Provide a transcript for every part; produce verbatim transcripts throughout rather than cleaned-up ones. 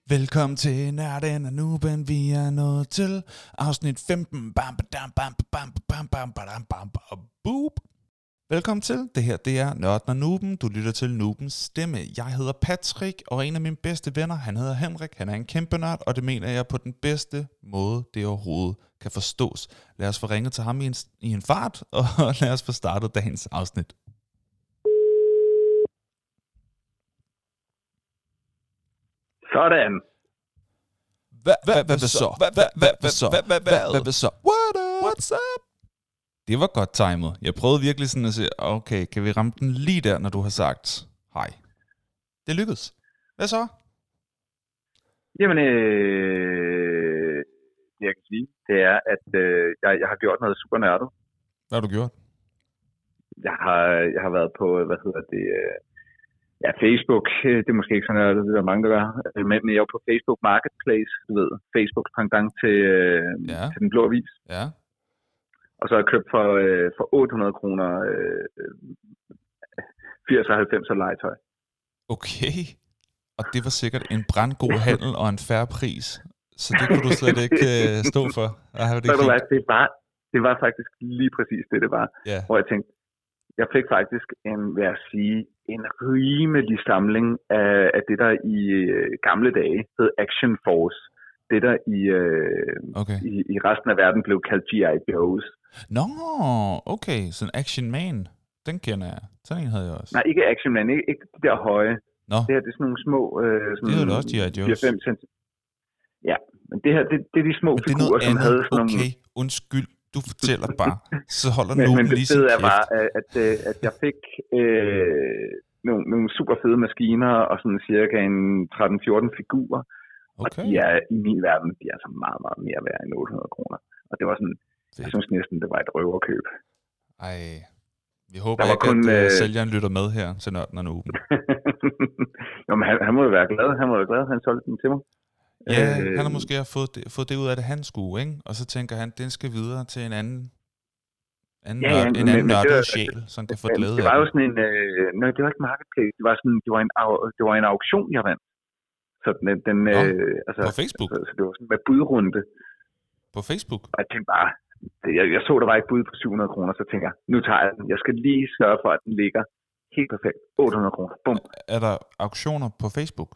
Velkommen til Nørden og Nuben, vi er nået til afsnit femten. Bam, bam, bam, bam, bam, bam, bam, bam, bam, boop. Velkommen til, det her det er Nørden og Nuben, du lytter til Nubens stemme. Jeg hedder Patrick, og en af mine bedste venner, han hedder Henrik, han er en kæmpe nørd, og det mener jeg på den bedste måde, det overhovedet kan forstås. Lad os få ringet til ham i en, i en fart, og lad os få startet dagens afsnit. Sådan. Hvad hvad så? Hvad hvad hvad så? Hvad hvad hvad så? What up? What's up? Det var godt timet. Jeg prøvede virkelig sådan at sige, okay, kan vi ramme den lige der, når du har sagt hej? Det lykkedes. Hvad så? Jamen, øh, det jeg kan sige, det er, at øh, jeg, jeg har gjort noget super nørdet. Hvad har du gjort? Jeg har, jeg har været på, hvad hedder det, øh, ja, Facebook. Det er måske ikke så nørdet, det er der mange, der gør. Men jeg er på Facebook Marketplace, du ved, Facebooks pendant til, øh, Ja. til den blå avis. Ja. Og så har jeg købt for, øh, for otte hundrede kroner øh, firs og halvfems af legetøj. Okay. Og det var sikkert en brandgod handel og en fair pris. Så det kunne du slet ikke uh, stå for. Ah, det, Så det, det, var, det var faktisk lige præcis det, det var. Ja. Hvor jeg tænkte, jeg fik faktisk en, vil jeg sige, en rimelig samling af, af det, der i øh, gamle dage hed Action Force. Det, der i, øh, okay. i, i resten af verden blev kaldt G I Joes. Nå, okay. Sådan Action Man. Den kender jeg. Sådan en havde jeg også. Nej, ikke Action Man. Ikke, ikke de der høje. Nå. Det her, det er sådan nogle små... Øh, sådan det hedder også G I Joes. fire fem centimeter. Ja, men det her, det, det er de små men figurer, som havde sådan okay. nogle... Okay, undskyld. Du fortæller bare. Så holder men, nogen men lige sin kæft. Men det kæft. er bare, at, at, at jeg fik øh, nogle, nogle super fede maskiner, og sådan cirka en tretten fjorten figurer. Okay. Og de er i min verden, de er altså meget, meget mere værd end otte hundrede kroner. Og det var sådan, det. Jeg synes næsten, det var et røverkøb. Ej, vi håber der var ikke, kun, at uh, øh... sælgeren lytter med her til Nørden og Nuben. Jo, men han, han må jo være glad. Han må jo være glad, han solgte den til mig. Ja, øh... han har måske fået det, fået det ud af det, han skulle, ikke? Og så tænker han, den skal videre til en anden, anden, ja, nørd, ja, en anden nørdet var, sjæl, som kan få glæde af det. Det var jo sådan en, øh, nej, det var ikke marketplace, det var sådan, det var en, det var en auktion, jeg vandt. Så den, den Nå, øh, altså, på Facebook? Så, så det var sådan med budrunde. På Facebook? Og jeg tænkte bare, jeg, jeg så, der var et bud på syv hundrede kroner, så tænker jeg, nu tager jeg den. Jeg skal lige sørge for, at den ligger helt perfekt. otte hundrede kroner. Bum. Er der auktioner på Facebook?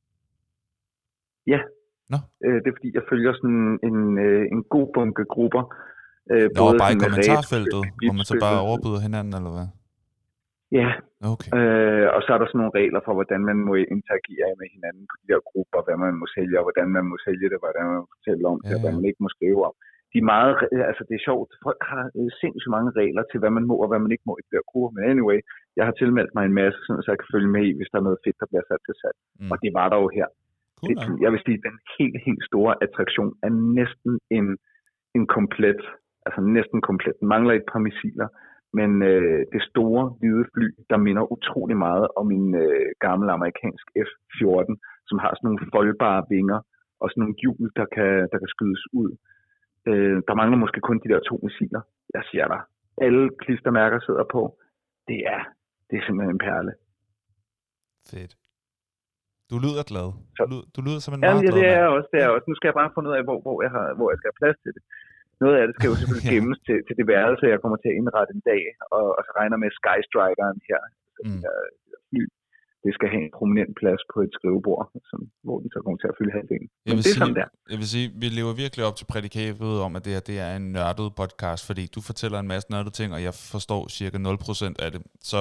Ja. Nå. Øh, det er fordi, jeg følger sådan en, øh, en god bunke grupper. Øh, Nå, både bare i sådan kommentarfeltet, hvor man så bare overbyder hinanden, eller hvad? Ja. Okay. Øh, og så er der sådan nogle regler for, hvordan man må interagere med hinanden på de der grupper, hvad man må sælge, og hvordan man må sælge det, hvordan man må fortælle om det, ja. Og hvad man ikke må skrive om. De er meget, altså det er sjovt, folk har sindssygt mange regler til, hvad man må og hvad man ikke må i de der grupper. Men anyway, jeg har tilmeldt mig en masse, så jeg kan følge med i, hvis der er noget fedt, der bliver sat til salg. Mm. Og det var der jo her. Cool, det, jeg vil sige, den helt, helt store attraktion er næsten en, en komplet, altså næsten komplet. Den mangler et par missiler. Men øh, det store, hvide fly, der minder utrolig meget om en øh, gammel amerikansk F fjorten, som har sådan nogle foldbare vinger og sådan nogle hjul, der kan, der kan skydes ud. Øh, der mangler måske kun de der to missiler. Jeg siger dig, alle klistermærker sidder på. Det er, det er simpelthen en perle. Fedt. Du lyder glad. Du lyder, du lyder som en ja, meget ja, glad det er mand. jeg også. Det er jeg også. Nu skal jeg bare finde ud af, hvor, hvor, jeg, har, hvor jeg skal have plads til det. Noget af det skal jo selvfølgelig ja. gemmes til, til det værelse, jeg kommer til at indrette en dag, og, og så regner med Skystrikeren her, mm. der, der fly. Det skal have en prominent plads på et skrivebord, som, hvor den så kommer til at fylde halvdelen. Men det er sige, sådan der. Jeg vil sige, vi lever virkelig op til prædikatet om, at det her det er en nørdet podcast, fordi du fortæller en masse nørdede ting, og jeg forstår cirka nul procent af det. Så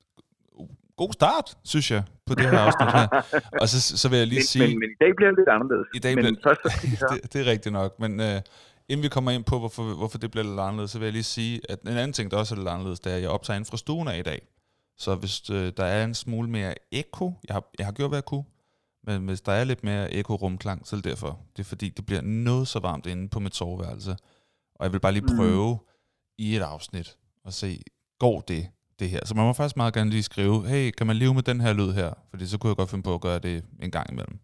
god start, synes jeg, på det her afsnit her. Og så, så vil jeg lige men, sige... Men, men i dag bliver det lidt anderledes. I dag men bliver... først det, det er rigtigt nok, men... Øh, inden vi kommer ind på, hvorfor, hvorfor det bliver lidt anderledes, så vil jeg lige sige, at en anden ting, der også er lidt anderledes, det er, at jeg optager inden fra stuen af i dag. Så hvis øh, der er en smule mere ekko, jeg har, jeg har gjort, hvad jeg kunne, men hvis der er lidt mere ekko-rumklang, så er det derfor. Det er fordi, det bliver noget så varmt inde på mit soveværelse. Og jeg vil bare lige prøve mm. i et afsnit og se, går det, det her? Så man må faktisk meget gerne lige skrive, hey, kan man leve med den her lyd her? Fordi så kunne jeg godt finde på at gøre det en gang imellem.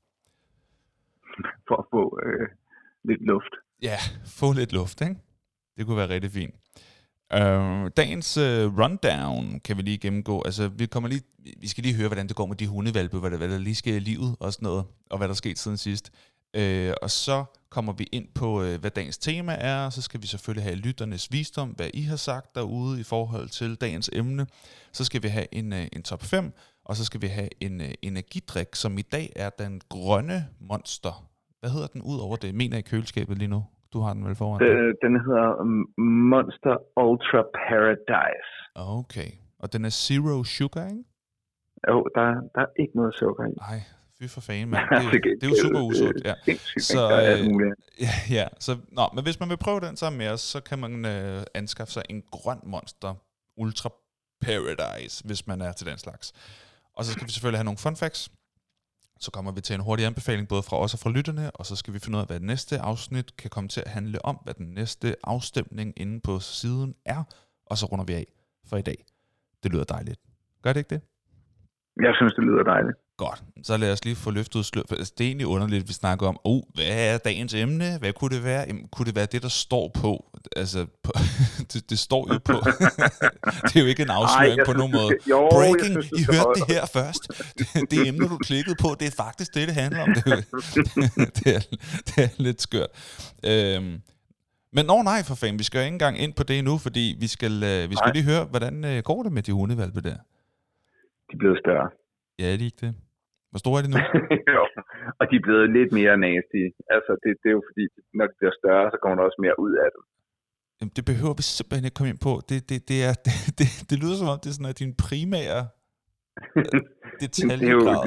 For at få øh, lidt luft. Ja, få lidt luft, ikke? Det kunne være rigtig fint. Uh, dagens uh, rundown kan vi lige gennemgå. Altså, vi kommer lige, vi skal lige høre, hvordan det går med de hundevalpe, hvad der, hvad der lige sker i livet og sådan noget, og hvad der er sket siden sidst. Uh, og så kommer vi ind på, uh, hvad dagens tema er, og så skal vi selvfølgelig have lytternes visdom, hvad I har sagt derude i forhold til dagens emne. Så skal vi have en, uh, en top fem, og så skal vi have en uh, energidrik, som i dag er den grønne Monster. Hvad hedder den ud over det? Mener i køleskabet lige nu? Du har den vel foran dig? Den, den hedder Monster Ultra Paradise. Okay. Og den er zero sugar, ikke? Jo, der, der er ikke noget sukker i. Nej, fy for fanden, mand. Det, det er jo super usundt. Ja. Så, øh, ja, ja. Så, nå, men hvis man vil prøve den sammen med os, så kan man øh, anskaffe sig en grøn Monster Ultra Paradise, hvis man er til den slags. Og så skal vi selvfølgelig have nogle fun facts. Så kommer vi til en hurtig anbefaling, både fra os og fra lytterne, og så skal vi finde ud af, hvad det næste afsnit kan komme til at handle om, hvad den næste afstemning inde på siden er, og så runder vi af for i dag. Det lyder dejligt. Gør det ikke det? Jeg synes, det lyder dejligt. Godt. Så lad os lige få løftet sløret. Altså, det er egentlig underligt, at vi snakker om, oh, hvad er dagens emne? Hvad kunne det være? Jamen, kunne det være det, der står på? Altså, på, det, det står jo på. Det er jo ikke en afsløring Ej, på nogen måde. Jo, Breaking, synes, I hørte det her først. Det, det emne, du klikkede på, det er faktisk det, det handler om. Det, det, er, det er lidt skørt. Øhm, men nå nej, for fanden, vi skal jo ikke engang ind på det endnu, fordi vi skal, vi skal lige høre, hvordan går det med de hundevalpe der? De er blevet større. Ja, er de ikke det? Hvor store er de nu? Jo, og de er blevet lidt mere nasty. Altså, det, det er jo fordi, når de bliver større, så kommer der også mere ud af dem. Jamen, det behøver vi simpelthen ikke komme ind på. Det, det, det, er, det, det, det lyder som om, det er sådan, at din primære detaljegrad.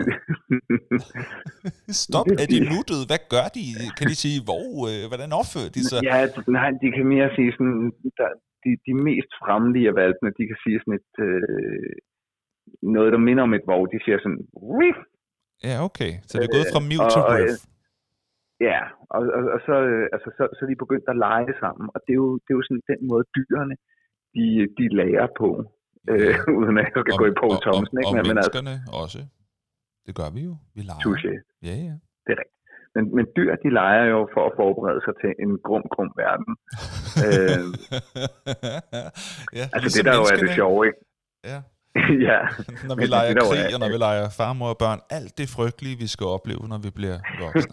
Stop, er de nuttede? Hvad gør de? Kan de sige, hvor, øh, hvordan opfører de sig? Ja, nej, de kan mere sige sådan, der, de, de mest fremlige af valpene, de kan sige sådan et... Øh, noget, der minder om et vov, de siger sådan, Riff! Ja, okay. Så det er gået fra mew til riff. Ja, og, og, og så, altså, så, så er de begyndt at lege sammen, og det er jo, det er jo sådan den måde, dyrene, de, de lærer på, øh, uden at jeg kan og, gå i Poul Thomsen. Og, ikke? og, men, og menneskerne altså, også. Det gør vi jo. Vi leger. Touché. Ja, ja. Det er rigtigt. Men, men dyr, de leger jo for at forberede sig til en grum, grum verden. øh, ja, altså det der jo er det sjove, ikke? Ja. Ja. Når vi leger krig, og når vi leger farmor og børn, alt det frygtelige, vi skal opleve, når vi bliver voksne.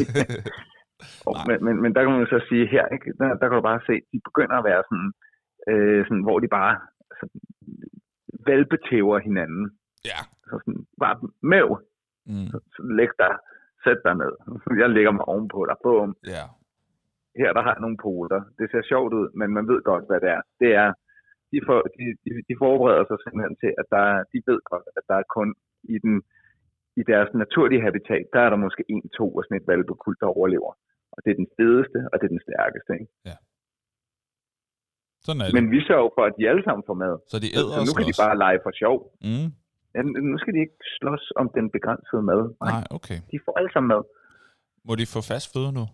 men, men, men der kan man jo så sige her, ikke? Der, der kan du bare se, de begynder at være sådan, øh, sådan hvor de bare altså, valpetæver hinanden. Ja. Så sådan, bare mæv. Mm. Så, så læg der, sæt dig ned. Jeg lægger mig ovenpå dig. Bum. Ja. Her der har jeg nogle poler. Det ser sjovt ud, men man ved godt, hvad det er. Det er De, for, de, de, de forbereder sig simpelthen til, at der, de ved godt, at der er kun i, den, i deres naturlige habitat, der er der måske en, to og sådan et valpekult, der overlever. Og det er den fedeste, og det er den stærkeste. Ikke? Ja. Sådan er det. Men vi sørger for, at de alle sammen får mad. Så, de æder så nu kan de bare lege for sjov. Mm. Ja, nu skal de ikke slås om den begrænsede mad. Nej, Nej okay. De får alle sammen mad. Må de få fast føde nu?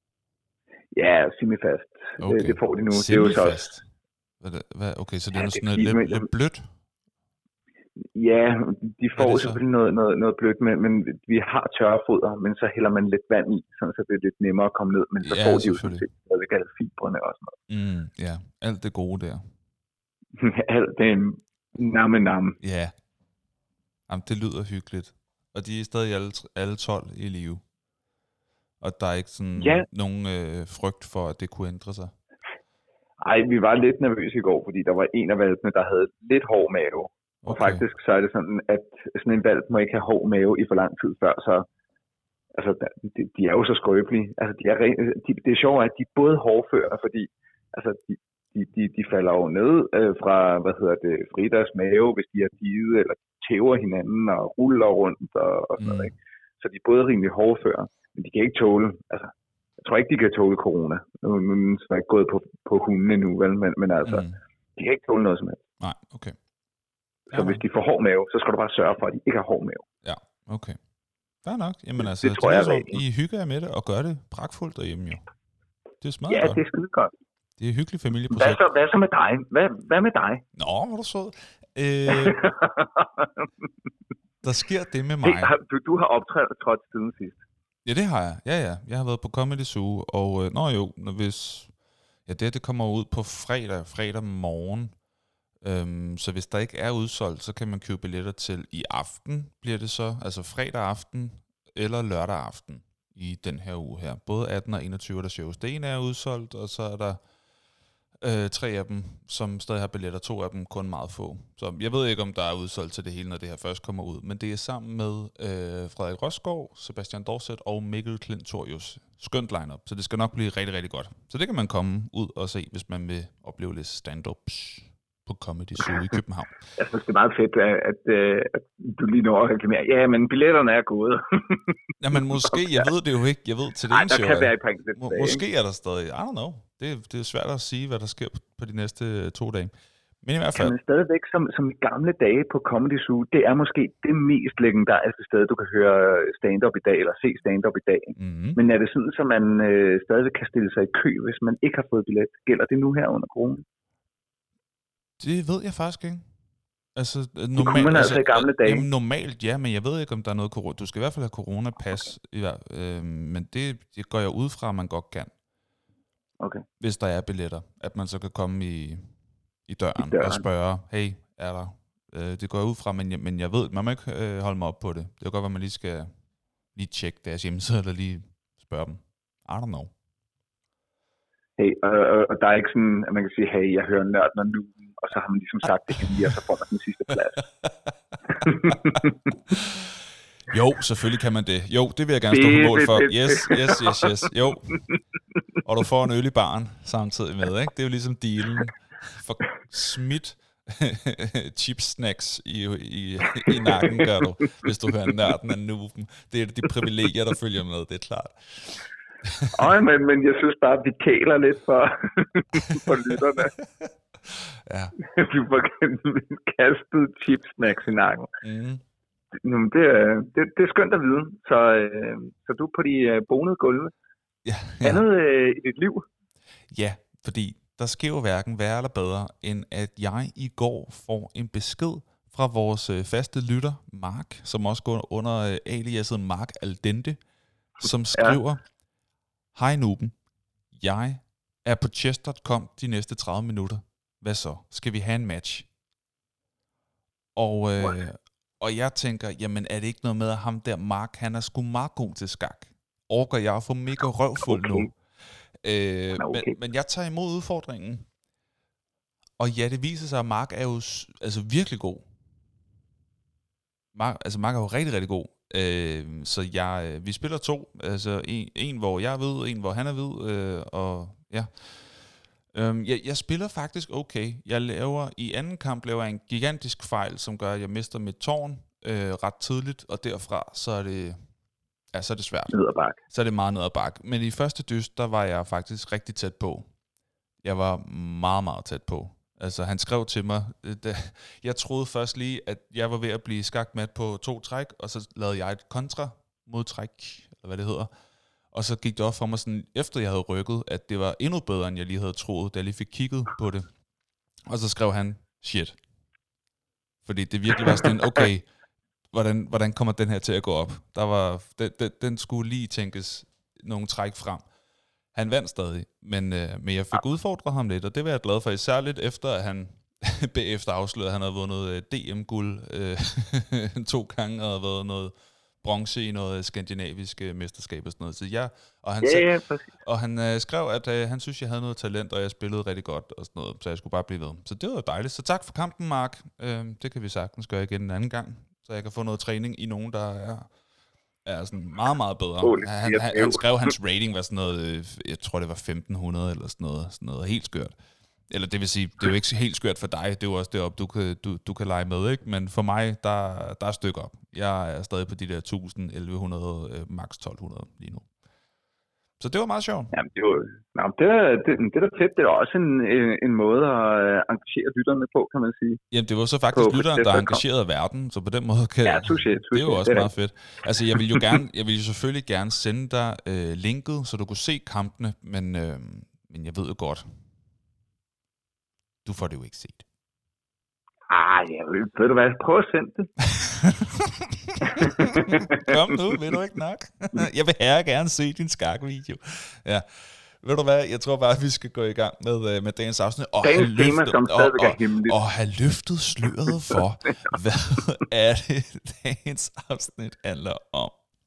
Ja, semifast. Okay. Det, det får de nu. Semifast. Det er jo så også. Hvad, okay, så det er ja, noget det er lidt, lidt blødt? Ja, de får selvfølgelig noget, noget, noget blødt, men, men vi har tørrefoder, men så hælder man lidt vand i, så det er lidt nemmere at komme ned, men så ja, får de jo sådan set stadig alle fibrene og sådan noget. Mm, ja, alt det gode der. alt det namme namme. Ja, jamen, det lyder hyggeligt. Og de er stadig alle, alle tolv i live. Og der er ikke sådan ja. nogen øh, frygt for, at det kunne ændre sig. Ej, vi var lidt nervøse i går, fordi der var en af valpene, der havde lidt hård mave. Okay. Og faktisk så er det sådan, at sådan en valp må ikke have hård mave i for lang tid før, så altså, de, de er jo så skrøbelige. Altså, de er, de, det er sjovt, at de er både hårdfører, fordi altså, de, de, de, de falder jo ned øh, fra, hvad hedder det, Fridas mave, hvis de er diget, eller tæver hinanden og ruller rundt og, og sådan mm. noget. Ikke? Så de er både rimelig hårdfører, men de kan ikke tåle, altså, jeg tror ikke, de kan tåle corona. Nu, nu er jeg ikke gået på, på hunden endnu, vel? Men, men altså, mm. de kan ikke tåle noget som helst. Nej, okay. Så ja, hvis de får hård mave, så skal du bare sørge for, at de ikke har hård mave. Ja, okay. Fair nok. Jamen altså, det tror det jeg, så, I hygger jer med det og gør det pragtfuldt derhjemme jo. Det er smadret ja, godt. det er skide godt. Det er hyggeligt familieprojekt. Hvad så, hvad så med dig? Hvad, hvad med dig? Nå, hvor er du sød. Øh, der sker det med mig. Hey, du, du har optrådt trådt siden sidst. Ja, det har jeg. Ja, ja. Jeg har været på Comedy Zoo, og øh, nå jo, når hvis... Ja, det, det kommer ud på fredag, fredag morgen. Øhm, så hvis der ikke er udsolgt, så kan man købe billetter til i aften, bliver det så. Altså fredag aften eller lørdag aften i den her uge her. Både atten og enogtyve, der shows. Det ene er udsolgt, og så er der øh, tre af dem, som stadig har billetter. To af dem kun meget få. Så jeg ved ikke, om der er udsolgt til det hele, når det her først kommer ud. Men det er sammen med øh, Frederik Rosgaard, Sebastian Dorset og Mikkel Klintorius. Skønt line-up, så det skal nok blive rigtig, rigtig godt. Så det kan man komme ud og se, hvis man vil opleve lidt stand-ups på Comedy Zoo i København. Jeg synes, det er meget fedt, at, at, at du lige nu reklamerer. Ja, men billetterne er gode. Jamen måske, jeg ved det jo ikke. Jeg ved til det Ej, ene der show. kan være et par enkelte Må, måske er der stadig, I don't know. Det, det er svært at sige, hvad der sker på de næste to dage. Men i hvert fald. Men stadigvæk, som, som i gamle dage på Comedy Zoo, det er måske det mest legendariske sted, du kan høre stand-up i dag, eller se stand-up i dag. Mm-hmm. Men er det sådan, at man øh, stadigvæk kan stille sig i kø, hvis man ikke har fået billet? Gælder det nu her under corona? Det ved jeg faktisk ikke. Altså, normalt, det kunne man altså, altså i gamle dage. Jamen, normalt, ja, men jeg ved ikke, om der er noget corona. Du skal i hvert fald have coronapas, okay. øh, men det, det går jeg ud fra, at man godt kan. Okay. Hvis der er billetter. At man så kan komme i, i, døren, i døren og spørge, hey, er der? Øh, det går jeg ud fra, men jeg, men jeg ved, man må ikke øh, holde mig op på det. Det er godt, at man lige skal lige tjekke deres hjemmeside, eller lige spørge dem. I don't know. Hey, og, og, og der er ikke sådan, at man kan sige, hey, jeg hører Nørden og nu, og så har man ligesom sagt det lige, og så får man den sidste plads. Jo, selvfølgelig kan man det. Jo, det vil jeg gerne stå på mål for. Yes, yes, yes, yes. Jo. Og du får en øl i baren samtidig med, ikke? Det er jo ligesom dealen. For smidt chips snacks i, i, i nakken, gør du, hvis du hører Nørden af Nuben. Det er de privilegier, der følger med, det er klart. Øj, men, men jeg synes bare, at vi kæler lidt for, for lytterne. Ja. Vi får kastet chips snacks i nakken. Mm. Det, det, det er skønt at vide. Så, så du er på de bonede gulve. Ja, ja. Andet øh, i dit liv? Ja, fordi der sker jo hverken værre eller bedre, end at jeg i går får en besked fra vores faste lytter, Mark, som også går under aliaset Mark Aldente, som skriver, ja. Hej Nuben, jeg er på chess punktum com de næste tredive minutter. Hvad så? Skal vi have en match? Og, øh, og jeg tænker, jamen er det ikke noget med, at ham der Mark, han er sgu meget god til skak? Orker jeg at få mega røvfuld okay. nu? Øh, okay. men, men jeg tager imod udfordringen. Og ja, det viser sig, at Mark er jo altså virkelig god. Mark, altså Mark er jo rigtig, rigtig god. Øh, så jeg, vi spiller to. Altså en, en, hvor jeg er hvid, en, hvor han er hvid. Øh, og ja... Um, jeg, jeg spiller faktisk okay. Jeg laver i anden kamp laver jeg en gigantisk fejl, som gør, at jeg mister mit tårn øh, ret tidligt, og derfra så er det, ja, så er det svært. Ned ad bakke. Så er det meget ned ad bakke. Men i første dyst, der var jeg faktisk rigtig tæt på. Jeg var meget, meget tæt på. Altså, han skrev til mig, da, jeg troede først lige, at jeg var ved at blive skakmat på to træk, og så lavede jeg et kontra modtræk, eller hvad det hedder. Og så gik det op for mig sådan, efter jeg havde rykket, at det var endnu bedre, end jeg lige havde troet, da jeg lige fik kigget på det. Og så skrev han, shit. Fordi det virkelig var sådan, okay, hvordan, hvordan kommer den her til at gå op? Der var, den, den, den skulle lige tænkes nogle træk frem. Han vandt stadig, men, øh, men jeg fik udfordret ham lidt, og det var jeg glad for, især lidt efter, at han bagefter afslørede, at han havde vundet øh, D M-guld øh, to gange, og havde været noget bronze i noget skandinavisk øh, mesterskab og sådan noget. Så ja, og han, ja, ja, og han øh, skrev, at øh, han synes, jeg havde noget talent, og jeg spillede rigtig godt og sådan noget, så jeg skulle bare blive ved. Så det var dejligt. Så tak for kampen, Mark. Øh, det kan vi sagtens gøre igen en anden gang, så jeg kan få noget træning i nogen, der er, er sådan meget, meget bedre. Han, han, han skrev, hans rating var sådan noget, øh, jeg tror det var femten hundrede eller sådan noget, sådan noget helt skørt. Eller det vil sige, det er jo ikke helt skørt for dig, det er jo også deroppe, du kan, du, du kan lege med, ikke? Men for mig, der, der er stykker op. Jeg er stadig på de der tusind, elleve hundrede, øh, max tolv hundrede lige nu. Så det var meget sjovt. Jamen, det, var, nej, det, er, det, det er da fedt. Det er også en, en, en måde at engagere lytterne på, kan man sige. Jamen, det var så faktisk på, lytteren, der engagerede verden, så på den måde kan... Ja, touché, touché. Det er jo også det er meget fedt. Altså, jeg vil jo gerne, jeg vil jo selvfølgelig gerne sende dig øh, linket, så du kunne se kampene, men, øh, men jeg ved jo godt, du får det jo ikke set. Ej, jeg vil, ved du hvad, prøv at sende det. Kom nu, vil du ikke nok? Jeg vil her gerne se din skakvideo. Ja. Ved du hvad, jeg tror bare, at vi skal gå i gang med, med dagens afsnit. Og dagens have tema, løftet, som stadigvæk og, er hemmeligt. Og, og have løftet sløret for, hvad er det, dagens afsnit handler om.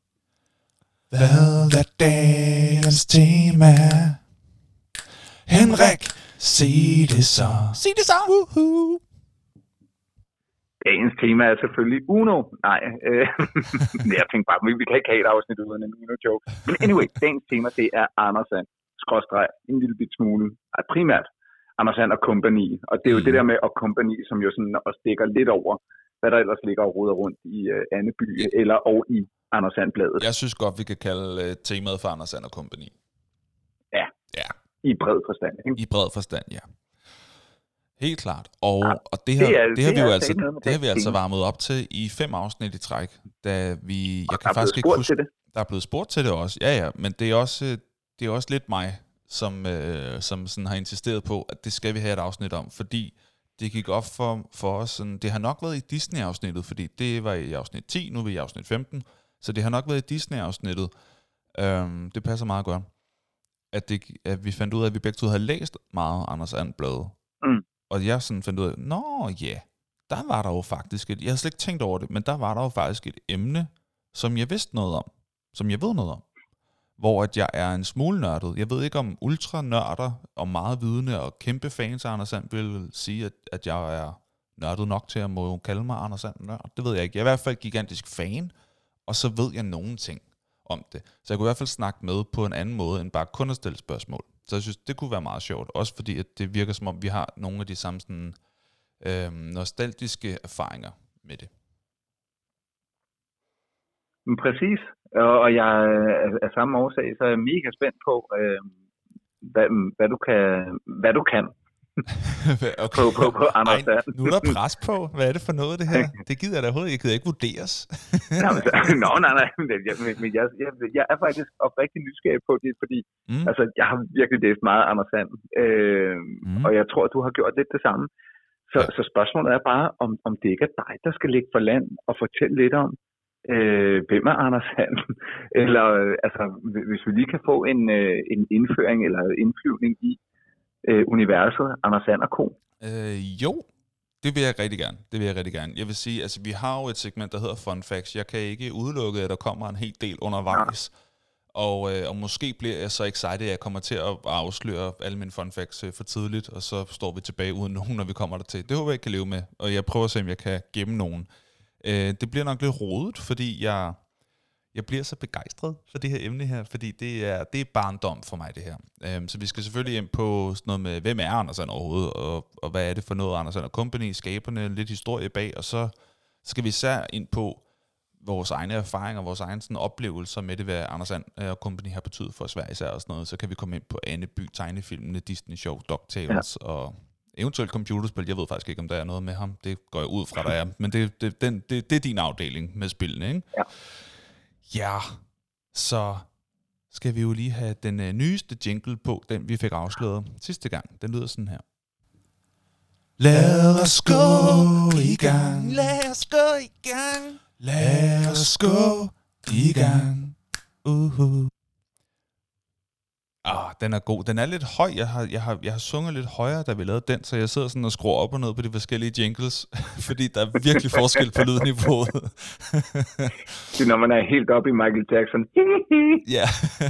Hvad er dagens tema? Henrik, sig det så. Sig det så. Woohoo. Dagens tema er selvfølgelig Uno. Nej, øh, jeg tænkte bare, vi kan ikke have et afsnit uden en Uno-joke. Men anyway, dagens tema, det er Anders And, skråstreg, en lille bit smule, altså primært Anders And og Company. Og det er jo mm. det der med og Company, som jo sådan også stikker lidt over, hvad der ellers ligger og roder rundt i uh, Anneby, eller og i Anders And-bladet. Jeg synes godt, vi kan kalde uh, temaet for Anders And og Company. Ja, ja. I bred forstand. Ikke? I bred forstand, ja. Helt klart. Og, ja, og det, her, det, er, det, det har vi jo altså, det har vi altså varmet op til i fem afsnit i træk, da vi, jeg kan faktisk ikke huske, der er blevet spurgt til det også, ja ja, men det er også, det er også lidt mig, som, øh, som sådan har insisteret på, at det skal vi have et afsnit om, fordi det gik op for, for os, sådan, det har nok været i Disney-afsnittet, fordi det var i afsnit ti, nu er vi i afsnit femten, så det har nok været i Disney-afsnittet, øhm, det passer meget godt, at, det, at vi fandt ud af, at vi begge to havde læst meget Anders And-bladet. Mm. Og jeg sådan fandt ud af, nå ja, yeah, der var der jo faktisk et, jeg havde slet ikke tænkt over det, men der var der jo faktisk et emne, som jeg vidste noget om, som jeg ved noget om, hvor at jeg er en smule nørdet. Jeg ved ikke om ultranørder og meget vidende og kæmpe fans af Anders And vil sige, at, at jeg er nørdet nok til at må kalde mig Anders And nørd. Det ved jeg ikke. Jeg er i hvert fald gigantisk fan, og så ved jeg nogle ting om det. Så jeg kunne i hvert fald snakke med på en anden måde, end bare kun at stille spørgsmål. Så jeg synes, det kunne være meget sjovt. Også fordi, at det virker som om, vi har nogle af de samme sådan, øh, nostalgiske erfaringer med det. Præcis. Og jeg er samme årsag, så er jeg mega spændt på, øh, hvad, hvad, du kan, hvad du kan. Okay. på, på, på Anders And. Nu er der pres på. Hvad er det for noget, det her? Det gider jeg da overhovedet. Jeg gider ikke vurderes. Nå, nej, nej. Men jeg, jeg, jeg er faktisk oprigtig nysgerrig på det, fordi mm. altså, jeg har virkelig læst meget Anders And. Øh, mm. Og jeg tror, du har gjort lidt det samme. Så, ja. så spørgsmålet er bare, om, om det ikke er dig, der skal ligge for land og fortælle lidt om, øh, hvem er Anders And? Eller altså, hvis vi lige kan få en, en indføring eller indflyvning i Øh, universet, Anders And og Co. Øh, jo, det vil jeg rigtig gerne. Det vil jeg rigtig gerne. Jeg vil sige, altså vi har jo et segment, der hedder Fun Facts. Jeg kan ikke udelukke, at der kommer en hel del undervejs. Ja. Og, øh, og måske bliver jeg så excited, at jeg kommer til at afsløre alle mine fun facts øh, for tidligt, og så står vi tilbage uden nogen, når vi kommer der til. Det håber jeg, jeg kan leve med, og jeg prøver at se, om jeg kan gemme nogen. Øh, det bliver nok lidt rodet, fordi jeg... Jeg bliver så begejstret for det her emne her, fordi det er, det er barndom for mig, det her. Um, så vi skal selvfølgelig ind på sådan noget med, hvem er Anders And overhovedet, og, og hvad er det for noget, Anders And og Company, skaberne, lidt historie bag, og så skal vi især ind på vores egne erfaringer, vores egne sådan, oplevelser med det, hvad Anders And og Company har betydet for Sverige især og sådan noget. Så kan vi komme ind på Anneby, tegnefilmene, Disney Show, DuckTales ja. og eventuelt computerspil. Jeg ved faktisk ikke, om der er noget med ham. Det går jeg ud fra, der er. Men det, det, den, det, det er din afdeling med spillene, ikke? Ja. Ja, så skal vi jo lige have den øh, nyeste jingle på, den vi fik afsløret sidste gang. Den lyder sådan her. Lad os gå i gang. Lad os gå i gang. Lad os gå i gang. Uh-huh. Ah, den er god. Den er lidt høj. Jeg har, jeg, har, jeg har sunget lidt højere, da vi lavede den, så jeg sidder sådan og skruer op og ned på de forskellige jingles, fordi der er virkelig forskel på lydniveauet. Det er, når man er helt oppe i Michael Jackson. Ja.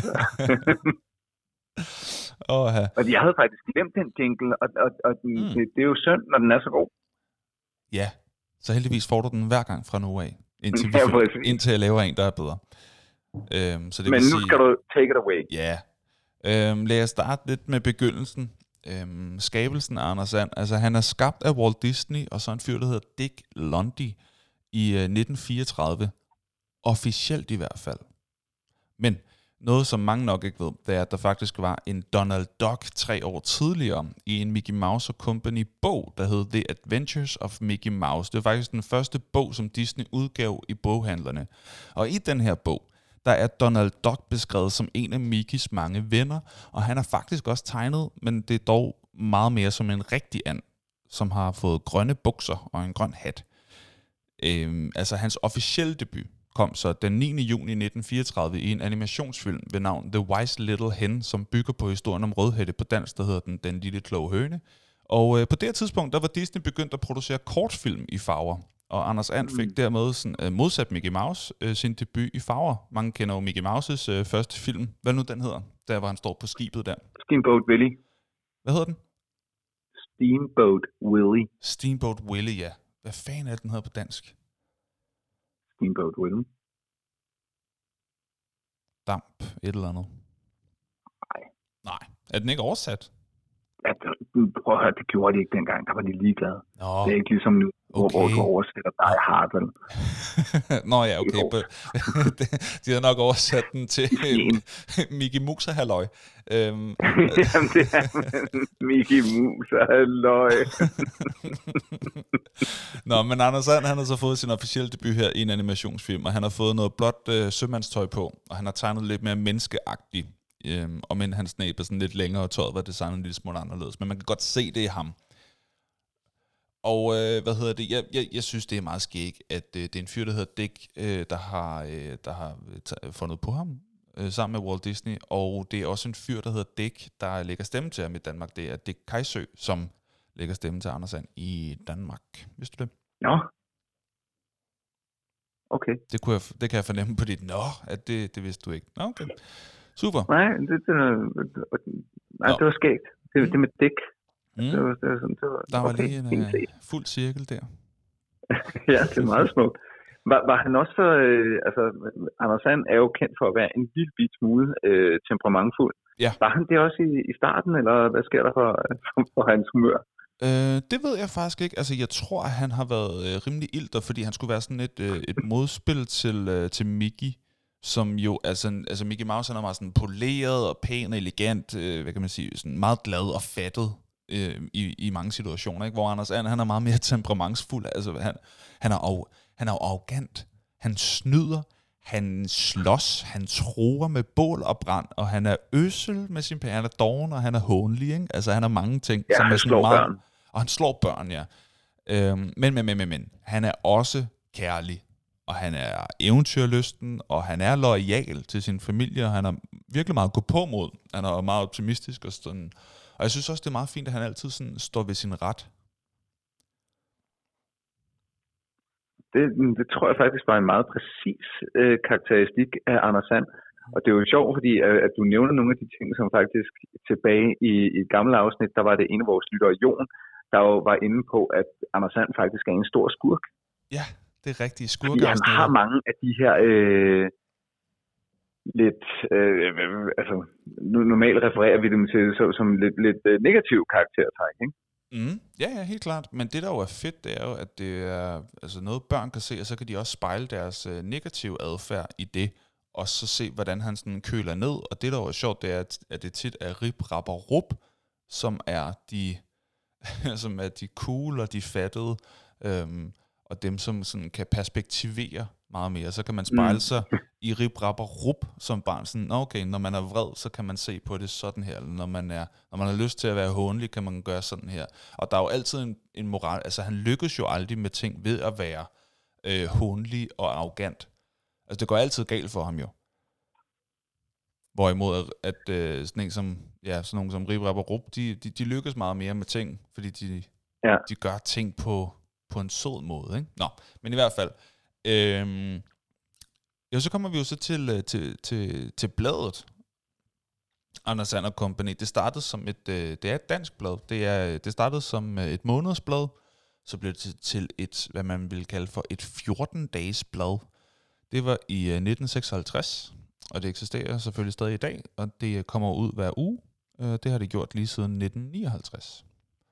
oh, ja. Og jeg havde faktisk glemt den jingle, og, og, og den, mm. det, det er jo synd, når den er så god. Ja, så heldigvis får du den hver gang fra nu af, indtil, vi finder, indtil jeg laver en, der er bedre. Øhm, så det Men vil nu sige, skal du take it away. Ja, yeah. Øhm, lad os starte lidt med begyndelsen. Øhm, skabelsen af Anders And. Altså han er skabt af Walt Disney og så en fyr, der hedder Dick Lundy i øh, nitten fireogtredive. Officielt i hvert fald. Men noget, som mange nok ikke ved, det er, at der faktisk var en Donald Duck tre år tidligere i en Mickey Mouse og Company bog, der hed The Adventures of Mickey Mouse. Det var faktisk den første bog, som Disney udgav i boghandlerne. Og i den her bog, der er Donald Duck beskrevet som en af Mickeys mange venner, og han er faktisk også tegnet, men det er dog meget mere som en rigtig and, som har fået grønne bukser og en grøn hat. Øhm, altså hans officielle debut kom så den niende juni nitten fireogtredive i en animationsfilm ved navn The Wise Little Hen, som bygger på historien om Rødhætte, på dansk, der hedder den Den Lille Kloge Høne. Og øh, på det her tidspunkt, der var Disney begyndt at producere kortfilm i farver. Og Anders And fik mm. dermed sådan, øh, modsat Mickey Mouse øh, sin debut i farver. Mange kender jo Mickey Mouses øh, første film. Hvad nu den hedder? Der hvor han står på skibet der. Steamboat Willie. Hvad hedder den? Steamboat Willie. Steamboat Willie, ja. Hvad fanden er den hedder på dansk? Steamboat Willie. Damp, et eller andet. Nej. Nej. Er den ikke oversat? Ja, prøv at høre, det gjorde de ikke dengang. Der var de ligeglade. Nå. Det er ikke ligesom nu, hvor, Okay. hvor du oversætter Die Hard, vel? Nå ja, okay. De havde nok oversat den til Mickey Mouse halløj. Øhm. Jamen, det er Mickey Mouse halløj. Nå, men Anders And, han har så fået sin officielle debut her i en animationsfilm, og han har fået noget blåt øh, sømandstøj på, og han har tegnet lidt mere menneskeagtigt. Øhm, og men hans næb er sådan lidt længere, og tøjet var designet en lille smule anderledes. Men man kan godt se det i ham. Og øh, hvad hedder det? Jeg, jeg, jeg synes, det er meget skægt, at øh, det er en fyr, der hedder Dick, øh, der har, øh, der har t- fundet på ham øh, sammen med Walt Disney. Og det er også en fyr, der hedder Dick, der lægger stemme til ham i Danmark. Det er Dick Kajsø, som lægger stemme til Anders And i Danmark. Vidste du det? Nå. Okay. Det, kunne jeg, det kan jeg fornemme på dit nå, at det, det vidste du ikke. Nå, okay. Super. Nej, det, det, nej, det var skægt. Det, mm. det med Dick. Mm. Det var, det var sådan, det var, Der var okay, lige en uh, fuld cirkel der. Ja, det er meget smukt. Var, var han også så, øh, altså, Anders And er jo kendt for at være en lille bit smule øh, temperamentfuld. Ja. Var han det også i, i starten, eller hvad sker der for, for, for hans humør? Øh, det ved jeg faktisk ikke. Altså, jeg tror, at han har været øh, rimelig ilter, fordi han skulle være sådan et, øh, et modspil til, øh, til Mickey, som jo, altså, altså Mickey Mouse, han er meget sådan poleret og pæn og elegant, øh, hvad kan man sige, sådan meget glad og fattet øh, i, i mange situationer, ikke? Hvor Anders And, han er meget mere temperamentsfuld, altså han, han, er, af, han er jo arrogant, han snyder, han slås, han truer med bål og brand, og han er øssel med sin pære, han er doven, og han er hånlig, ikke? Altså han har mange ting. Ja, som han er sådan slår meget, børn. Og han slår børn, ja. Øhm, men, men, men, men, men, han er også kærlig, og han er eventyrlysten, og han er loyal til sin familie, og han er virkelig meget gå på mod. Han er meget optimistisk og sådan. Og jeg synes også, det er meget fint, at han altid sådan står ved sin ret. Det, det tror jeg faktisk var en meget præcis øh, karakteristik af Anders And. Og det er jo sjovt, fordi at, at du nævner nogle af de ting, som faktisk tilbage i, i et gammelt afsnit, der var det en af vores lyttere, Jon, der jo var inde på, at Anders And faktisk er en stor skurk. Ja, det er rigtigt. Fordi han har mange af de her øh, lidt, øh, altså normalt refererer vi dem til så, som lidt, lidt øh, negative karaktertræk, ikke? Mm, ja, ja, helt klart. Men det, der jo er fedt, det er jo, at det er altså noget, børn kan se, og så kan de også spejle deres øh, negative adfærd i det, og så se, hvordan han sådan køler ned. Og det, der jo er sjovt, det er, at, at det tit er Rip, Rap og Rup, som er de, som er de cool og de fattede, øhm, og dem, som sådan kan perspektivere meget mere. Så kan man spejle sig mm. i Rip, Rap og Rup som barn. Sådan, okay, når man er vred, så kan man se på det sådan her. Eller når man, er, når man har lyst til at være hånlig, kan man gøre sådan her. Og der er jo altid en, en moral. Altså, han lykkes jo aldrig med ting ved at være øh, hånlig og arrogant. Altså, det går altid galt for ham jo. Hvorimod, at øh, sådan en som, ja, sådan nogle som Rip, Rap og Rup, de, de, de lykkes meget mere med ting, fordi de, ja. de gør ting på, på en sød måde, ikke? Nå, men i hvert fald, øhm, jo, så kommer vi jo så til, til, til, til bladet, Anders And Company. Det startede som et, øh, det er et dansk blad. Det, er, det startede som et månedsblad, så blev det til et, hvad man vil kalde for et fjorten-dages blad. Det var i øh, nitten seksoghalvtreds, og det eksisterer selvfølgelig stadig i dag, og det kommer ud hver uge. Det har det gjort lige siden nitten nioghalvtreds.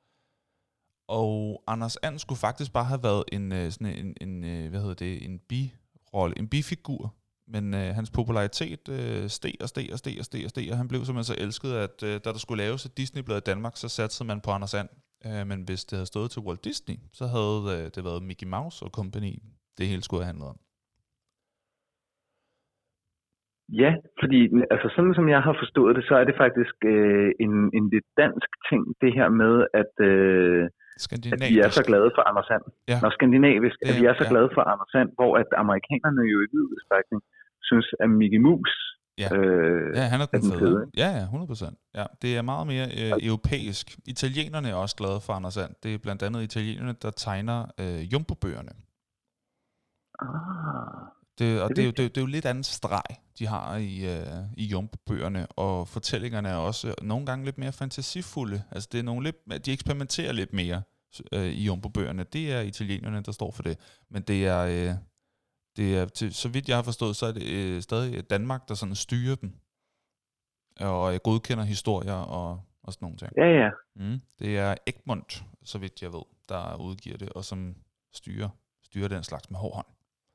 Og Anders And skulle faktisk bare have været en sådan en, en hvad hedder det, en birolle, en bifigur, men øh, hans popularitet øh, steg og steg og steg og steg og steg, og han blev simpelthen så elsket, at øh, da der skulle laves et Disney-blad i Danmark, så satsede man på Anders And. Øh, men hvis det havde stået til Walt Disney, så havde øh, det været Mickey Mouse og Company, det hele skulle have handlet om. Ja, fordi altså sådan som jeg har forstået det, så er det faktisk øh, en, en lidt dansk ting, det her med at... Øh, at vi er så glade for Anders And. Ja. Når skandinavisk, det, at vi er så ja. glade for Anders And, hvor at amerikanerne jo i vid udstrækning synes, at Mickey Mouse ja. Øh, ja, han er den, er den fede. fede. Ja, ja, hundrede procent. Ja, det er meget mere øh, europæisk. Italienerne er også glade for Anders And. Det er blandt andet italienerne, der tegner øh, Jumbo-bøgerne. Ah, det, og det, det, er jo, det, det er jo lidt anden streg, de har i, øh, i Jumbo-bøgerne, og fortællingerne er også nogle gange lidt mere fantasifulde. Altså, det er nogle lidt, de eksperimenterer lidt mere øh, i Jumbo-bøgerne. Det er italienerne, der står for det. Men det er... Øh, Det er, til, så vidt jeg har forstået, så er det øh, stadig Danmark, der sådan styrer dem, og øh, godkender historier og, og sådan nogle ting. Ja, ja. Mm. Det er Egmont, så vidt jeg ved, der udgiver det, og som styrer, styrer den slags med hård hånd.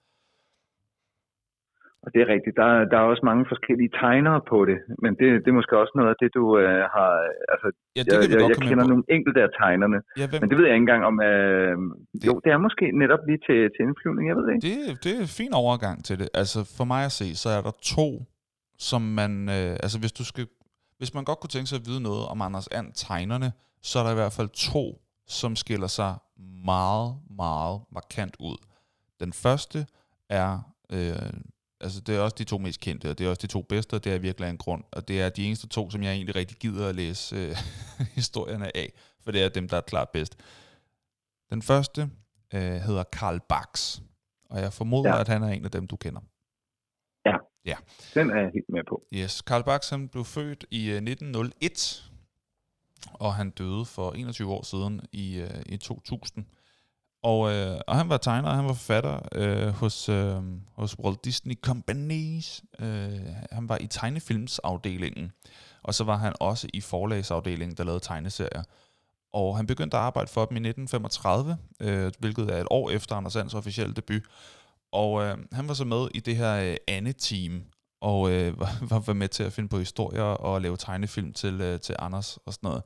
Og det er rigtigt. Der, der er også mange forskellige tegnere på det, men det, det er måske også noget af det, du øh, har... Altså, ja, det jeg, kan jeg, jeg kender nogle enkelte af tegnerne, ja, hvem... men det ved jeg ikke engang om... Øh, det... Jo, det er måske netop lige til, til indflyvning, jeg ved ikke. Det, det er en fin overgang til det. Altså, for mig at se, så er der to, som man... Øh, altså, hvis du skal... Hvis man godt kunne tænke sig at vide noget om Anders And tegnerne, så er der i hvert fald to, som skiller sig meget, meget markant ud. Den første er... Øh, Altså, det er også de to mest kendte, og det er også de to bedste, og det er virkelig en grund. Og det er de eneste to, som jeg egentlig rigtig gider at læse øh, historierne af, for det er dem, der er klart bedst. Den første øh, hedder Carl Barks, og jeg formoder, ja. at han er en af dem, du kender. Ja, ja. Den er jeg helt med på. Yes, Carl Barks, han blev født i øh, nitten nul et, og han døde for enogtyve år siden i, øh, i to tusind. Og, øh, og han var tegner, og han var forfatter øh, hos, øh, hos Walt Disney Companies. Øh, han var i tegnefilmsafdelingen, og så var han også i forlagsafdelingen, der lavede tegneserier. Og han begyndte at arbejde for dem i nitten femogtredive, øh, hvilket er et år efter Anders Ands officielle debut. Og øh, han var så med i det her øh, Anne-team, og øh, var, var med til at finde på historier og lave tegnefilm til, øh, til Anders og sådan noget.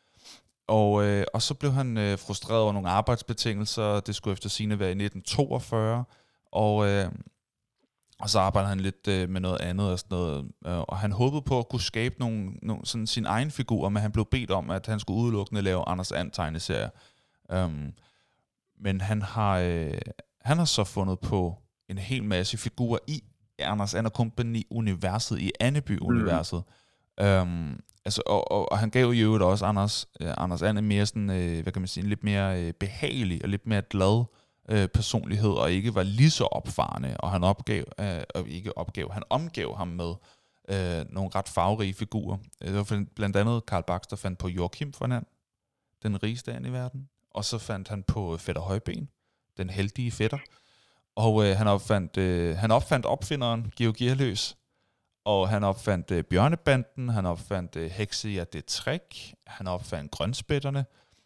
Og, øh, og så blev han øh, frustreret over nogle arbejdsbetingelser. Det skulle efter sigende være i nitten toogfyrre. Og, øh, og så arbejdede han lidt øh, med noget andet og sådan noget. Øh, og han håbede på at kunne skabe nogle, nogle, sådan sin egen figur, men han blev bedt om, at han skulle udelukkende lave Anders And tegneserier. Um, men han har, øh, han har så fundet på en hel masse figurer i Anders And og Company-universet, i Anneby-universet. Mm. Um, Altså, og, og, og han gav jo også Anders, øh, Anders And en mere sådan, øh, hvad kan man sige, en lidt mere øh, behagelig og lidt mere glad øh, personlighed, og ikke var lige så opfarende, og han opgav, øh, og ikke opgav, han omgav ham med øh, nogle ret farverige figurer. Det var blandt andet Carl Barks, der fandt på Joachim von And, den rigeste and i verden, og så fandt han på Fætter Højben, den heldige fætter, og øh, han, opfandt, øh, han opfandt opfinderen Georg Gearløs, og han opfandt øh, Bjørnebanden, han opfandt øh, Hekse af det Træk, han opfandt Grønspætterne,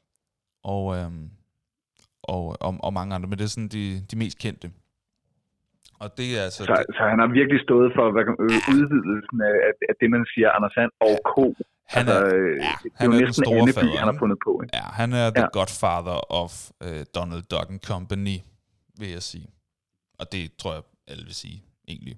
og, øhm, og, og, og mange andre, men det er sådan de, de mest kendte. Og det er altså... Så, det, så han har virkelig stået for hvad, øh, udvidelsen af, af det, man siger, Anders And og K. Han er, altså, ja, det han er, er den store Anneby, fader. Han har fundet på. Ikke? Ja, han er the ja. godfather of uh, Donald Duck and Company, vil jeg sige. Og det tror jeg, alle vil sige, egentlig.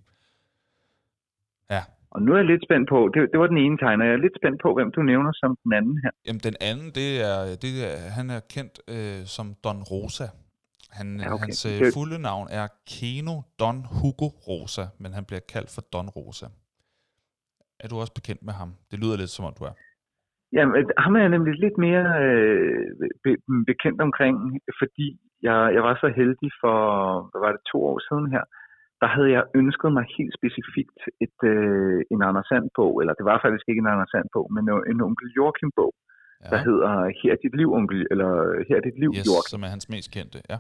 Ja. Og nu er jeg lidt spændt på, det, det var den ene tegner, jeg er lidt spændt på, hvem du nævner som den anden her. Jamen den anden, det er, det er han er kendt øh, som Don Rosa. Han, ja, okay. Hans øh, fulde navn er Keno Don Hugo Rosa, men han bliver kaldt for Don Rosa. Er du også bekendt med ham? Det lyder lidt som om du er. Jamen, ham er jeg nemlig lidt mere øh, be, bekendt omkring, fordi jeg, jeg var så heldig for, hvad var det, to år siden her, der havde jeg ønsket mig helt specifikt et, øh, en Anders And-bog, eller det var faktisk ikke en Anders And-bog, men en onkel Joachim-bog, ja. Der hedder Her er dit liv, onkel, eller Her er dit liv, yes, Joachim. Som er hans mest kendte, ja.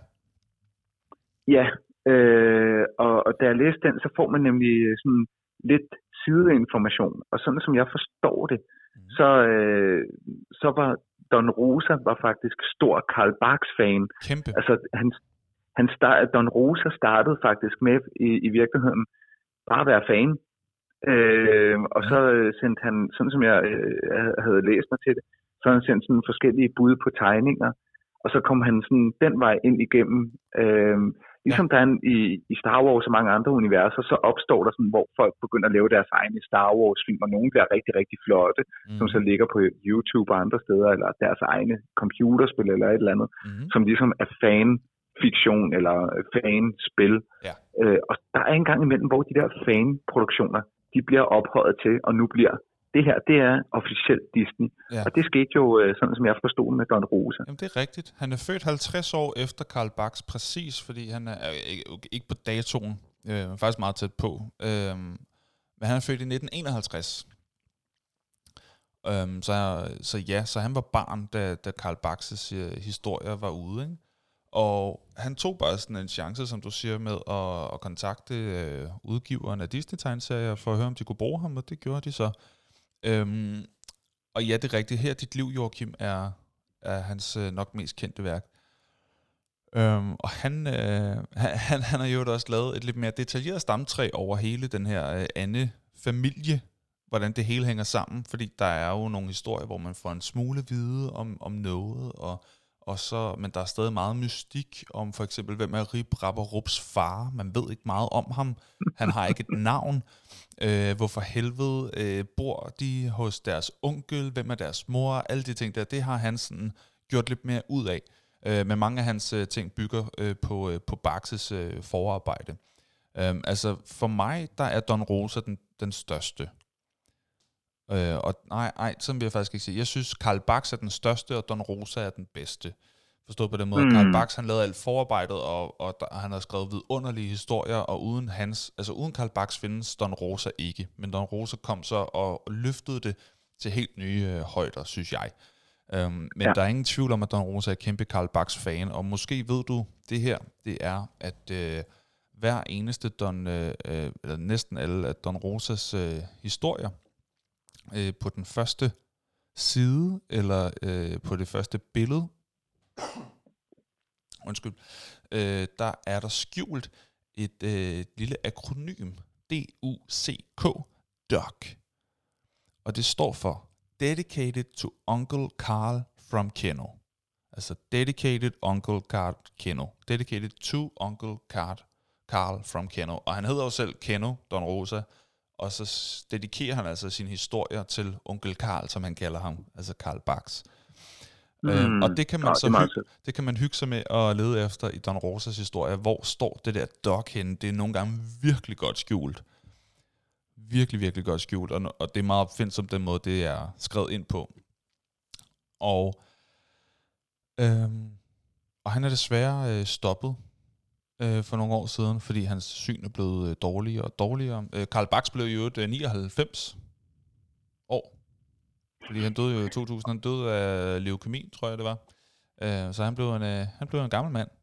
Ja, øh, og, og da jeg læste den, så får man nemlig sådan lidt sideinformation, og sådan som jeg forstår det, mm. så, øh, så var Don Rosa var faktisk stor Carl Barks-fan. Kæmpe. Altså, han Han start, Don Rosa startede faktisk med i, i virkeligheden bare at være fan. Øh, og så sendte han, sådan som jeg øh, havde læst mig til det, så han sendt sådan forskellige bud på tegninger. Og så kom han sådan den vej ind igennem. Øh, Ligesom ja. Der er en, i, i Star Wars og mange andre universer, så opstår der sådan, hvor folk begynder at lave deres egne Star Wars-film, og nogle bliver rigtig, rigtig flotte, mm. som så ligger på YouTube og andre steder, eller deres egne computerspil eller et eller andet, mm. som ligesom er fan-fiktion eller fan-spil. Ja. Øh, og der er en gang imellem, hvor de der fan-produktioner, de bliver ophøjet til, og nu bliver det her, det er officielt Disney. Ja. Og det skete jo, sådan som jeg forstod med Don Rosa. Jamen det er rigtigt. Han er født halvtreds år efter Carl Barks, præcis, fordi han er ikke på datoen, øh, faktisk meget tæt på. Øh, men han er født i nitten enoghalvtreds. Øh, så, så ja, så han var barn, da, da Carl Barks' historier var ude, ikke? Og han tog bare sådan en chance, som du siger, med at, at kontakte øh, udgiveren af Disney-tegneserier for at høre, om de kunne bruge ham, og det gjorde de så. Øhm, og ja, det er rigtigt. Her, Dit liv, Joachim, er, er hans øh, nok mest kendte værk. Øhm, og han, øh, han, han har jo også lavet et lidt mere detaljeret stamtræ over hele den her øh, Anne-familie, hvordan det hele hænger sammen, fordi der er jo nogle historier, hvor man får en smule vide om, om noget, og Og så, men der er stadig meget mystik om for eksempel, hvem er Rip Rapperups far. Man ved ikke meget om ham. Han har ikke et navn. Øh, hvorfor helvede øh, bor de hos deres onkel? Hvem er deres mor? Alle de ting der, det har han sådan gjort lidt mere ud af. Øh, men mange af hans øh, ting bygger øh, på, øh, på Barks' øh, forarbejde. Øh, altså for mig, der er Don Rosa den, den største. Øh, og nej, nej, sådan vil jeg faktisk ikke sige. Jeg synes, Carl Barks er den største, og Don Rosa er den bedste. Forstået på den måde. Mm. Carl Barks, han lavede alt forarbejdet, og, og der, han har skrevet vidunderlige historier, og uden hans, altså uden Carl Barks findes Don Rosa ikke. Men Don Rosa kom så og løftede det til helt nye øh, højder, synes jeg. Um, men ja. Der er ingen tvivl om, at Don Rosa er kæmpe Carl Barks fan, og måske ved du det her, det er, at øh, hver eneste Don, øh, eller næsten alle af Don Rosas øh, historier, Øh, på den første side, eller øh, på det første billede, undskyld, øh, der er der skjult et øh, lille akronym, D U C K, D O C. Og det står for Dedicated to Uncle Carl from Keno. Altså Dedicated Uncle Carl Keno. Dedicated to Uncle Carl, Carl from Keno. Og han hedder jo selv Keno, Don Rosa. Og så dedikerer han altså sine historier til onkel Carl, som han kalder ham, altså Carl Barks. Mm. Øhm, og det kan man ja, så det, hygge, det kan man hygge sig med at lede efter i Don Rosas historie. Hvor står det der dog henne? Det er nogle gange virkelig godt skjult. Virkelig, virkelig godt skjult. Og, og det er meget opfindsomt den måde, det er skrevet ind på. Og, øhm, og han er desværre øh, stoppet for nogle år siden, fordi hans syn er blevet dårligere og dårligere. Carl Barks blev jo et nioghalvfems år, fordi han døde jo i to tusind. Han døde af leukemi, tror jeg det var. Så han blev en, han blev en gammel mand.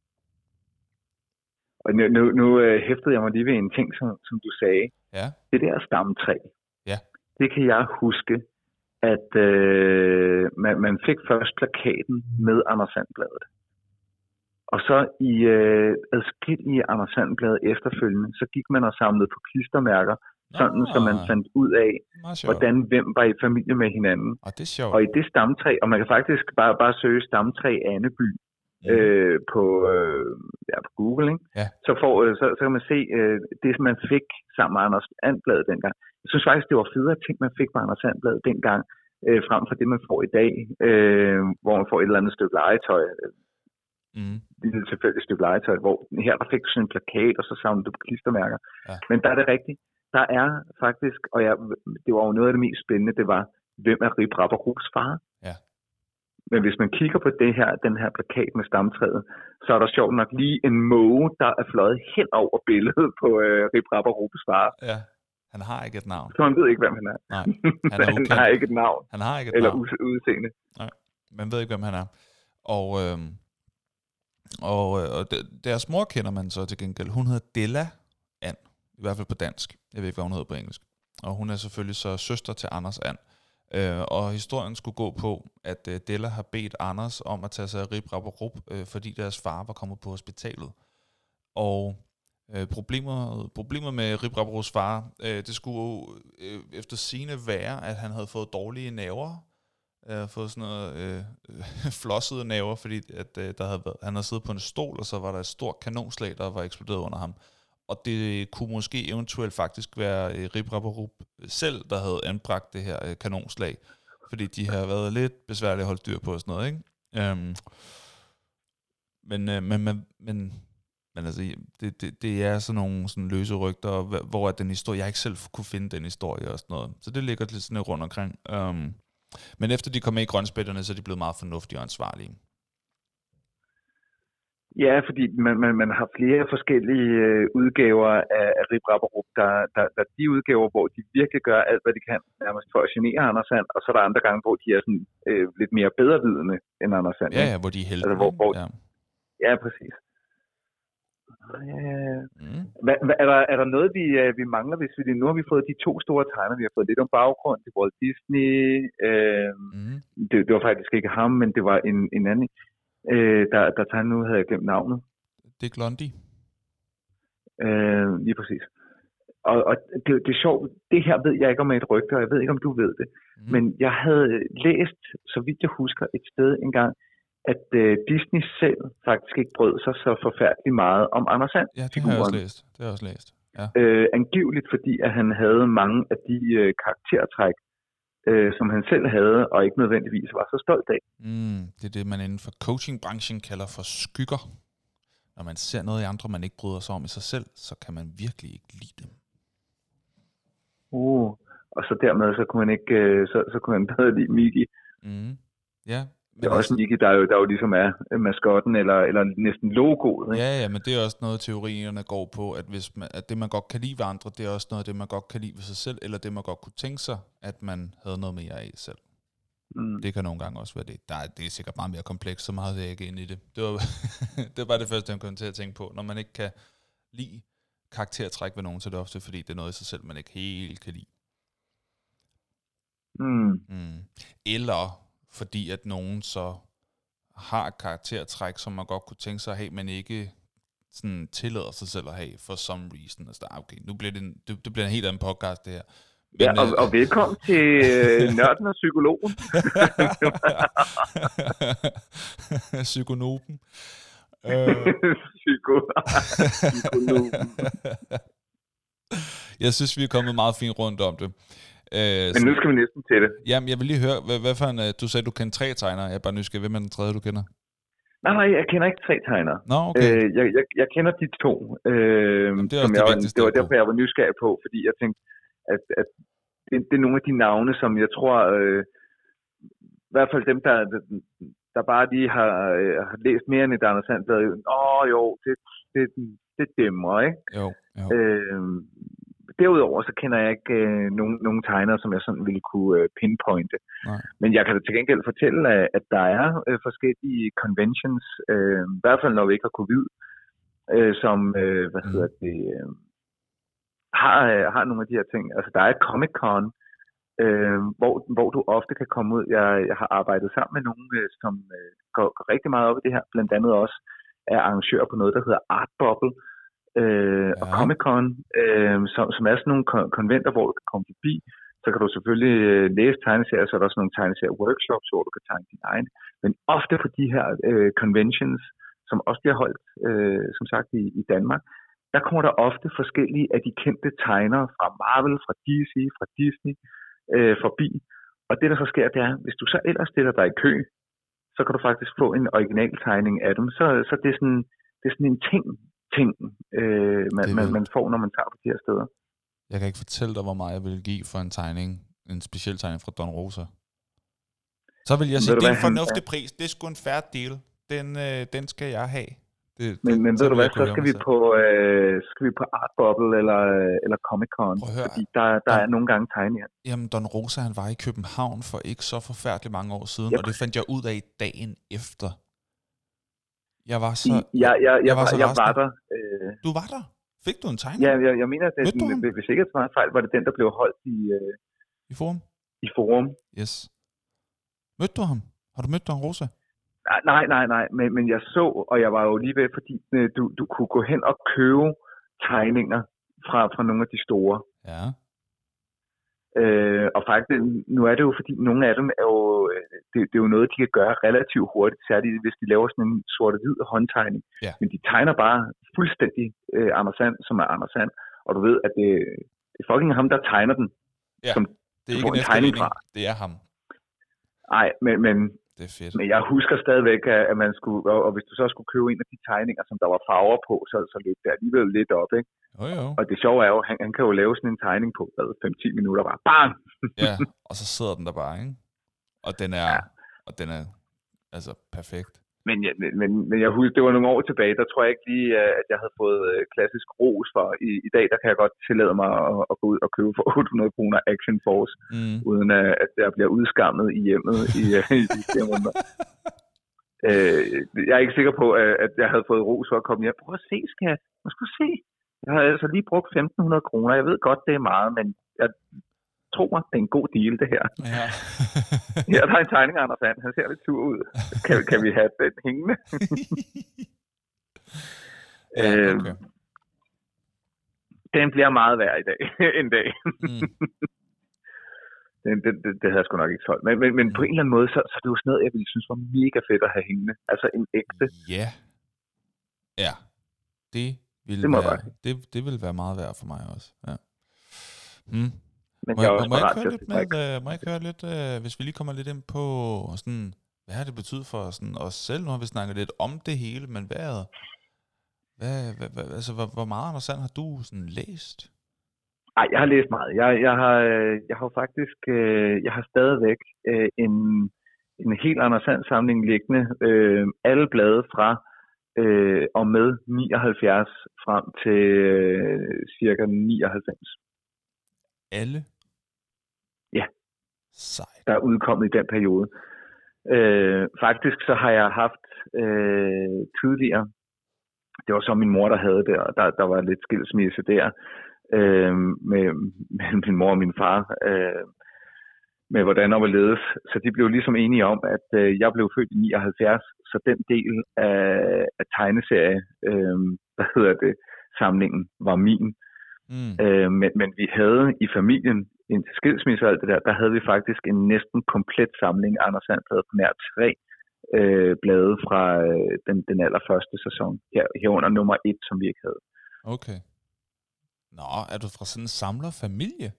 Og nu, nu, nu hæftede jeg mig lige ved en ting, som, som du sagde. Ja. Det der stamtræ, ja. Det kan jeg huske, at øh, man, man fik først plakaten med Anders Sandbladet. Og så i øh, adskillige Anders Sandblade efterfølgende, så gik man og samlede på klistermærker, sådan ah, så man fandt ud af, hvordan hvem var i familie med hinanden. Og, det er sjovt. Og i det stamtræ, og man kan faktisk bare, bare søge stamtræ Anneby mm. øh, på, øh, ja, på Google, ikke? Ja. Så, får, øh, så, så kan man se øh, det, som man fik sammen med Anders Sandblade dengang. Jeg synes faktisk, det var federe ting, man fik med Anders Sandblade dengang, øh, frem for det, man får i dag, øh, hvor man får et eller andet stykke legetøj. Mm. Det er selvfølgelig et stykke legetøj, hvor her der fik du sådan en plakat, og så samlede du på klistermærker. Ja. Men der er det rigtigt. Der er faktisk, og jeg, det var jo noget af det mest spændende, det var, hvem er Rip Rapperups far? Ja. Men hvis man kigger på det her, den her plakat med stamtræet, så er der sjovt nok lige en måge, der er fløjet hen over billedet på øh, Rip Rapperups far. Ja, han har ikke et navn. Så man ved ikke, hvem han er. Nej, han, er han har ikke et navn. Han har ikke et eller navn. Eller udseende. Nej, man ved ikke, hvem han er. Og... Øh... Og, og deres mor kender man så til gengæld. Hun hedder Della And, i hvert fald på dansk. Jeg ved ikke, hvad hun hedder på engelsk. Og hun er selvfølgelig så søster til Anders And. Øh, og historien skulle gå på, at øh, Della har bedt Anders om at tage sig af Rip Rapperup, øh, fordi deres far var kommet på hospitalet. Og øh, problemer, problemer med Rip Rapperups far, øh, det skulle øh, efter sigende være, at han havde fået dårlige nerver. Jeg har fået sådan noget øh, flossede naver, fordi at, øh, der havde været, han havde siddet på en stol, og så var der et stort kanonslag, der var eksploderet under ham. Og det kunne måske eventuelt faktisk være øh, Rip Rapperup selv, der havde anbragt det her øh, kanonslag, fordi de har været lidt besværlige at holde dyr på og sådan noget, ikke? Øhm, men, øh, men, men, men, men altså, det, det, det er sådan nogle sådan løse rygter, hvor er den historie, jeg ikke selv kunne finde den historie og sådan noget. Så det ligger lidt sådan rundt omkring. Øhm, men efter de kom med i grønspætterne, så er de blevet meget fornuftige og ansvarlige. Ja, fordi man, man, man har flere forskellige øh, udgaver af, af Rip Rapperup. Der, der, der er de udgaver, hvor de virkelig gør alt, hvad de kan, nærmest for at genere Anders Sand, og så er der andre gange, hvor de er sådan, øh, lidt mere bedrevidende end Anders Sand. Ja, ja, hvor de er helte. Altså, hvor, hvor, ja. ja, præcis. Øh, mm. hvad, hvad, er, der, er der noget, vi, øh, vi mangler, hvis vi nu har vi fået de to store tegner, vi har fået lidt om baggrund til Walt Disney. Øh, mm. det, det var faktisk ikke ham, men det var en, en anden. Øh, der, der tegner, nu havde jeg glemt navnet. Dick Lundy. Øh, lige præcis. Og, og det, det er sjovt, det her ved jeg ikke om er et rygte, og jeg ved ikke om du ved det, mm. men jeg havde læst, så vidt jeg husker, et sted engang, at øh, Disney selv faktisk ikke brød sig så forfærdeligt meget om Anders Sand. Ja, det har jeg også læst. Det har jeg også læst. Ja. Øh, angiveligt fordi, at han havde mange af de øh, karaktertræk, øh, som han selv havde, og ikke nødvendigvis var så stolt af. Mm, det er det, man inden for coachingbranchen kalder for skygger. Når man ser noget i andre, man ikke bryder sig om i sig selv, så kan man virkelig ikke lide dem. Uh, og så dermed, så kunne man ikke, øh, så, så kunne man bedre lide Mickey. Mm, ja. Men det er også Mickey, der jo, der jo ligesom er maskotten, eller, eller næsten logoet. Ikke? Ja, ja, men det er også noget, teorierne går på, at, hvis man, at det, man godt kan lide ved andre, det er også noget, det man godt kan lide ved sig selv, eller det, man godt kunne tænke sig, at man havde noget mere af selv. Mm. Det kan nogle gange også være det. Der er, det er sikkert meget mere komplekst, så meget vil jeg ikke ind i det. Det var, det var bare det første, jeg kom til at tænke på. Når man ikke kan lide karaktertræk ved nogen, så er det ofte, fordi det er noget i sig selv, man ikke helt kan lide. Mm. Mm. Eller fordi at nogen så har karaktertræk, som man godt kunne tænke sig at have, men ikke sådan tillader sig selv at have, for some reason. Altså, okay, nu bliver det, en, det, det bliver en helt anden podcast, det her. Men, ja, og, øh, og velkommen til øh, Nørden og Psykologen. Psykonopen. Psykologen. Jeg synes, vi er kommet meget fint rundt om det. Øh, Men nu skal vi næsten til det. Jamen, jeg vil lige høre, hvad, hvad for en, du sagde, du kender tre tegnere. Jeg er bare nysgerrig, hvem er den tredje, du kender? Nej, nej, jeg kender ikke tre tegnere. Nå, okay. Øh, jeg, jeg, jeg kender de to, øh, Jamen, det, som det, jeg, det var derfor, jeg var nysgerrig på, fordi jeg tænkte, at, at det, det er nogle af de navne, som jeg tror, øh, i hvert fald dem, der, der bare lige har, øh, har læst mere end et Anders Sand, åh oh, jo, det, det, det dæmmer, ikke? Jo, jo. Øh, Derudover så kender jeg ikke øh, nogen, nogen tegnere, som jeg sådan ville kunne øh, pinpointe. Nej. Men jeg kan da til gengæld fortælle, at, at der er øh, forskellige conventions, øh, i hvert fald når vi ikke har covid, øh, som øh, hvad mm. hedder det, øh, har, øh, har nogle af de her ting. Altså der er et Comic-Con, øh, hvor, hvor du ofte kan komme ud. Jeg, jeg har arbejdet sammen med nogen, øh, som øh, går, går rigtig meget op i det her. Blandt andet også er arrangør på noget, der hedder Art Bubble. Øh, ja. Og Comic-Con, øh, som, som er sådan nogle kon- konventer, hvor du kan komme forbi. Så kan du selvfølgelig øh, læse tegneserier, så er der også nogle tegneserie-workshops, hvor du kan tegne din egen. Men ofte på de her øh, conventions, som også bliver holdt, øh, som sagt, i, i Danmark, der kommer der ofte forskellige af de kendte tegnere fra Marvel, fra D C, fra Disney, øh, forbi. Og det, der så sker, det er, hvis du så ellers stiller dig i kø, så kan du faktisk få en original tegning af dem. Så, så det, er sådan, det er sådan en ting, ting, øh, man, man, man får, når man tager på de her steder. Jeg kan ikke fortælle dig, hvor meget jeg vil give for en tegning, en speciel tegning fra Don Rosa. Så vil jeg sige, det er en fornuftig han, pris. Det er sgu en fair deal. Den, øh, den skal jeg have. Det, men det, men ved du hvad, så skal vi, på, øh, skal vi på Art Bubble eller, eller Comic-Con, fordi der, der Don, er nogle gange tegninger. Jamen, Don Rosa, han var i København for ikke så forfærdeligt mange år siden, yep. Og det fandt jeg ud af dagen efter. Jeg var så... Jeg, jeg, jeg, jeg, var, var, så jeg var der. Øh... Du var der? Fik du en tegning? Ja, jeg, jeg mener, at det, den, hvis ikke jeg tager fejl, var det den, der blev holdt i... Øh, I Forum? I Forum. Yes. Mødte du ham? Har du mødt Don Rosa? Nej, nej, nej, nej. Men, men jeg så, og jeg var jo lige ved, fordi øh, du, du kunne gå hen og købe tegninger fra, fra nogle af de store. Ja. Øh, og faktisk, nu er det jo fordi, nogle af dem er jo, det, det er jo noget, de kan gøre relativt hurtigt, særligt hvis de laver sådan en sort-hvid håndtegning. Ja. Men de tegner bare fuldstændig øh, Anders Sand, som er Anders Sand, og du ved, at det, det er fucking ham, der tegner den. Ja, som det er ikke en tegning efterligning, det er ham. Nej, men, men, det er fedt. Men jeg husker stadigvæk, at man skulle, og, og hvis du så skulle købe en af de tegninger, som der var farver på, så, så løb det alligevel lidt op, ikke? Jo, jo. Og det sjove er jo, han, han kan jo lave sådan en tegning på, hvad, fem til ti minutter bare, bang! Ja, og så sidder den der bare, ikke? Og den er, ja. og den er altså perfekt. Men, ja, men, men jeg husker, det var nogle år tilbage, der tror jeg ikke lige, at jeg havde fået klassisk ros for. I, i dag, der kan jeg godt tillade mig at, at gå ud og købe for otte hundrede kroner Action Force, mm. uden at jeg bliver udskammet i hjemmet i, i de fire måneder. øh, jeg er ikke sikker på, at jeg havde fået ros for at komme hjem. Prøv at se, skat. Må sgu se. Jeg har altså lige brugt femten hundrede kroner. Jeg ved godt, det er meget, men jeg tror mig, det er en god deal, det her. Ja. Her der er en tegning af Anders Sand. Han ser lidt sur ud. Kan, kan vi have den hængende? Ja, okay. øh, den bliver meget værd i dag. en dag. Mm. det, det, det, det havde jeg sgu nok ikke solgt. Men, men, men på en eller anden måde, så, så det var sådan noget, jeg ville synes var mega fedt at have hængende. Altså en ægte. Ja. Ja. Det ville, det være, det, det ville være meget værd for mig også. Ja. Mm. Men må jeg, jeg, også må jeg ret køre lidt med, uh, må jeg køre lidt, uh, hvis vi lige kommer lidt ind på, sådan, hvad har det betydet for sådan, os selv? Nu har vi snakket lidt om det hele, men hvad, hvad, hvad, hvad altså, hvor, hvor meget, Anders Sand, har du sådan læst? Nej, jeg har læst meget. Jeg, jeg, har, jeg har faktisk, øh, jeg har stadigvæk øh, en, en helt Anders Sand samling liggende. Øh, alle blade fra øh, og med nioghalvfjerds frem til øh, cirka nioghalvfems. Alle? Ja. Sejt. Der er udkommet i den periode. Øh, faktisk så har jeg haft øh, tidligere, det var så min mor, der havde det, og der, der var lidt skilsmisse der, øh, med, med min mor og min far, øh, med hvordan og hvorledes. Så de blev ligesom enige om, at øh, jeg blev født i nioghalvfjerds, så den del af, af tegneserie, øh, hvad hedder det, samlingen, var min. Mm. Øh, men, men vi havde i familien, indtil skilsmisse og alt det der, der havde vi faktisk en næsten komplet samling af Anders Sand på nær tre øh, blade fra øh, den, den allerførste sæson. Her, herunder nummer et, som vi ikke havde. Okay. Nå, er du fra sådan en samlerfamilie?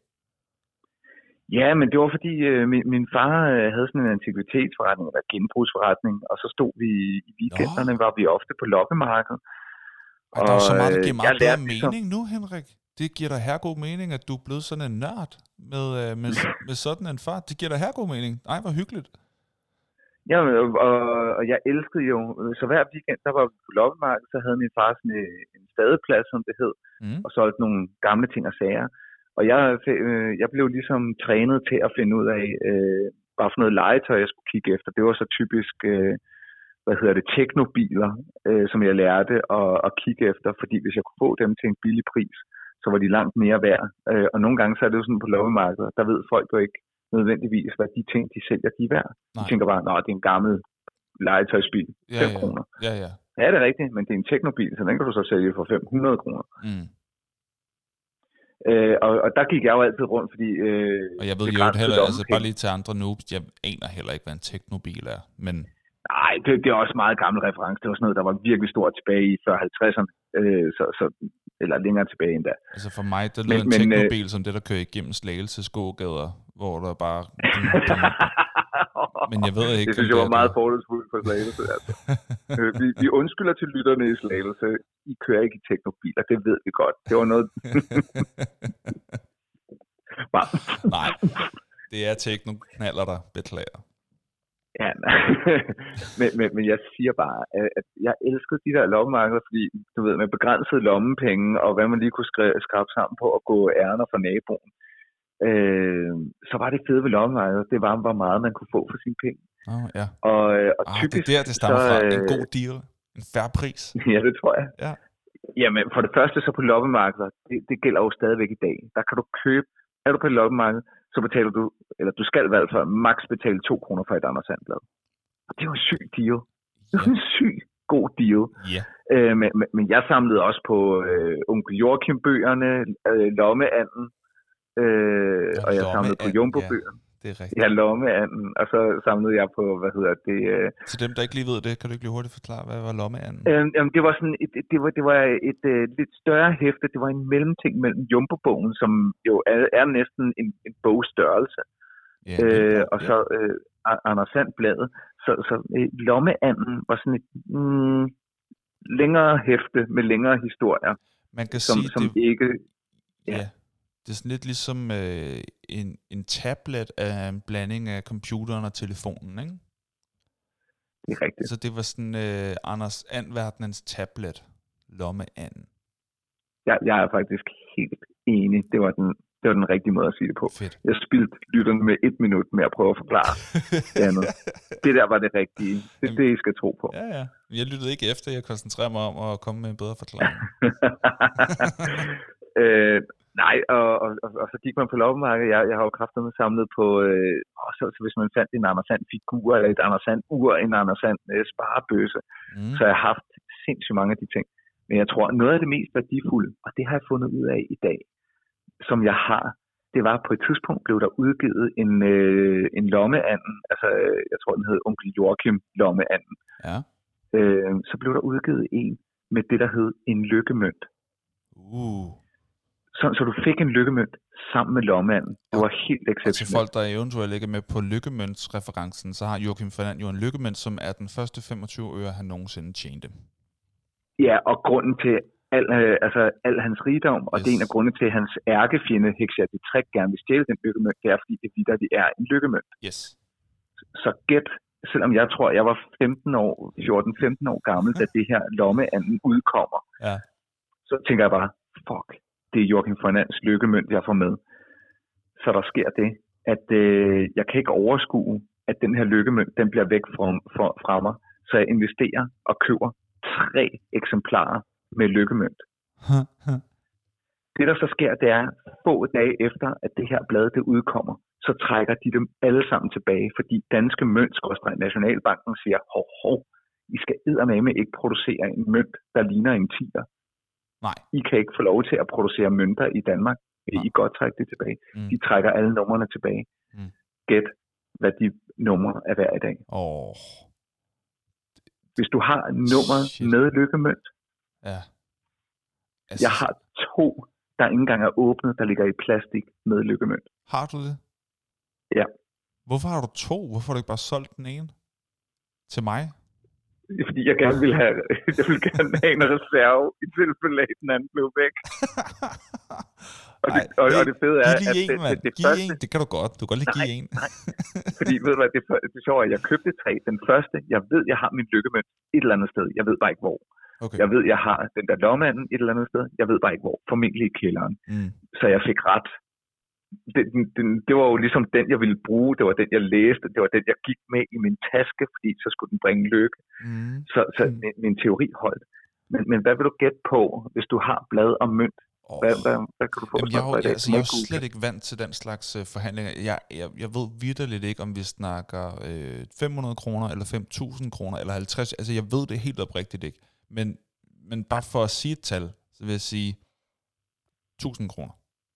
Ja, men det var fordi øh, min, min far øh, havde sådan en antikvitetsforretning, eller genbrugsforretning, og så stod vi i weekenderne, Nå. var vi ofte på loppemarkedet. Og, og der er så meget, der giver meget bedre mening nu, Henrik. Det giver dig hergod mening, at du er blevet sådan en nørd med, med, med sådan en far. Det giver dig hergod mening. Ej, hvor hyggeligt. Ja, og, og jeg elskede jo, så hver weekend, der var vi på loppemarkedet, så havde min far sådan en stadeplads, som det hed, mm. og solgte nogle gamle ting og sager. Og jeg, jeg blev ligesom trænet til at finde ud af, øh, hvad for noget legetøj, jeg skulle kigge efter. Det var så typisk, øh, hvad hedder det, teknobiler, øh, som jeg lærte at, at kigge efter, fordi hvis jeg kunne få dem til en billig pris, så var de langt mere værd. Øh, og nogle gange så er det jo sådan på loppemarkedet, der ved folk jo ikke nødvendigvis, hvad de ting, de sælger, de er værd. De tænker bare, at det er en gammel legetøjsbil, ja, fem ja. kroner. Ja, ja. Ja, det er rigtigt, men det er en teknobil, så den kan du så sælge for fem hundrede kroner. Mm. Øh, og, og der gik jeg jo altid rundt, fordi... Øh, og jeg ved jo heller, altså bare lige til andre noobs, jeg aner heller ikke, hvad en teknobil er, men... Nej, det, det er også meget gammel reference. Det var sådan noget, der var virkelig stort tilbage i fyrre halvtredserne, øh, så, så, eller længere tilbage endda. Altså for mig, der lyder en men, teknobil øh, som det, der kører igennem Slagelse gågader, hvor der bare... men jeg ved ikke... Det synes jeg var meget forholdsfuldt for Slagelse. Altså. vi, vi undskylder til lytterne i Slagelse. I kører ikke i teknobiler, det ved vi godt. Det var noget... Nej, det er teknoknaller, der beklager. Ja, men, men, men jeg siger bare, at jeg elskede de der lommemarkeder, fordi du ved, med begrænsede lommepenge, og hvad man lige kunne skrabe sammen på at gå ærner for naboen, øh, så var det fede ved lommemarkedet, det var, hvor meget man kunne få for sine penge. Oh, ja. Og, og ah, typisk, det er der, det stammer så, fra. En god deal. En fair pris. Ja, det tror jeg. Ja. Jamen, for det første så på loppemarkeder, det, det gælder jo stadigvæk i dag. Der kan du købe, er du på et loppemarked, så betaler du, eller du skal i hvert fald maks betale to kroner for et Anders Sand-blad. Og det var en syg deal. Det var en syg god deal. Yeah. Øh, men, men jeg samlede også på øh, Onkel Joachim-bøgerne, øh, Lommeanden, øh, og jeg samlede på Jumbo-bøger. Ja, det er rigtigt. Ja, lommeanden, og så samlede jeg på, hvad hedder det... Øh... Til dem, der ikke lige ved det, kan du ikke lige hurtigt forklare, hvad var lommeanden? Øh, jamen, det var sådan et, det var, det var et, et, et lidt større hæfte, det var en mellemting mellem Jumbo-bogen, som jo er, er næsten en, en bogstørrelse, ja, øh, og så øh, Anders Sand-bladet. Så, så øh, lommeanden var sådan et mm, længere hæfte med længere historier. Man kan som, sige, som det... ikke... Ja. ja. Det er sådan lidt ligesom øh, en, en tablet af en blanding af computeren og telefonen, ikke? Det er rigtigt. Så det var sådan øh, Anders And-verdenens tablet, lommeanden. Ja, jeg er faktisk helt enig. Det var den, det var den rigtige måde at sige det på. Fedt. Jeg spildte lytterne med et minut med at prøve at forklare det andet. Det der var det rigtige. Det er det, I skal tro på. Ja, ja. Jeg lyttede ikke efter. Jeg koncentrerer mig om at komme med en bedre forklaring. øh, Nej, og, og, og, og så gik man på loppemarkedet. Jeg, jeg har jo kraftedeme samlet på, øh, så, så hvis man fandt en Anders Sand-figur, eller et Anders Sand-ur, en Anders Sand-sparebøsse, mm. så jeg har haft sindssygt mange af de ting. Men jeg tror, noget af det mest værdifulde, og det har jeg fundet ud af i dag, som jeg har, det var på et tidspunkt blev der udgivet en, øh, en lommeanden, altså jeg tror, den hed Onkel Joachim lommeanden. Ja. Øh, så blev der udgivet en med det, der hed en lykkemønt. Uh. Så, så du fik en lykkemønt sammen med lommeanden. Det var helt exceptionelt. Og til folk, der eventuelt ikke er med på lykkemøntsreferencen, så har Joachim Fernand jo en lykkemønt, som er den første femogtyve øre, han nogensinde tjente. Ja, og grunden til al, øh, altså, al hans rigdom, og yes. det er en af grundene til, at hans ærkefjende Hexiadetræk gerne vil stjæle den lykkemønt, det er, fordi det vidt, at det er en lykkemønt. Yes. Så gæt, selvom jeg tror, jeg var femten år, fjorten femten år gammel, da det her lommeanden udkommer, ja. så tænker jeg bare, fuck. Det er Joachim Fernands lykkemønt, jeg får med. Så der sker det, at øh, jeg kan ikke overskue, at den her lykkemønt, den bliver væk fra, fra, fra mig. Så jeg investerer og køber tre eksemplarer med lykkemønt. Det, der så sker, det er, få dage efter, at det her blad det udkommer, så trækker de dem alle sammen tilbage, fordi Danske Mønt-skråstreg Nationalbanken siger, hov, hov, I skal eddermame ikke producere en mønt, der ligner en tier. Nej. I kan ikke få lov til at producere mønter i Danmark. Nej. I godt trække det tilbage. Mm. De trækker alle numrene tilbage. Mm. Gæt, hvad de numre er værd i dag. Oh. Hvis du har nummer Shit. med lykkemønt. Ja. Altså... Jeg har to, der ikke engang er åbnet, der ligger i plastik med lykkemønt. Har du det? Ja. Hvorfor har du to? Hvorfor har du ikke bare solgt den ene? Til mig? Fordi jeg gerne ville have, jeg ville gerne have en reserve i tilfælde af, den anden blev væk. og, det, Ej, og, og det fede er, at det, en, det, det giv første... En. Det kan du godt. Du kan godt lige give en. Nej, fordi ved du hvad, det, det er sjovt, at jeg købte tre. Den første, jeg ved, jeg har min lykkemønt et eller andet sted. Jeg ved bare ikke hvor. Okay. Jeg ved, jeg har den der lommeanden et eller andet sted. Jeg ved bare ikke hvor. Formentlig i kælderen. Mm. Så jeg fik ret. Det, det, det var jo ligesom den, jeg ville bruge. Det var den, jeg læste. Det var den, jeg gik med i min taske, fordi så skulle den bringe lykke. Mm. Så, så mm. min, min teori holdt. Men, men hvad vil du gætte på, hvis du har blad og mønt? Oh. Hvad, hvad, hvad kan du få? Jamen, jeg, er, jeg, altså, jeg er jo slet ikke vant til den slags uh, forhandlinger. Jeg, jeg, jeg ved vitterligt ikke, om vi snakker øh, fem hundrede kroner, eller fem tusind kroner, eller halvtreds. Altså, jeg ved det helt oprigtigt ikke. Men, men bare for at sige et tal, så vil jeg sige tusind kroner.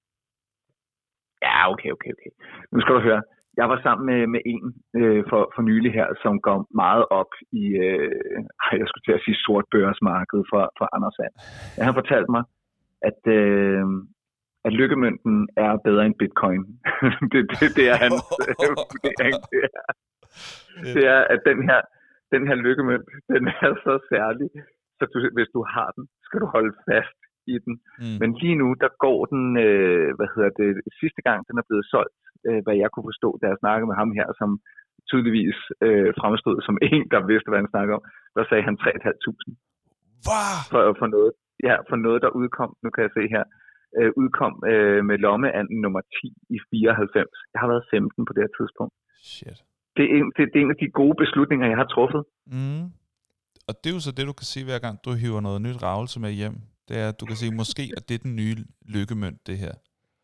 Ja, okay, okay, okay. Nu skal du høre. Jeg var sammen med, med en øh, for, for nylig her, som går meget op i, øh, jeg skulle til at sige, sort børsmarked for, for Anders Sand. Jeg har fortalt mig, at, øh, at lykkemønten er bedre end bitcoin. det, det, det er hans vurdering. Det er, det er, at den her, den her lykkemønt, den er så særlig, så du, hvis du har den, skal du holde fast i den. Mm. Men lige nu, der går den, øh, hvad hedder det, sidste gang, den er blevet solgt, øh, hvad jeg kunne forstå, da jeg snakkede med ham her, som tydeligvis øh, fremstod som en, der vidste, hvad han snakkede om, der sagde han tre tusind fem hundrede for, for noget. Ja, for noget, der udkom, nu kan jeg se her, øh, udkom øh, med lommeanden nummer ti i fireoghalvfems. Jeg har været femten på det her tidspunkt. Shit. Det er, en, det, det er en af de gode beslutninger, jeg har truffet. Mm. Og det er jo så det, du kan sige hver gang, du hiver noget nyt ravelse med hjem. Det er, at du kan sige, måske at det er den nye lykkemønt, det her.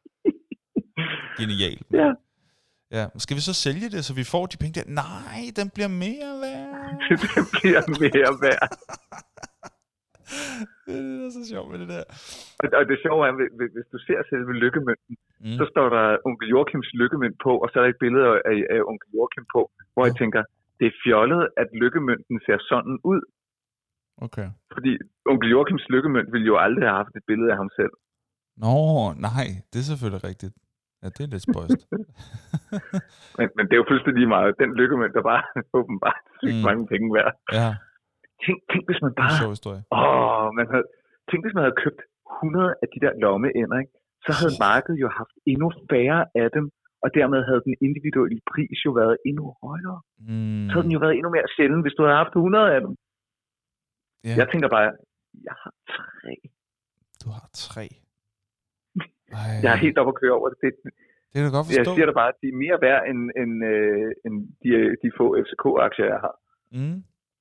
Genialt. Ja. Ja, skal vi så sælge det, så vi får de penge der? Nej, den bliver mere værd. Den bliver mere værd. Det er det, der er så sjovt med det der. Og, og det sjove er, hvis, hvis du ser selve lykkemønten, mm. så står der onkel Joachims lykkemønt på, og så er der et billede af, af onkel Joachim på, hvor ja. jeg tænker, det er fjollet, at lykkemønten ser sådan ud. Okay. Fordi onkel Joachims lykkemønt ville jo aldrig have haft et billede af ham selv. Nå, nej, det er selvfølgelig rigtigt. Ja, det er lidt spøjst. men, men det er jo fuldstændig meget. Den lykkemønt, der bare åbenbart sygt mm. mange penge værd. Ja. Tænk, tænk, hvis man bare... Det er en sjov historie. Åh, man havde... Tænk, hvis man havde købt hundrede af de der lommeænder, ikke? Så havde markedet jo haft endnu færre af dem, og dermed havde den individuelle pris jo været endnu højere. Mm. Så havde den jo været endnu mere sjælden, hvis du havde haft hundrede af dem. Yeah. Jeg tænker bare, jeg har tre. Du har tre? Ej. Jeg er helt oppe at køre over det. Det, det er da godt forstå. Jeg siger da bare, at de er mere værd end, end, øh, end de, de få F C K-aktier, jeg har. Mm.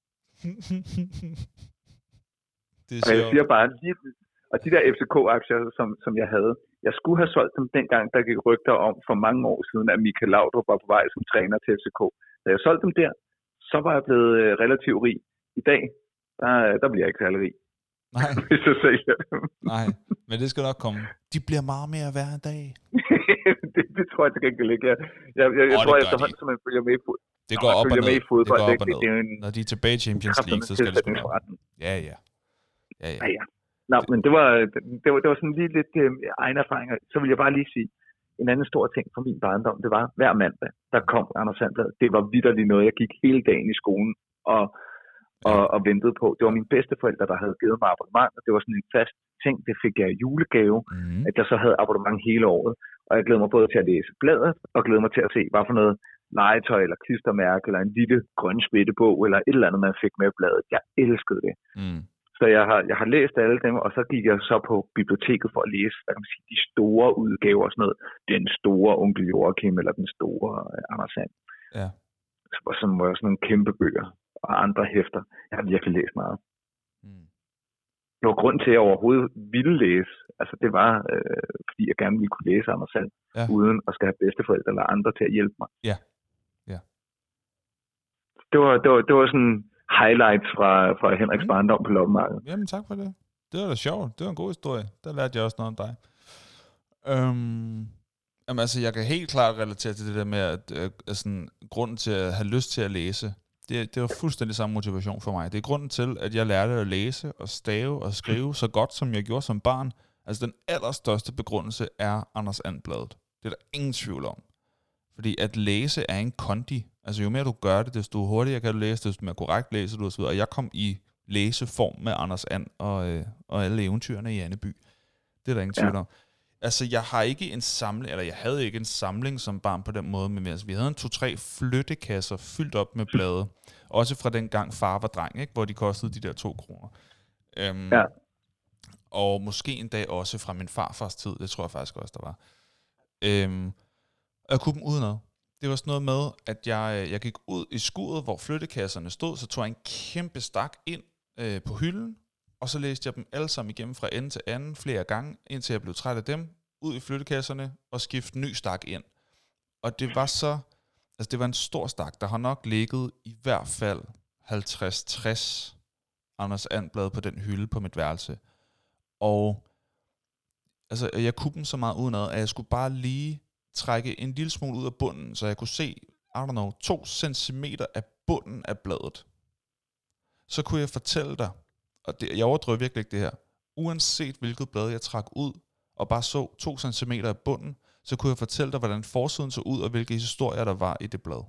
det er og jeg siger bare, lige, og de der F C K-aktier, som, som jeg havde, jeg skulle have solgt dem dengang, der gik rygter om for mange år siden, at Michael Laudrup var på vej som træner til F C K. Da jeg solgte dem der, så var jeg blevet øh, relativt rig. I dag, der, der bliver jeg ikke særlig rig. Nej. Hvis jeg sælger dem. Nej, men det skal nok komme. De bliver meget mere hver dag. det, det tror jeg til gengæld ikke. Jeg, jeg, jeg, jeg tror, at efterhånden, som man følger med i fodbold. Det går op og ned. I fodbold, det går op og ned. Det, det, det, Når de er tilbage i Champions League, så skal det sgu nok. Ja, ja. Ja, ja. ja, ja. Nå, det. men det var, det, var, det var sådan lige lidt øh, egen erfaringer. Så vil jeg bare lige sige, en anden stor ting fra min barndom, det var hver mandag, der kom Anders Sandblad. Det var vitterligt noget, jeg gik hele dagen i skolen og, ja. og, og ventede på. Det var mine bedsteforældre, der havde givet mig abonnement, og det var sådan en fast ting. Det fik jeg i julegave, mm. at jeg så havde abonnement hele året. Og jeg glæder mig både til at læse bladet, og glæder mig til at se, hvad for noget legetøj, eller klistermærke, eller en lille grøn spættebog, eller et eller andet, man fik med bladet. Jeg elskede det. Mm. Så jeg har, jeg har læst alle dem, og så gik jeg så på biblioteket for at læse, hvad kan man sige, de store udgaver og sådan noget. Den store onkel Joachim, eller den store Anders Sand. Ja. Som var sådan nogle kæmpe bøger, og andre hæfter. Jeg har virkelig læst meget. Mm. Det var grund til, at jeg overhovedet ville læse. Altså det var, øh, fordi jeg gerne ville kunne læse Anders Sand, ja. uden at skal have bedsteforældre eller andre til at hjælpe mig. Ja. Ja. Det var, det var, det var sådan highlights fra, fra Henriks mm. barndom på loppemarkedet. Jamen tak for det. Det var da sjovt. Det var en god historie. Der lærte jeg også noget om dig. Øhm, jamen altså, jeg kan helt klart relatere til det der med, at øh, altså, grunden til at have lyst til at læse, det, det var fuldstændig samme motivation for mig. Det er grunden til, at jeg lærte at læse og stave og skrive så godt, som jeg gjorde som barn. Altså den allerstørste begrundelse er Anders And-bladet. Det er der ingen tvivl om. Fordi at læse er en kondi. Altså jo mere du gør det, desto hurtigere kan du læse, desto mere korrekt læser du osv. Og jeg kom i læseform med Anders And og, øh, og alle eventyrene i Anneby. Det er der ingen tvivl om. Altså jeg har ikke en samling, eller jeg havde ikke en samling som barn på den måde, men altså, vi havde en to-tre flyttekasser fyldt op med blade. Også fra den gang far var dreng, ikke? Hvor de kostede de der to kroner. Øhm, ja. Og måske en dag også fra min farfars tid, det tror jeg faktisk også, der var. Øhm, og jeg kunne dem udenad. Det var sådan noget med, at jeg, jeg gik ud i skuret, hvor flyttekasserne stod, så tog jeg en kæmpe stak ind øh, på hylden, og så læste jeg dem alle sammen igennem fra ende til anden flere gange, indtil jeg blev træt af dem, ud i flyttekasserne og skiftede ny stak ind. Og det var så, altså det var en stor stak, der har nok ligget i hvert fald halvtreds til tres Anders And-blade på den hylde på mit værelse. Og altså, jeg kunne dem så meget udenad, at jeg skulle bare lige trække en lille smule ud af bunden, så jeg kunne se, I don't know, to centimeter af bunden af bladet. Så kunne jeg fortælle dig, og det, jeg overdriver virkelig ikke det her, uanset hvilket blad jeg trak ud, og bare så to centimeter af bunden, så kunne jeg fortælle dig, hvordan forsiden så ud, og hvilke historier der var i det blad.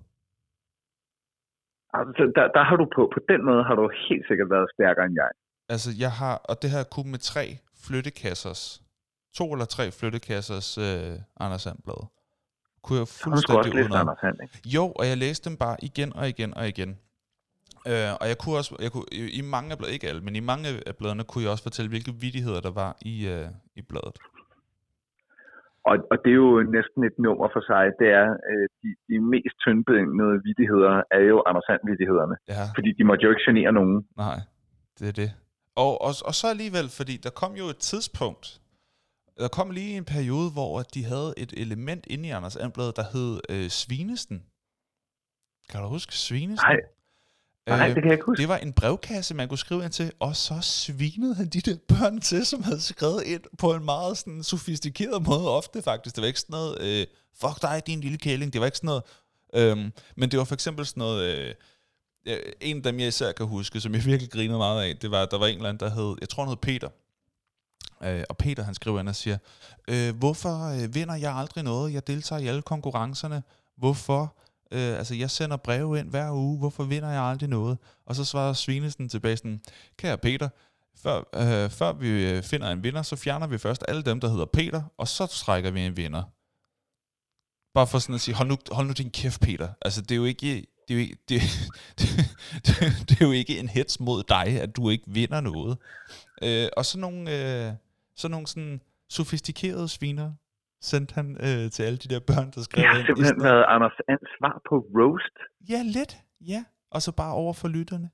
Altså, der, der har du på, på den måde har du helt sikkert været stærkere end jeg. Altså, jeg har, og det her kunne med tre flyttekassers, to eller tre flyttekassers øh, Anders And-blade. Kunne jeg fuldstændig udenad. Jo, og jeg læste dem bare igen og igen og igen. Øh, og jeg kunne også, jeg kunne, i, i mange af bladene, ikke alle, men i mange af bladene kunne jeg også fortælle, hvilke vittigheder der var i, øh, i bladet. Og, og det er jo næsten et nummer for sig. Det er, øh, de, de mest tyndbenede vittigheder er jo Anders And-vittighederne. Ja. Fordi de måtte jo ikke genere nogen. Nej, det er det. Og, og, og så alligevel, fordi der kom jo et tidspunkt, der kom lige en periode, hvor de havde et element inde i Anders And-bladet, der hed øh, Svinesten. Kan du huske Svinesten? Nej. Nej, det kan jeg ikke huske. Det var en brevkasse, man kunne skrive ind til, og så svinede han de der børn til, som havde skrevet ind på en meget sådan sofistikeret måde ofte faktisk. Det var ikke sådan noget, øh, fuck dig, din lille kæling. Det var ikke sådan noget, øhm, men det var for eksempel sådan noget, øh, en af dem jeg især kan huske, som jeg virkelig grinede meget af, det var, der var en eller anden, der hed, jeg tror han hed Peter. Øh, og Peter han skriver ind og siger, øh, hvorfor øh, vinder jeg aldrig noget? Jeg deltager i alle konkurrencerne. Hvorfor? Øh, altså, jeg sender breve ind hver uge. Hvorfor vinder jeg aldrig noget? Og så svarer Svinesen tilbage sådan, kære Peter, før, øh, før vi finder en vinder, så fjerner vi først alle dem, der hedder Peter, og så trækker vi en vinder. Bare for sådan at sige, hold nu, hold nu din kæft, Peter. Altså, det er jo ikke, det er jo ikke, det, det, det, det er jo ikke en hets mod dig, at du ikke vinder noget. Øh, og så nogle, øh, så nogle sådan sofistikerede sviner sendte han øh, til alle de der børn, der skrev Det har ind. simpelthen været Anders And svar på roast. Ja, lidt. Ja. Og så bare over for lytterne.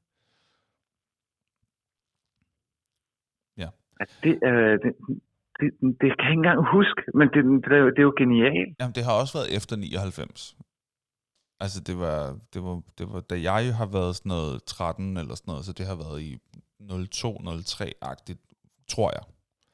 Ja. Det, øh, det, det, det kan jeg ikke engang huske, men det, det, er, jo, det er jo genialt. Jamen, det har også været efter nioghalvfems. Altså, det var, det var, det var, da jeg har været sådan noget tretten eller sådan noget, så det har været i nul to nul tre-agtigt, tror jeg.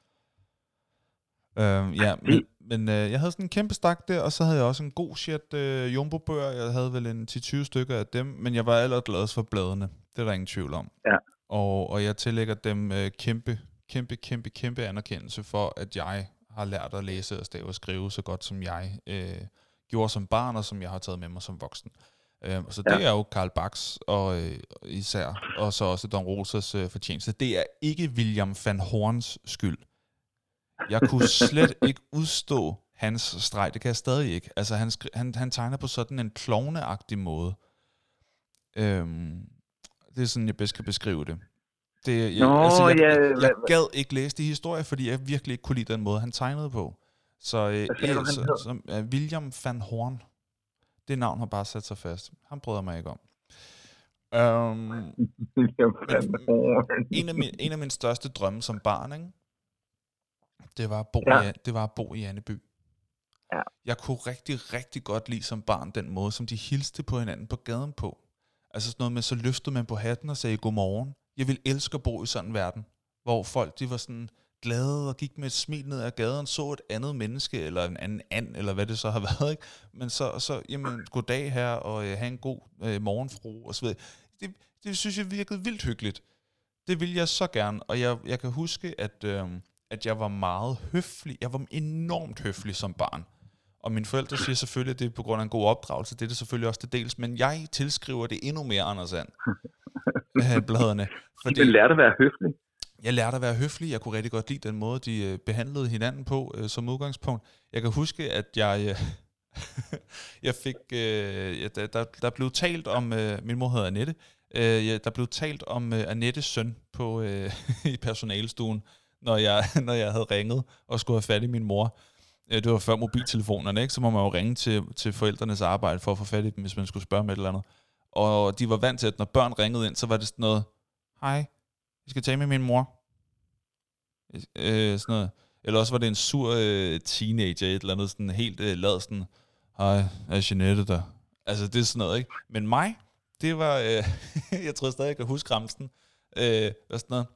Øhm, ja, men, men øh, jeg havde sådan en kæmpe stak der, og så havde jeg også en god shit øh, jumbo-bøger. Jeg havde vel en ti til tyve stykker af dem, men jeg var allergladest for bladene. Det er der ingen tvivl om. Ja. Og, og jeg tillægger dem øh, kæmpe, kæmpe, kæmpe, kæmpe anerkendelse for, at jeg har lært at læse og stave og skrive så godt, som jeg øh, gjorde som barn, og som jeg har taget med mig som voksen. Øh, så det ja. er jo Carl Bachs, og øh, især, og så også Don Rosas øh, fortjeneste. Det er ikke William van Horns skyld. Jeg kunne slet ikke udstå hans streg. Det kan jeg stadig ikke. Altså, han, skri- han, han tegner på sådan en klovneagtig måde. Øhm, det er sådan, jeg bedst kan beskrive det. det jeg, Nå, altså, jeg, ja, jeg, jeg hvad- gad ikke læse de historier, fordi jeg virkelig ikke kunne lide den måde, han tegnede på. Så, øh, Hvad sagde du, han så, hed? så øh, William van Horn. Det navn har bare sat sig fast. Han bryder mig ikke om. Øhm, men, en, af min, en af mine største drømme som barn, ikke? Det var at bo, Ja. i, det var at bo i Anneby. Ja. Jeg kunne rigtig, rigtig godt lide som barn den måde, som de hilste på hinanden på gaden på. Altså sådan noget med, så løftede man på hatten og sagde godmorgen. Jeg ville elske at bo i sådan en verden, hvor folk de var sådan glade og gik med et smil ned ad gaden, så et andet menneske, eller en anden and, eller hvad det så har været, ikke? Men så, så jamen, goddag her, og øh, have en god øh, morgenfru, og så videre. Det, det synes jeg virkede vildt hyggeligt. Det ville jeg så gerne, og jeg, jeg kan huske, at... Øh, at jeg var meget høflig. Jeg var enormt høflig som barn. Og mine forældre siger selvfølgelig, at det er på grund af en god opdragelse. Det er det selvfølgelig også til dels. Men jeg tilskriver det endnu mere, Anders And. Bladene. Fordi de lærte at være høflig. Jeg lærte at være høflig. Jeg kunne rigtig godt lide den måde, de øh, behandlede hinanden på øh, som udgangspunkt. Jeg kan huske, at jeg... Øh, jeg fik... Øh, der, der, der blev talt om... Øh, min mor hedder Annette. Øh, ja, der blev talt om øh, Annettes søn på, øh, i personalestuen, når jeg, når jeg havde ringet og skulle have fat i min mor. Det var før mobiltelefonerne, ikke? Så må man jo ringe til, til forældrenes arbejde for at få fat i dem, hvis man skulle spørge med et eller andet. Og de var vant til, at når børn ringede ind, så var det sådan noget, hej, jeg skal tale med min mor. Øh, sådan noget. Eller også var det en sur øh, teenager, et eller andet sådan helt øh, lad sådan, hej, er Jeanette der? Altså det er sådan noget, ikke? Men mig, det var, øh, jeg tror stadig, jeg kan huske ramsen, øh, var sådan noget,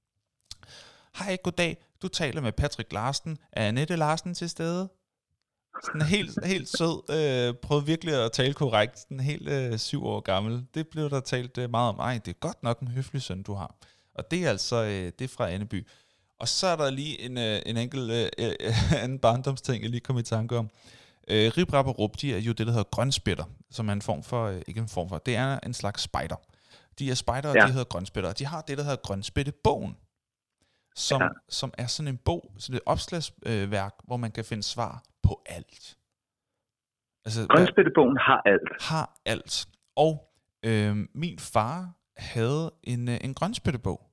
hej, goddag. Du taler med Patrick Larsen. Er Annette Larsen til stede? Sådan helt, helt sød. Øh, prøvede virkelig at tale korrekt. Sådan helt øh, syv år gammel. Det blev der talt øh, meget om. Ej, det er godt nok en høflig søn, du har. Og det er altså øh, det er fra Anneby. Og så er der lige en, øh, en enkelt øh, øh, anden barndomsting, jeg lige kom i tanke om. Øh, Rip, Rap og Rup, de er jo det, der hedder grønspætter, som er en form for, øh, ikke en form for, det er en slags spejder. De er spejder, og ja. De hedder grønspætter. Og de har det, der hedder grønspættebogen. Som, ja. som er sådan en bog, sådan et opslagsværk, øh, hvor man kan finde svar på alt. Altså, grønspættebogen har alt. Har alt. Og øh, min far havde en, øh, en grønspættebog,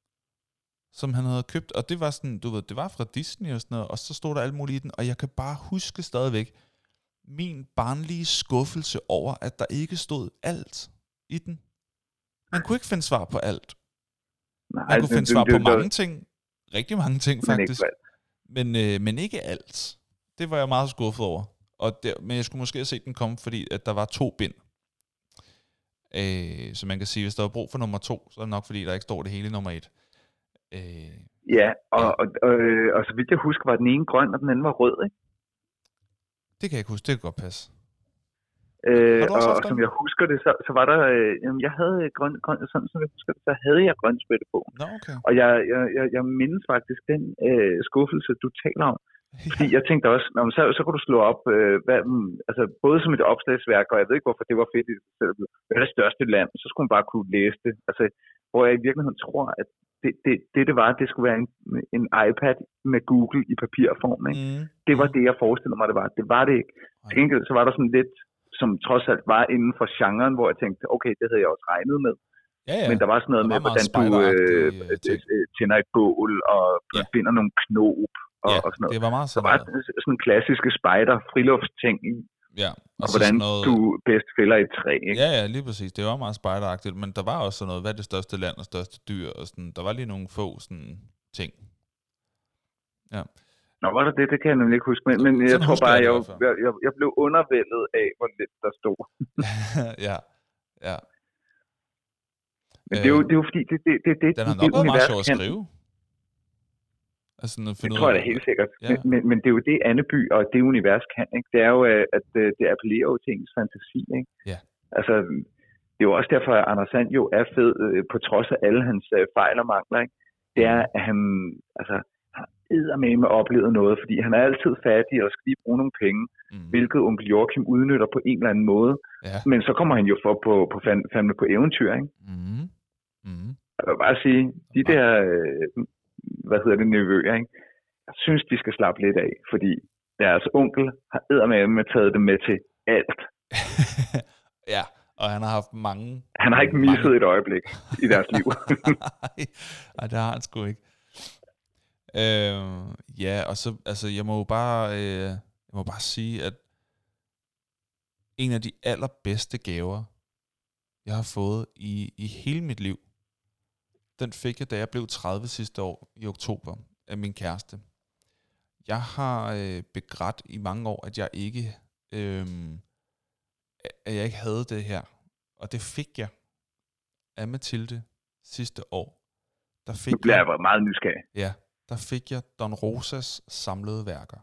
som han havde købt, og det var sådan, du ved, det var fra Disney og sådan noget, og så stod der alt muligt i den, og jeg kan bare huske stadigvæk min barnlige skuffelse over, at der ikke stod alt i den. Man kunne ikke finde svar på alt. Nej, man kunne det, finde svar det, på det, mange det, ting, rigtig mange ting men faktisk, ikke men, øh, men ikke alt. Det var jeg meget skuffet over. Og der, men jeg skulle måske have set den komme, fordi at der var to bind. Øh, så man kan sige, hvis der er brug for nummer to, så er det nok fordi, der ikke står det hele i nummer et. Øh, Ja, og, ja. og, og, øh, og så vidt jeg husker, var den ene grøn, og den anden var rød, ikke? Det kan jeg ikke huske, det kan godt passe. Øh, Har du også og, haft og den? som jeg husker det, så, så var der, øh, jamen, jeg havde grøn, grøn, sådan som jeg husker det, så havde jeg grøn spætte på. Nå, okay. Og jeg, jeg, jeg, jeg mindes faktisk den øh, skuffelse, du taler om. Fordi jeg tænkte også, nå, så, så kunne du slå op, øh, hvad, altså både som et opslagsværk, og jeg ved ikke, hvorfor det var fedt i det selv. Hvad er det største land? Så skulle man bare kunne læse det. Altså, hvor jeg i virkeligheden tror, at det, det, det, det var, det skulle være en, en iPad med Google i papirform. Ikke? Mm. Det var det, jeg forestillede mig, det var. Det var det ikke. Til gengæld, så var der sådan lidt, som trods alt var inden for genren, hvor jeg tænkte, okay, det havde jeg også regnet med. Ja, ja. Men der var sådan noget med, hvordan du øh, øh, tænder et bål, og ja. binder nogle knob, og, ja, og sådan noget. Det var meget sådan der var noget. Sådan en klassiske spejder, friluftsting i, ja. Og, og hvordan noget... du bedst fælder et træ. Ikke? Ja, ja, lige præcis. Det var meget spejderagtigt, men der var også sådan noget, hvad er det største land og største dyr, og sådan, der var lige nogle få sådan ting. Ja. Nå, var der det? Det kan jeg nemlig ikke huske, men, men jeg sådan tror bare, jeg, jeg, jeg, jeg blev undervældet af, hvor lidt der stod. ja, ja. Men det er jo, det er jo fordi, det, det, det, det, den har det, nok været meget sjov at skrive. Altså, det tror jeg da helt sikkert. Ja. Men, men, men det er jo det, Andeby og det univers kan. Ikke? Det er jo, at det appellerer jo til ens fantasi. Ikke? Ja. Altså, det er jo også derfor, at Anders Sand jo er fed, på trods af alle hans fejl og mangler. Ikke? Det er, at han altså, har eddermame oplevet noget, fordi han er altid fattig og skal lige bruge nogle penge, mm. hvilket onkel Joachim udnytter på en eller anden måde. Ja. Men så kommer han jo for på, på fandme på eventyr. Ikke? Mm. Mm. Jeg vil bare sige, de der... hvad hedder det, nevøer, ikke? Jeg synes, de skal slappe lidt af, fordi deres onkel har eddermame taget dem med til alt. Ja, og han har haft mange... Han har ikke misset mange... et øjeblik i deres liv. Nej, det har han sgu ikke. Øh, ja, og så, altså, jeg må jo bare, øh, jeg må bare sige, at en af de allerbedste gaver, jeg har fået i, i hele mit liv, den fik jeg, da jeg blev tredive sidste år i oktober af min kæreste. Jeg har øh, begrædt i mange år, at jeg ikke, øh, at jeg ikke havde det her. Og det fik jeg af Mathilde sidste år. Der fik nu bliver jeg, jeg meget nysgerrig. Ja, der fik jeg Don Rosas samlede værker.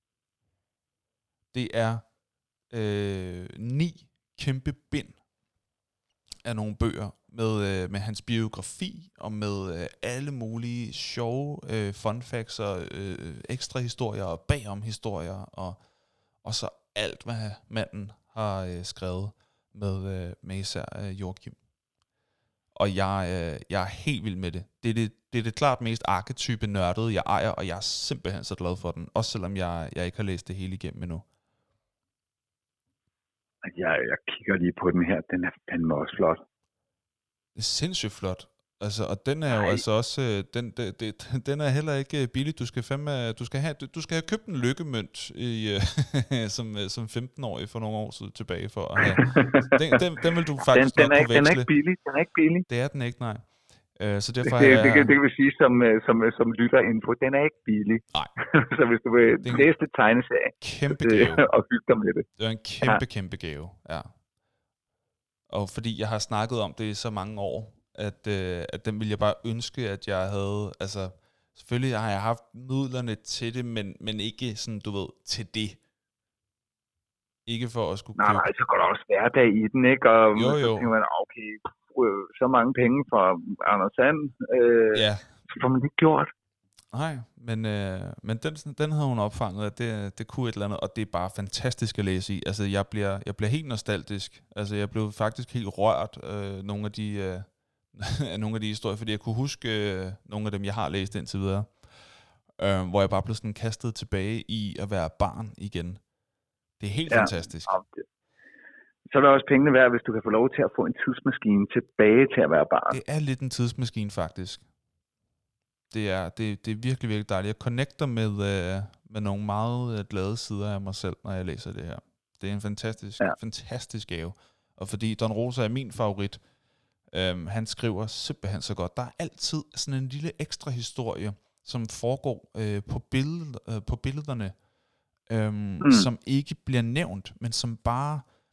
Det er øh, ni kæmpe bind af nogle bøger med, øh, med hans biografi og med øh, alle mulige sjove øh, fun facts og øh, ekstra historier og bagom historier og, og så alt, hvad manden har øh, skrevet med, øh, med især øh, Joachim. Og jeg, øh, jeg er helt vild med det. Det er det, det er det klart mest arketype nørdede, jeg ejer, og jeg er simpelthen så glad for den, også selvom jeg, jeg ikke har læst det hele igennem endnu. Jeg, jeg kigger lige på den her, den er fandme også flot. Sindssygt flot. Altså, og den er jo Ej. altså også, den, den, den, den er heller ikke billig. Du skal fandme, du skal have, du skal have købt en lykkemønt i, som, som femten-årig for nogle år siden tilbage for at have. Den, den, den vil du faktisk den, den nok er, kunne veksle. Den er ikke billig, den er ikke billig. Det er den ikke, nej. Uh, så derfor det, jeg, det, det, det kan vi sige som, som, som lytterinfo, den er ikke billig. Nej. Så hvis du vil læse det tegneserie kæmpe gave. og hygge dig med det. Det er en kæmpe, ja. kæmpe gave, ja. Og fordi jeg har snakket om det i så mange år, at, øh, at den ville jeg bare ønske, at jeg havde, altså selvfølgelig har jeg haft midlerne til det, men, men ikke sådan, du ved, til det. Ikke for at skulle nej, købe. Nej, så går der også hverdag i den, ikke? Og jo, jo. så tænker man, okay, så mange penge fra Anders Sand, øh, ja. så får man det ikke gjort. Nej, men, øh, men den, den havde hun opfanget, at det, det kunne et eller andet, og det er bare fantastisk at læse i. Altså, jeg bliver, jeg bliver helt nostalgisk. Altså, jeg blev faktisk helt rørt øh, nogle af de... Øh, af nogle af de historier, fordi jeg kunne huske øh, nogle af dem, jeg har læst indtil videre, øh, hvor jeg bare blev sådan kastet tilbage i at være barn igen. Det er helt ja, fantastisk. Okay. Så er der også pengene værd, hvis du kan få lov til at få en tidsmaskine tilbage til at være barn. Det er lidt en tidsmaskine, faktisk. Det er, det, det er virkelig, virkelig dejligt. Jeg connecter med, øh, med nogle meget øh, glade sider af mig selv, når jeg læser det her. Det er en fantastisk, ja. fantastisk gave. Og fordi Don Rosa er min favorit, Um, han skriver simpelthen så godt. Der er altid sådan en lille ekstra historie, som foregår øh, på, billed, øh, på billederne, øhm, mm. som ikke bliver nævnt, men som bare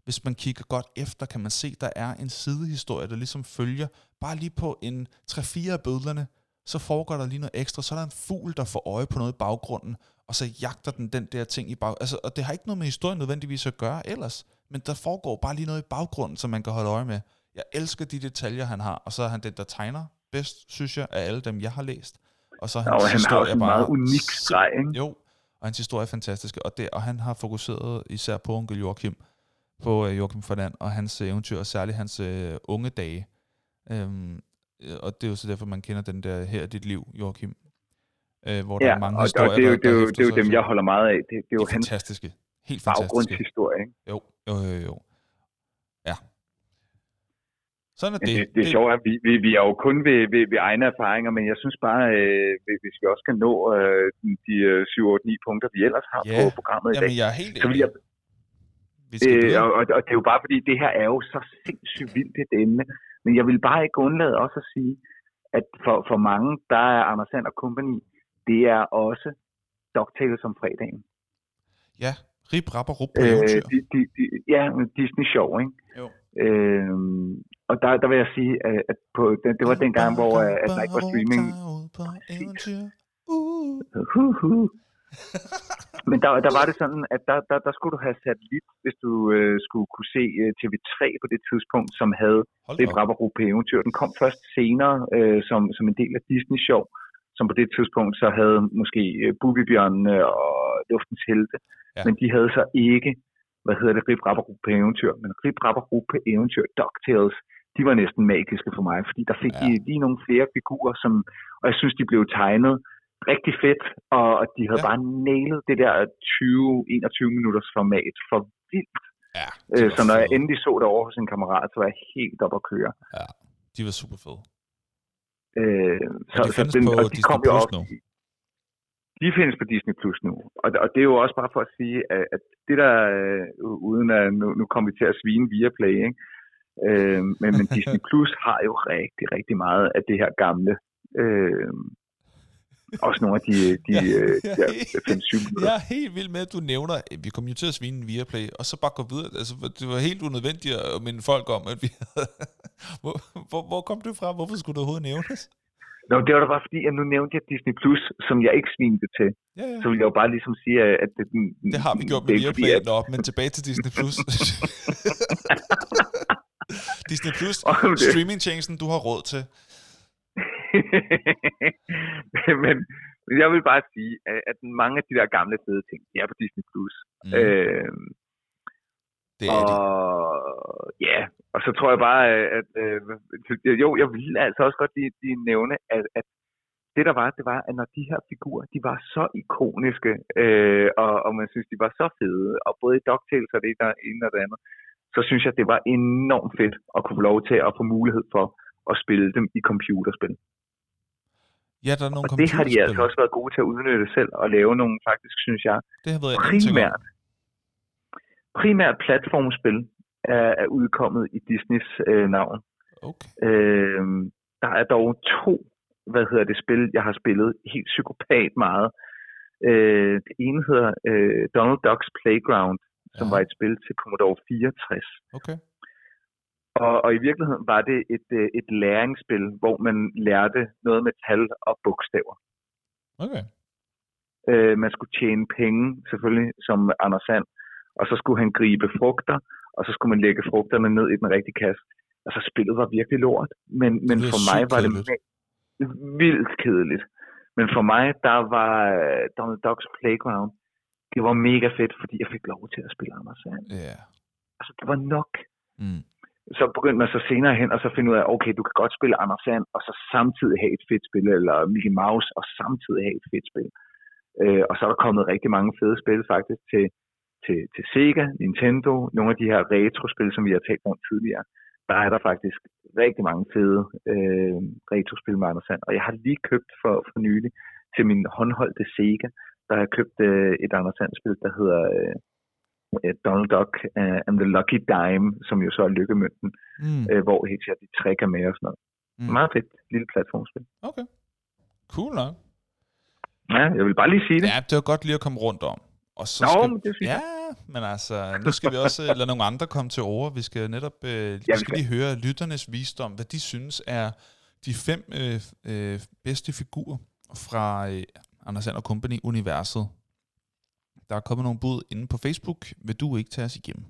hvis man kigger godt efter, kan man se, der er en sidehistorie, der ligesom følger, bare lige på en tre-fire af bødlerne, så foregår der lige noget ekstra, så er der en fugl, der får øje på noget i baggrunden, og så jagter den den der ting i bag. Altså, og det har ikke noget med historien nødvendigvis at gøre ellers, men der foregår bare lige noget i baggrunden, som man kan holde øje med. Jeg elsker de detaljer, han har, og så er han den, der tegner bedst, synes jeg, af alle dem, jeg har læst. Og så er hans og han historie har også en bare meget unik streg, ikke? Jo, og hans historie er fantastisk, og, det, og han har fokuseret især på onkel Joachim, på uh, Joachim Ferdinand og hans eventyr, og særligt hans uh, unge dage. Um, og det er jo så derfor, man kender den der Her er dit liv, Joachim. Uh, hvor der ja, er mange og, historier, og det er jo, der, det er jo, der det er jo dem, jeg holder meget af. Det, det er jo de hans fantastiske. Helt fantastiske. baggrundshistorie, ikke? Jo, jo, jo, jo. Ja. Sådan er det. Det, det er sjovt, at vi, vi, vi er jo kun ved, ved, ved egne erfaringer, men jeg synes bare, øh, hvis vi også kan nå øh, de øh, syv otte ni punkter, vi ellers har ja. på programmet i dag. Jamen, jeg er helt så vil jeg, vi skal øh, og, og det er jo bare fordi, det her er jo så sindssygt vildt et emne, men jeg vil bare ikke undlade også at sige, at for, for mange, der er Anders Sand og Company, det er også DuckTales om fredagen. Ja, Rip, Rap og Rup på eventyr. Øh, de, de, de, ja, Disney Show, ikke? Jo. Øhm, og der, der vil jeg sige, at på, det, det var den gang, hvor at der ikke var streaming. Uh. Uh-huh. Men der, der var det sådan, at der, der, der skulle du have satellit, hvis du øh, skulle kunne se øh, T V tre på det tidspunkt, som havde det Brabber på eventyr. Den kom først senere øh, som, som en del af Disney Show, som på det tidspunkt så havde måske øh, Bubibjørnene og Luftens Helte, ja. Men de havde så ikke, hvad hedder det, Rip Rapper på eventyr. Men Rip Rapper på eventyr, DuckTales, de var næsten magiske for mig, fordi der fik ja. de lige nogle flere figurer, som, og jeg synes, de blev tegnet rigtig fedt, og de havde ja. bare nailet det der tyve til enogtyve minutters format for vildt. Ja, øh, så når fede. Jeg endelig så det over hos en kammerat, så var jeg helt op at køre. Ja, de var super fede. Øh, så, og de findes så den, på og de Disney kom Plus også, nu. De findes på Disney Plus nu, og, og det er jo også bare for at sige, at, at det der, øh, uden at nu, nu kommer vi til at svine via Play, ikke? Øh, men, men Disney Plus har jo rigtig, rigtig meget af det her gamle. Øh, også nogle af de, de, ja, de der fem syv minutter. Jeg er helt vild med, at du nævner, at vi kom jo til at svine via Play, og så bare gå videre. Altså, det var helt unødvendigt at minde folk om, at vi havde... hvor, hvor, hvor kom du fra? Hvorfor skulle du overhovedet nævnes? Nå, det var da bare fordi, at nu nævnte jeg Disney Plus, som jeg ikke svinede til. Ja, ja. Så vil jeg jo bare ligesom sige, at... Det, det har vi gjort med via Play, at... Nå, men tilbage til Disney Plus. Disney Plus, streamingtjenesten, du har råd til. Men jeg vil bare sige, at mange af de der gamle fede ting, de er på Disney Plus. Mm. Øh, det er og, de. Ja, og så tror jeg bare, at øh, jo, jeg vil altså også godt lige, lige nævne, at, at det der var, det var, at når de her figurer, de var så ikoniske, øh, og, og man synes, de var så fede, og både i DuckTales og det ene og det andet, så synes jeg, det var enormt fedt at kunne få lov til at få mulighed for at spille dem i computerspil. Ja, der er nogle og det har de altså også været gode til at udnytte selv, og lave nogle faktisk, synes jeg, det har været primært, primært platformspil er, er udkommet i Disneys øh, navn. Okay. Øh, der er dog to, hvad hedder det, spil, jeg har spillet helt psykopat meget. Øh, det ene hedder øh, Donald Duck's Playground, som ja. var et spil til Commodore fireogtres. Okay. Og, og i virkeligheden var det et, et læringsspil, hvor man lærte noget med tal og bogstaver. Okay. Øh, man skulle tjene penge, selvfølgelig, som Anders Sand, og så skulle han gribe frugter, og så skulle man lægge frugterne ned i den rigtige kasse. Altså, spillet var virkelig lort, men, men for mig var det vildt kedeligt. Men for mig, der var Donald Duck's Playground, det var mega fedt, fordi jeg fik lov til at spille Anders Sand. Ja. Yeah. Altså, det var nok. Mm. Så begyndte man så senere hen, og så finde ud af, okay, du kan godt spille Anders Sand, og så samtidig have et fedt spil, eller Mickey Mouse, og samtidig have et fedt spil. Øh, og så er der kommet rigtig mange fede spil faktisk til, til, til Sega, Nintendo, nogle af de her retrospil, som vi har talt om tidligere. Der er der faktisk rigtig mange fede øh, retrospil med Anders Sand. Og jeg har lige købt for, for nylig til min håndholdte Sega, der har jeg købt øh, et Anders Sand-spil, der hedder... Øh, Donald Duck uh, and the Lucky Dime, som jo så er lykkemønten, mm. uh, hvor helt sikkert de trækker med og sådan noget. Mm. Meget fedt, lille platformspil. Okay, cool nok. Ja, jeg vil bare lige sige det. Ja, det var godt lige at komme rundt om. Og så Nå, skal... men det synes ja, jeg. men altså, nu skal vi også lade nogle andre komme til ord. Vi skal netop øh, ja, vi skal lige høre lytternes visdom, hvad de synes er de fem øh, øh, bedste figurer fra øh, Anders And og Company-universet. Der er kommet nogle bud inde på Facebook. Vil du ikke tage os igennem?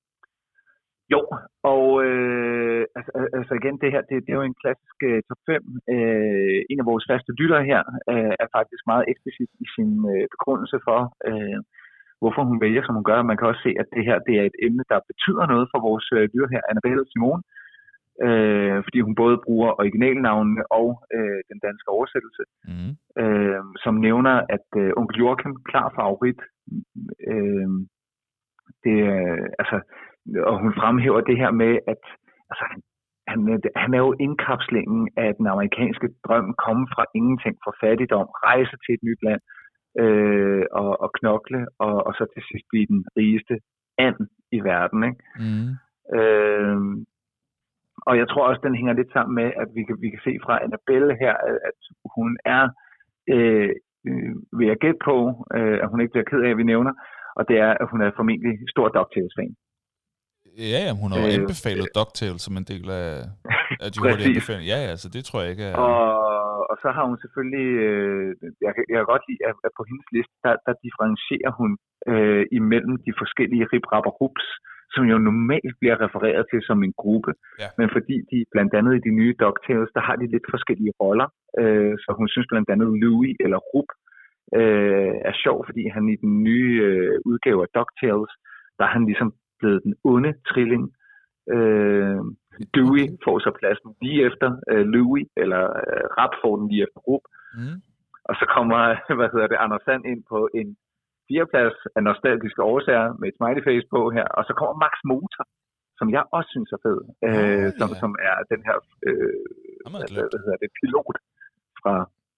Jo, og øh, altså, altså igen, det her, det, det er jo en klassisk uh, top fem. Uh, en af vores faste lyttere her uh, er faktisk meget eksplicit i sin uh, begrundelse for, uh, hvorfor hun vælger, som hun gør. Man kan også se, at det her det er et emne, der betyder noget for vores uh, lytter her, Annabelle Simone, uh, fordi hun både bruger originalnavnene og uh, den danske oversættelse, mm. uh, som nævner, at uh, onkel Joachim, klar favorit, uh, det uh, altså og hun fremhæver det her med, at altså, han, han er jo indkapslingen af den amerikanske drøm, komme fra ingenting, fra fattigdom, rejse til et nyt land, øh, og, og knokle, og, og så til sidst blive den rigeste and i verden. Ikke? Mm. Øh, og jeg tror også, den hænger lidt sammen med, at vi kan, vi kan se fra Annabelle her, at, at hun er, øh, vil jeg gætte på, øh, at hun ikke bliver ked af, at vi nævner, og det er, at hun er formentlig stor DuckTales-fan. Ja, ja, hun har jo øh, anbefalet DuckTales som en del af, af de hurtige anbefalinger. Ja, ja, så det tror jeg ikke er... Og, og så har hun selvfølgelig... Øh, jeg, kan, jeg kan godt lide, at, at på hendes liste, der, der differentierer hun øh, imellem de forskellige Rip, Rap og Rups, som jo normalt bliver refereret til som en gruppe. Ja. Men fordi de blandt andet i de nye DuckTales, der har de lidt forskellige roller. Øh, så hun synes blandt andet Louie eller Rup øh, er sjov, fordi han i den nye øh, udgave af DuckTales, der er han ligesom blevet den onde trilling. Øh, Dewey får så pladsen lige efter øh, Louie, eller øh, Rap får den lige efter Rup. Mm. Og så kommer, hvad hedder det, Anders And ind på en fjerdeplads af nostalgiske årsager med et smiley face på her. Og så kommer Max Motor, som jeg også synes er fed, øh, oh, som, yeah. som er den her øh, hvad, hvad hedder det, pilot fra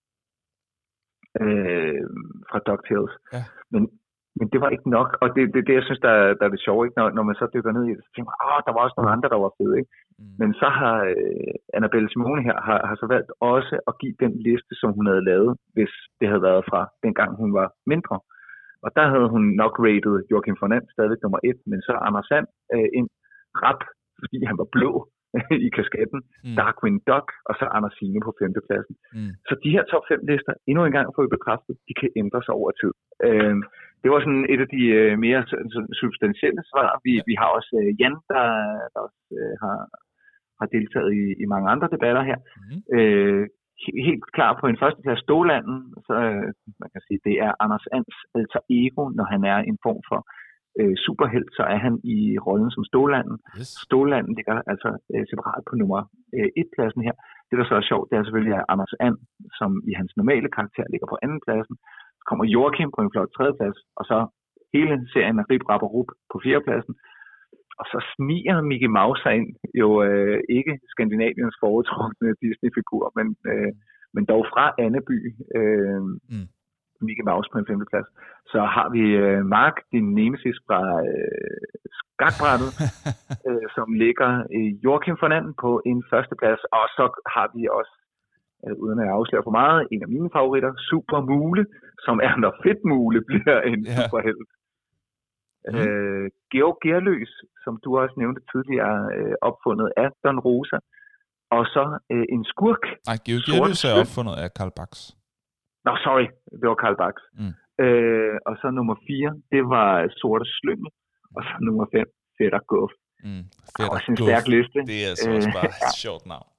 øh, fra DuckTales. Ja. Men Men det var ikke nok, og det er det, det, jeg synes, der, der er det sjove, ikke? Når, når man så dykker ned i det, så tænker man, åh, der var også nogle andre, der var fede, ikke? Mm. Men så har øh, Annabelle Simone her, har, har så valgt også at give den liste, som hun havde lavet, hvis det havde været fra dengang, hun var mindre. Og der havde hun nok rated Joachim von And stadig nummer et, men så Anders And øh, ind Rap, fordi han var blå i kasketten, mm. Darkwing Duck, og så Anders Signe på femtepladsen. Mm. Så de her top fem lister, endnu en gang får vi bekræftet, de kan ændre sig over tid. Øh, Det var sådan et af de øh, mere sådan, substantielle svar. Vi, ja. vi har også øh, Jan, der, der også øh, har, har deltaget i, i mange andre debatter her. Mm. Øh, helt klar på en førsteplads Stålanden, så øh, man kan sige, det er Anders Ands alter ego, når han er en form for øh, superhelt, så er han i rollen som Stålanden. Yes. Stålanden ligger altså øh, separat på nummer øh, et-pladsen her. Det, der så er sjovt, det er selvfølgelig at Anders And, som i hans normale karakter ligger på anden pladsen. Kommer Joachim på en flot tredjeplads, og så hele serien af Rip, Rap og Rup på fjerdepladsen. Og så sniger Mickey Mouse sig ind, jo øh, ikke Skandinaviens foretrukne Disney-figur, men, øh, men dog fra Anneby, øh, mm. Mickey Mouse på en femteplads. Så har vi øh, Mark, din nemesis fra øh, skakbrættet, øh, som ligger øh, Joachim von And på en førsteplads, og så har vi også, uden at afsløre for meget, en af mine favoritter, Super Mule, som er, når Fedt Mule bliver en yeah. superhelt. Mm. Øh, Georg Gerløs, som du også nævnte tidligere, øh, opfundet af Don Rosa, og så øh, en skurk. Nej, Georg Gerløs er opfundet af Karl Barks. Nå, no, sorry, det var Karl Barks. Mm. Øh, og så nummer fire, det var Sorte Slyngel, og så nummer fem, Fætter Guff. Mm. Fætter også en stærk liste. Det er altså også bare et sjovt navn.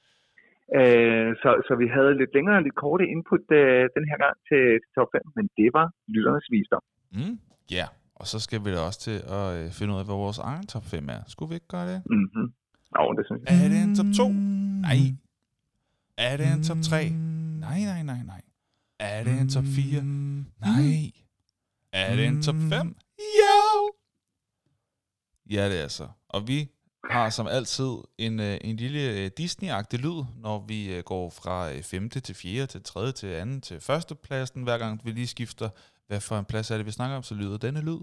Øh, så, så vi havde lidt længere og lidt korte input øh, den her gang til, til top fem, men det var lytternes visdom. Ja, mm, yeah. Og så skal vi da også til at øh, finde ud af, hvad vores egen top fem er. Skulle vi ikke gøre det? Mhm. Jo, det synes jeg. Er det en top to? Nej. Er det en top tre? Nej, nej, nej, nej. Er det en top fire? Nej. Er det en top fem? Jo! Ja, det er så. Og vi har som altid en, en lille Disney-agtig lyd, når vi går fra femte til fjerde, til tredje, til anden, til førstepladsen. Hver gang vi lige skifter, hvad for en plads er det, vi snakker om, så lyder denne lyd.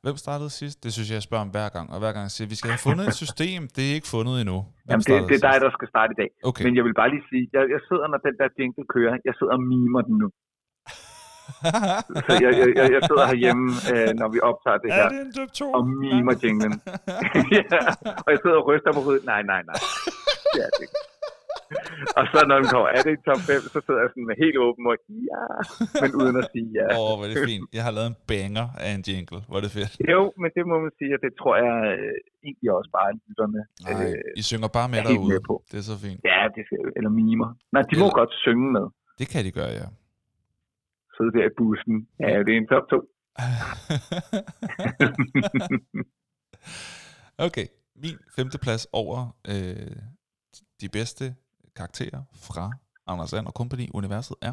Hvem startede sidst? Det synes jeg, jeg spørger om hver gang. Og hver gang jeg siger, vi skal have fundet et system. Det er ikke fundet endnu. Hvem Jamen, det, det er dig, sidst? der skal starte i dag. Okay. Men jeg vil bare lige sige, jeg, jeg sidder, når den der jingle kører, jeg sidder og mimer den nu. Så jeg, jeg, jeg, jeg sidder herhjemme, øh, når vi optager det her, er det en top to? og mimer jinglen. Ja, og jeg sidder og ryster på hovedet. Nej, nej, nej. Det er det ikke. Og så når den kommer, er det i top fem, så sidder jeg sådan med helt åben mund, ja, men uden at sige ja. Åh, oh, hvor er det fint. Jeg har lavet en banger af en jingle. Hvor er det fedt. Jo, men det må man sige, at det tror jeg øh, egentlig også bare lytterne. Nej, øh, I synger bare med derude. med på. Det er så fint. Ja, det skal, eller mimer. Nej, de eller... må godt synge med. Det kan de gøre, ja. Sidde der i bussen. Ja, det er en top to. Okay, min femte plads over øh, de bedste karakterer fra Anders And og Company universet er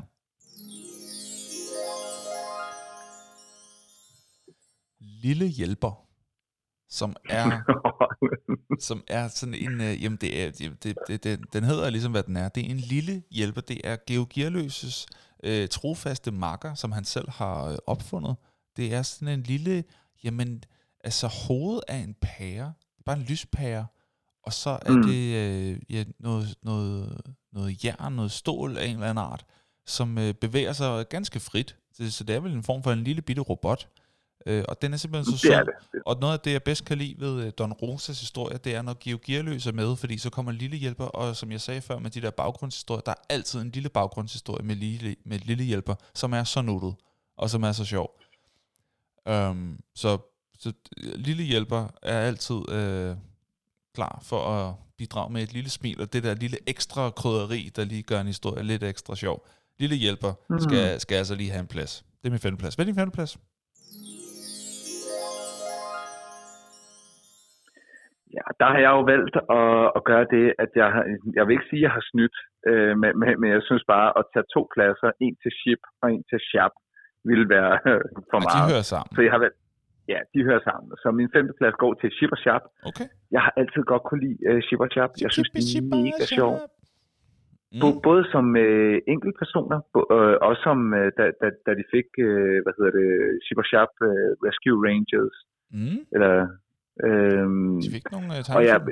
Lille Hjælper, som er som er sådan en øh, jamen det er det, det, det, den hedder ligesom hvad den er. Det er en lille hjælper. Det er Georg Gearløses øh, trofaste makker, som han selv har øh, opfundet. Det er sådan en lille, jamen altså hovedet af en pære, bare en lyspære. Og så er mm. det øh, ja, noget, noget, noget jern, noget stål af en eller anden art, som øh, bevæger sig ganske frit. Så, så det er vel en form for en lille bitte robot. Øh, og den er simpelthen så sød. Og noget af det, jeg bedst kan lide ved øh, Don Rosas historie, det er, når Georg Gearløs er med, fordi så kommer Lille Hjælper, og som jeg sagde før med de der baggrundshistorier, der er altid en lille baggrundshistorie med Lille, med Lille Hjælper, som er så nuttet, og som er så sjov. Um, så, så Lille Hjælper er altid... Øh, klar for at bidrage med et lille smil, og det der lille ekstra krydderi, der lige gør en historie lidt ekstra sjov. Lille Hjælper mm. skal, skal altså lige have en plads. Det er min femte plads. Hvad er din femte plads? Ja, der har jeg jo valgt at, at gøre det, at jeg har, jeg vil ikke sige, at jeg har snydt, øh, men, men jeg synes bare, at tage to pladser, en til Ship og en til Sharp, ville være øh, for og meget. de hører sammen. Så jeg har valgt, ja, de hører sammen. Så min femte plads går til Ship og Sharp. Okay. Jeg har altid godt kunne lide uh, Ship og Sharp. Jeg synes, de er mega sjov. Mm. Både som øh, enkeltpersoner, øh, og som øh, da, da, da de fik, øh, hvad hedder det, Ship og Sharp øh, Rescue Rangers. Mm. Eller, øh, de fik nogle øh, og, jeg,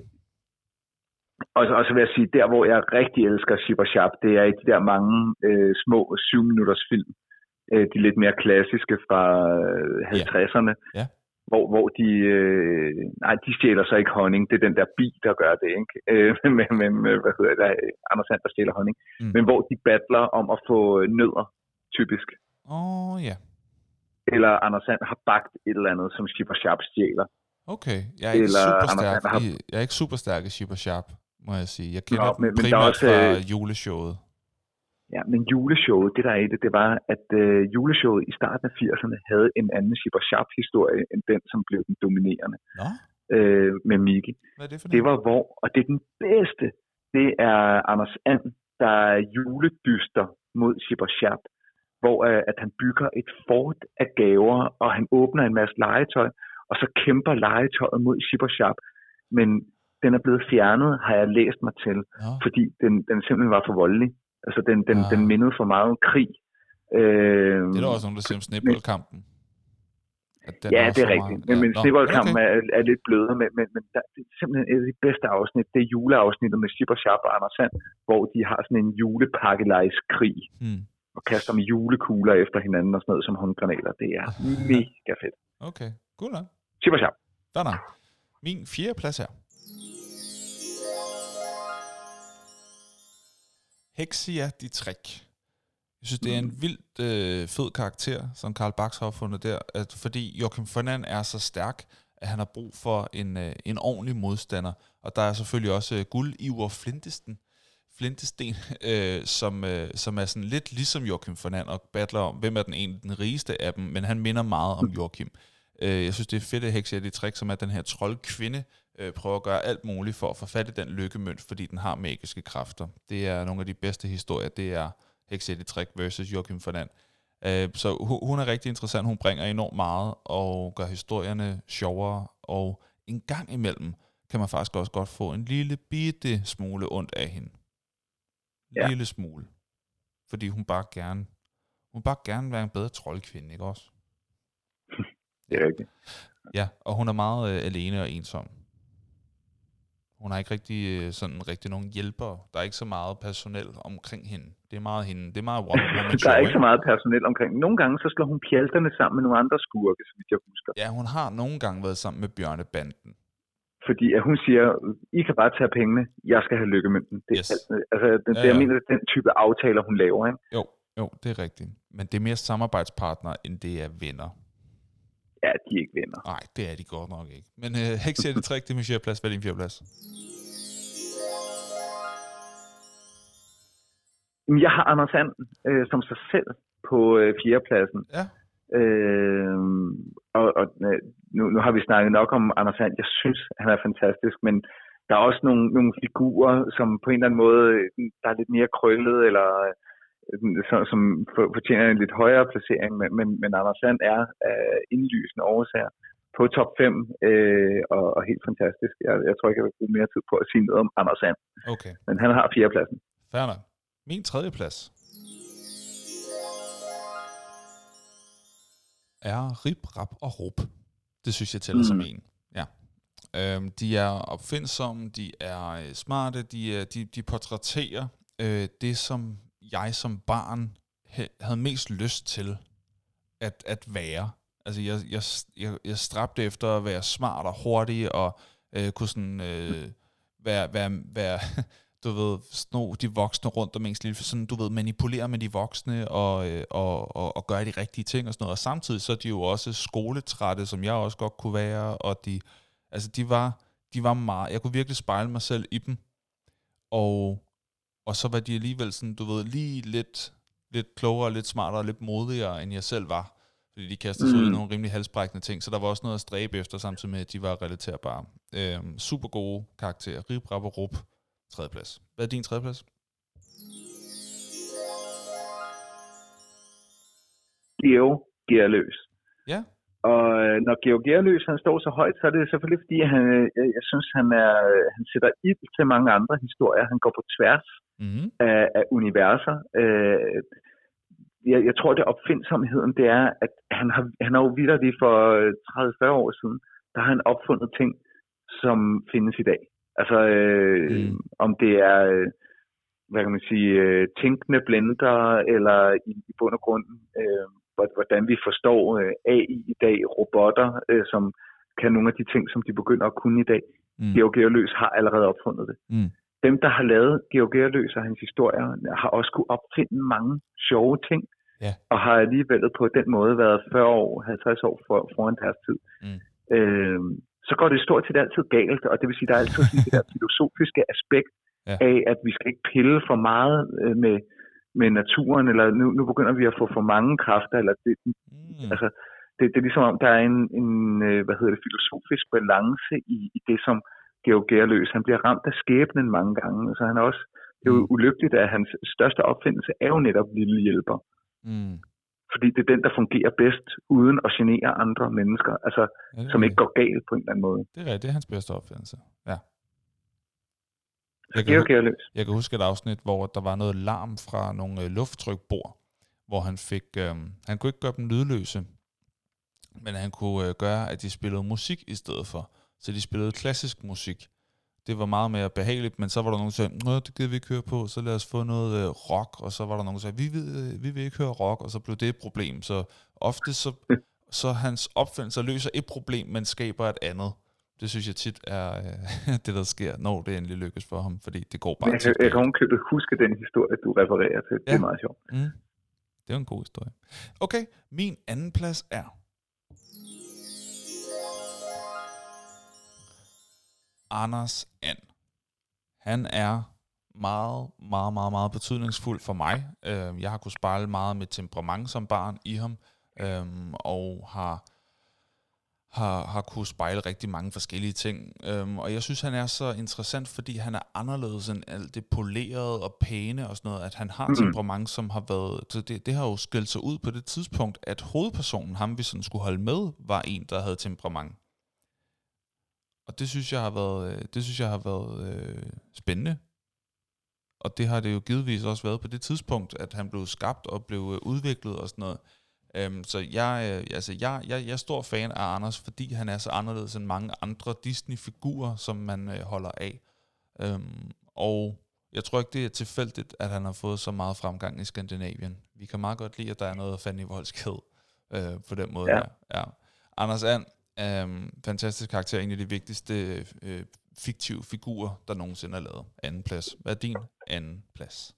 og, og så vil jeg sige, der hvor jeg rigtig elsker Ship og Sharp, det er i de der mange øh, små syv minutters film. Øh, de lidt mere klassiske fra øh, halvtredserne. Ja. Yeah. Hvor, hvor de, øh, nej, de stjæler så ikke honning, det er den der bi, der gør det, ikke? Øh, men, men, hvad hedder det, Anders And, der stjæler honning. Mm. Men hvor de battler om at få nødder, typisk. Åh, oh, ja. Yeah. Eller Anders And har bagt et eller andet, som Ship og Sharp stjæler. Okay, jeg er ikke eller super stærk har... i, jeg er ikke super stærk i Ship og Sharp, må jeg sige. Jeg kender Nå, men, dem men primært også, fra juleshowet. Ja, men juleshowet, det der er i det, det var, at øh, juleshowet i starten af firserne havde en anden Ship og Sharp-historie, end den, som blev den dominerende. Nå? Øh, med Mickey. Hvad er det for det var hvor, og det er den bedste, det er Anders And, der er juledyster mod Ship og Sharp, hvor øh, at han bygger et fort af gaver, og han åbner en masse legetøj, og så kæmper legetøjet mod Ship og Sharp. Men den er blevet fjernet, har jeg læst mig til, Nå. fordi den, den simpelthen var for voldelig. Altså, den, den, ah. den mindede for meget om krig. Øh, det er der også nogen, der siger om sneboldkampen. Ja, det er rigtigt. Men, ja, men sneboldkampen okay. er, er lidt blødere. Men, men, men der, det er simpelthen et af de bedste afsnit. Det er juleafsnittet med Ship og Sharp og Anders And, hvor de har sådan en julepakkelejskrig. Hmm. Og kaster med julekugler efter hinanden og sådan noget som håndgranater. Det er mega fedt. Okay, cool nok. Ship og Sharp. Der er min fjerde plads her. Hexia de Trick. Jeg synes, det er en vildt øh, fed karakter, som Carl Barks har fundet der, at fordi Joachim Fernand er så stærk, at han har brug for en, øh, en ordentlig modstander. Og der er selvfølgelig også øh, Guld-Iver Flintesten, Flintesten, øh, som, øh, som er sådan lidt ligesom Joachim Fernand og battler om, hvem er den egentlig den rigeste af dem, men han minder meget om Joachim. Øh, jeg synes, det er fedt, at Hexia de Trick, som er den her troldkvinde, øh, prøver at gøre alt muligt for at få fat i den lykkemønt, fordi den har magiske kræfter. Det er nogle af de bedste historier, det er Hexia de Trick versus Joachim Fernand. Øh, så hun, hun er rigtig interessant, hun bringer enormt meget og gør historierne sjovere, og en gang imellem kan man faktisk også godt få en lille bitte smule ondt af hende. En ja. lille smule. Fordi hun bare gerne, hun bare gerne vil være en bedre troldkvinde, ikke også? Det er rigtigt. Ja, og hun er meget øh, alene og ensom. Hun har ikke rigtig øh, sådan rigtig nogen hjælpere. Der er ikke så meget personel omkring hende. Det er meget hende. Det er meget woman, woman show, Der er ikke ikke så meget personel omkring. Nogle gange så slår hun pjalterne sammen med nogle andre skurke, så vidt jeg husker. Ja, hun har nogle gange været sammen med Bjørnebanden. Fordi at hun siger, I kan bare tage pengene, jeg skal have lykkemønten. Det, Yes. altså, det, Ja, det ja. er mener, den type aftaler, hun laver, ikke? Jo, jo, det er rigtigt. Men det er mere samarbejdspartnere, end det er venner. Ja, de er ikke venner. Nej, det er de godt nok ikke. Men øh, Heks siger det trick, det er min fjerdeplads. Hvad er din fjerdeplads? Jeg har Anders And øh, som sig selv på øh, fjerdepladsen. Ja. Øh, og og øh, nu, nu har vi snakket nok om Anders And. Jeg synes, han er fantastisk, men der er også nogle, nogle figurer, som på en eller anden måde, der er lidt mere krøllet, eller som, som fortjener en lidt højere placering, men, men, men Anders And er øh, indlysende årsager på top fem, øh, og, og helt fantastisk. Jeg, jeg tror ikke, jeg vil bruge mere tid på at sige noget om Anders And. Okay. Men han har fjerdepladsen. Fair nok. Min tredje plads er Rip, Rap og Rup. Det synes jeg tæller mm. som en. Ja. Øhm, de er opfindsomme, de er øh, smarte, de, er, de, de portrætterer øh, det, som jeg som barn he- havde mest lyst til at, at være. Altså, jeg, jeg, jeg, jeg stræbte efter at være smart og hurtig, og øh, kunne sådan øh, være, være, være du ved, sno de voksne rundt om ens lille, sådan, du ved, manipulere med de voksne, og, øh, og, og, og gøre de rigtige ting og sådan noget. Og samtidig så er de jo også skoletrætte, som jeg også godt kunne være, og de, altså, de var, de var meget, jeg kunne virkelig spejle mig selv i dem, og, og så var de alligevel sådan, du ved, lige lidt, lidt klogere, lidt smartere, lidt modigere, end jeg selv var. Fordi de kastede sig mm. ud i nogle rimelig halsbrækkende ting, så der var også noget at stræbe efter, samtidig med, at de var relaterbare. Øhm, super gode karakterer. Rip, Rap og Rup, tredjeplads. Hvad er din tredjeplads? Georg Gerløs. Ja. Og når Georg Gerløs han står så højt, så er det selvfølgelig fordi, han, jeg, jeg synes, han, er, han sætter ild til mange andre historier. Han går på tværs mm. af, af universer. Øh, Jeg, jeg tror, det opfindsomheden, det er, at han har, han har jo vitterligt for tredive til fyrre år siden, der har han opfundet ting, som findes i dag. Altså, øh, mm. om det er, hvad kan man sige, øh, tænkende blender, eller i, i bund og grund, øh, hvordan vi forstår øh, A I i dag, robotter, øh, som kan nogle af de ting, som de begynder at kunne i dag. Mm. Georg Gerløs har allerede opfundet det. Mm. Dem, der har lavet Georg Gerløs og hans historier, har også kunne opfinde mange sjove ting, yeah. og har alligevel på den måde været fyrre år, halvtreds år for, foran deres tid. Mm. Øhm, så går det stort set altid galt, og det vil sige, der er altid det der filosofiske aspekt yeah. af, at vi skal ikke pille for meget øh, med, med naturen, eller nu, nu begynder vi at få for mange kræfter, eller det, mm. altså, det, det er ligesom om, der er en, en hvad hedder det, filosofisk balance i, i det, som Georg Gerløs. Han bliver ramt af skæbnen mange gange, så han er også, det er jo ulykkeligt, at hans største opfindelse er jo netop Lille Hjælper. Mm. Fordi det er den, der fungerer bedst, uden at genere andre mennesker, altså, ja, som ikke går galt på en eller anden måde. Det er rigtigt, det er hans bedste opfindelse, ja. Jeg kan, hu- jeg kan huske et afsnit, hvor der var noget larm fra nogle øh, lufttrykbord, hvor han fik, øh, han kunne ikke gøre dem lydløse, men han kunne øh, gøre, at de spillede musik i stedet for. Så de spillede klassisk musik. Det var meget mere behageligt, men så var der nogen, der sagde, nå, det gider vi ikke høre på, så lad os få noget øh, rock, og så var der nogen, der sagde, vi vil, øh, vi vil ikke høre rock, og så blev det et problem. Så ofte så, så hans opfindelse løser et problem, men skaber et andet. Det synes jeg tit er øh, det, der sker, når det endelig lykkes for ham, fordi det går bare jeg, tit. Jeg kan omkøbet huske den historie, du refererer til. Ja. Det er meget sjovt. Mm. Det er en god historie. Okay, min anden plads er Anders And. Han er meget, meget, meget, meget betydningsfuld for mig. Jeg har kunnet spejle meget med temperament som barn i ham, og har, har, har kunnet spejle rigtig mange forskellige ting. Og jeg synes, han er så interessant, fordi han er anderledes end alt det polerede og pæne og sådan noget, at han har mm. temperament, som har været... Det, det har jo skilt sig ud på det tidspunkt, at hovedpersonen, ham vi sådan skulle holde med, var en, der havde temperament. Og det synes jeg har været, det synes jeg har været øh, spændende. Og det har det jo givetvis også været på det tidspunkt, at han blev skabt og blev udviklet og sådan noget. Øhm, så jeg, øh, altså jeg, jeg, jeg er stor fan af Anders, fordi han er så anderledes end mange andre Disney-figurer, som man øh, holder af. Øhm, og jeg tror ikke, det er tilfældigt, at han har fået så meget fremgang i Skandinavien. Vi kan meget godt lide, at der er noget fandenivoldskhed øh, på den måde. Ja. Ja. Ja. Anders And, øh, fantastisk karakter, en af de vigtigste øh, fiktive figurer, der nogensinde er lavet. Anden plads. Hvad er din anden plads?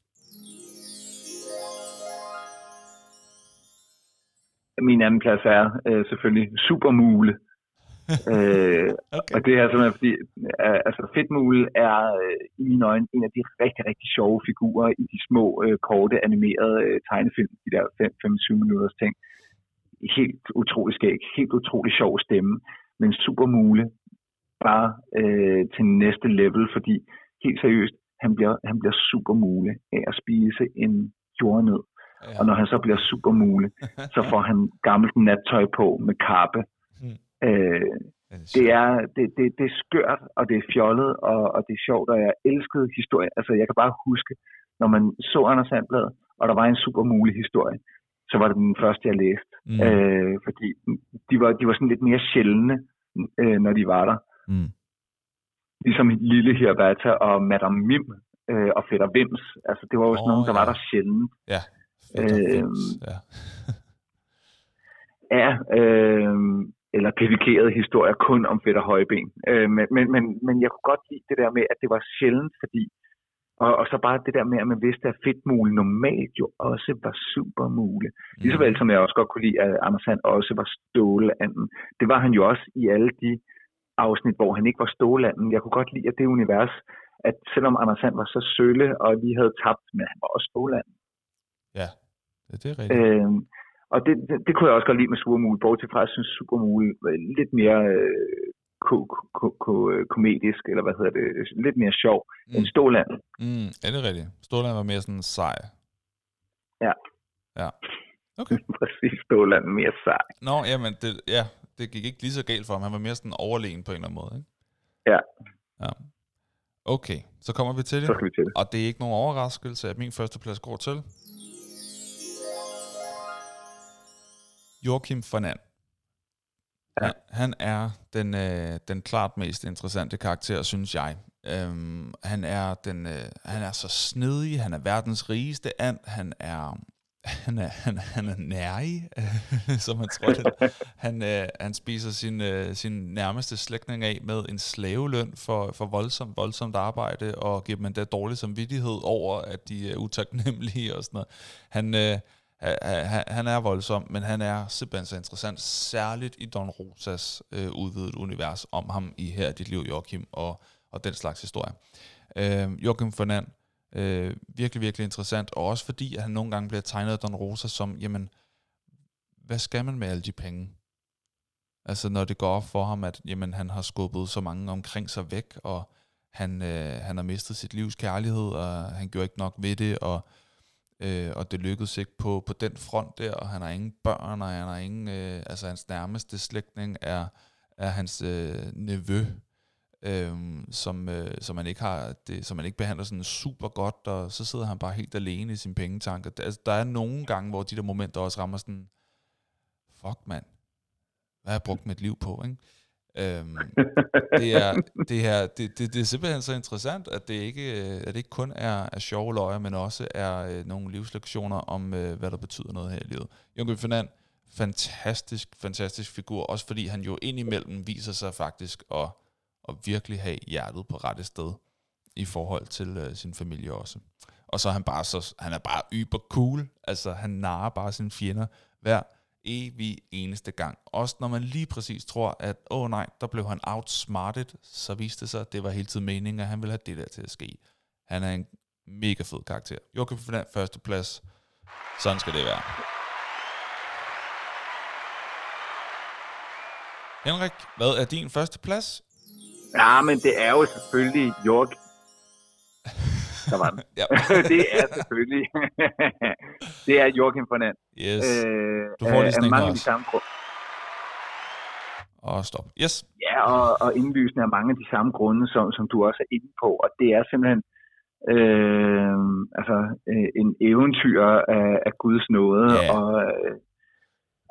Min anden plads er øh, selvfølgelig Supermule. øh, Okay. Og det er simpelthen fordi, øh, altså Fedtmule er øh, i mine øjne en af de rigtig, rigtig sjove figurer i de små, øh, korte, animerede øh, tegnefilm, de der fem til syv minutters ting. Helt utrolig skæg, helt utrolig sjov stemme, men Supermule bare øh, til næste level, fordi helt seriøst, han bliver, han bliver Supermule af at spise en jordnød. Ja. Og når han så bliver Supermule, så får han gammelt nattøj på med kappe. Hmm. Øh, det, er, det, det, det er skørt, og det er fjollet, og, og det er sjovt, og jeg elskede historien. Altså, jeg kan bare huske, når man så Anders Sandblad, og der var en Supermule-historie, så var det den første, jeg læste. Mm. Øh, fordi de var, de var sådan lidt mere sjældne, øh, når de var der. Mm. Ligesom Lille Hirbata og Madame Mim øh, og Fætter Vims. Altså, det var jo sådan oh, nogen, der ja. var der sjældent. Ja, Fætter øh, Vims, ja. ja, øh, eller dedikerede historier kun om Fætter Højben. Øh, men, men, men, men jeg kunne godt lide det der med, at det var sjældent, fordi Og, og så bare det der med, at man vidste, at Fedtmule normalt jo også var Supermule. Mm. Lige så vel som jeg også godt kunne lide, at Anders Sand også var Ståleanden. Det var han jo også i alle de afsnit, hvor han ikke var Ståleanden. Jeg kunne godt lide, at det univers, at selvom Anders Sand var så sølle, og vi havde tabt, men han var også Ståleanden. Ja, det er rigtigt. Øhm, og det, det, det kunne jeg også godt lide med Supermule, bortset fra, at jeg synes, Supermule var lidt mere Øh, Ko- ko- ko- komedisk, eller hvad hedder det, lidt mere sjov mm. end Ståland. Mm, er det rigtigt? Ståland var mere sådan sej. Ja. Ja. Okay. Præcis, Ståland mere sej. Nå, jamen, det, ja, det gik ikke lige så galt for ham. Han var mere sådan overlegen på en eller anden måde, ikke? Ja. Ja. Okay, så kommer vi til det. Så skal vi til det. Og det er ikke nogen overraskelse, at min første plads går til Joachim von And. Ja. Han, han er den, øh, den klart mest interessante karakter, synes jeg. Øhm, han er den, øh, han er så snedig, han er verdens rigeste and, han er han er han, han er nærig, som man tror det. Han øh, han spiser sin øh, sin nærmeste slægtning af med en slaveløn for for voldsomt voldsomt arbejde, og giver dem endda dårlig samvittighed over, at de er utaknemmelige og sådan noget. Han øh, Han er voldsom, men han er simpelthen så interessant, særligt i Don Rosas øh, udvidet univers om ham i Her er dit liv, Joachim, og, og den slags historie. Øh, Joachim von And, øh, virkelig, virkelig interessant, og også fordi, at han nogle gange bliver tegnet af Don Rosa som, jamen, hvad skal man med alle de penge? Altså, når det går op for ham, at jamen, han har skubbet så mange omkring sig væk, og han, øh, han har mistet sit livs kærlighed, og han gjorde ikke nok ved det, og Øh, og det lykkedes ikke på, på den front der, og han har ingen børn, og han har ingen, øh, altså hans nærmeste slægtning er, er hans øh, nevø, øh, som, øh, som, man ikke har det, som man ikke behandler sådan super godt, og så sidder han bare helt alene i sin pengetank. Altså, der er nogle gange, hvor de der momenter også rammer sådan, fuck mand, hvad har jeg brugt mit liv på, ikke? Øhm, det, er, det, her, det, det, det er simpelthen så interessant, at det ikke, at det ikke kun er, er sjove løjer, men også er øh, nogle livslektioner om, øh, hvad der betyder noget her i livet. Joachim von And, fantastisk, fantastisk figur, også fordi han jo indimellem viser sig faktisk at, at virkelig have hjertet på rette sted i forhold til øh, sin familie også. Og så er han bare så, han er bare yber cool, altså han narrer bare sine fjender hver evig eneste gang. Også når man lige præcis tror, at åh oh nej, der blev han outsmarted, så viste det sig, at det var hele tiden meningen, at han ville have det der til at ske. Han er en mega fed karakter. Joachim von And, første plads. Sådan skal det være. Henrik, hvad er din første plads? Ja, men det er jo selvfølgelig Joachim. Der var den. Ja. Det er selvfølgelig. Det er Joachim von And. Yes. Øh, du får lige sådan mange af de samme grunde. Og stop. Yes. Ja, og, og indlysende af mange af de samme grunde, som, som du også er inde på. Og det er simpelthen øh, altså, øh, en eventyr af, af Guds nåde. Yeah. Og, øh,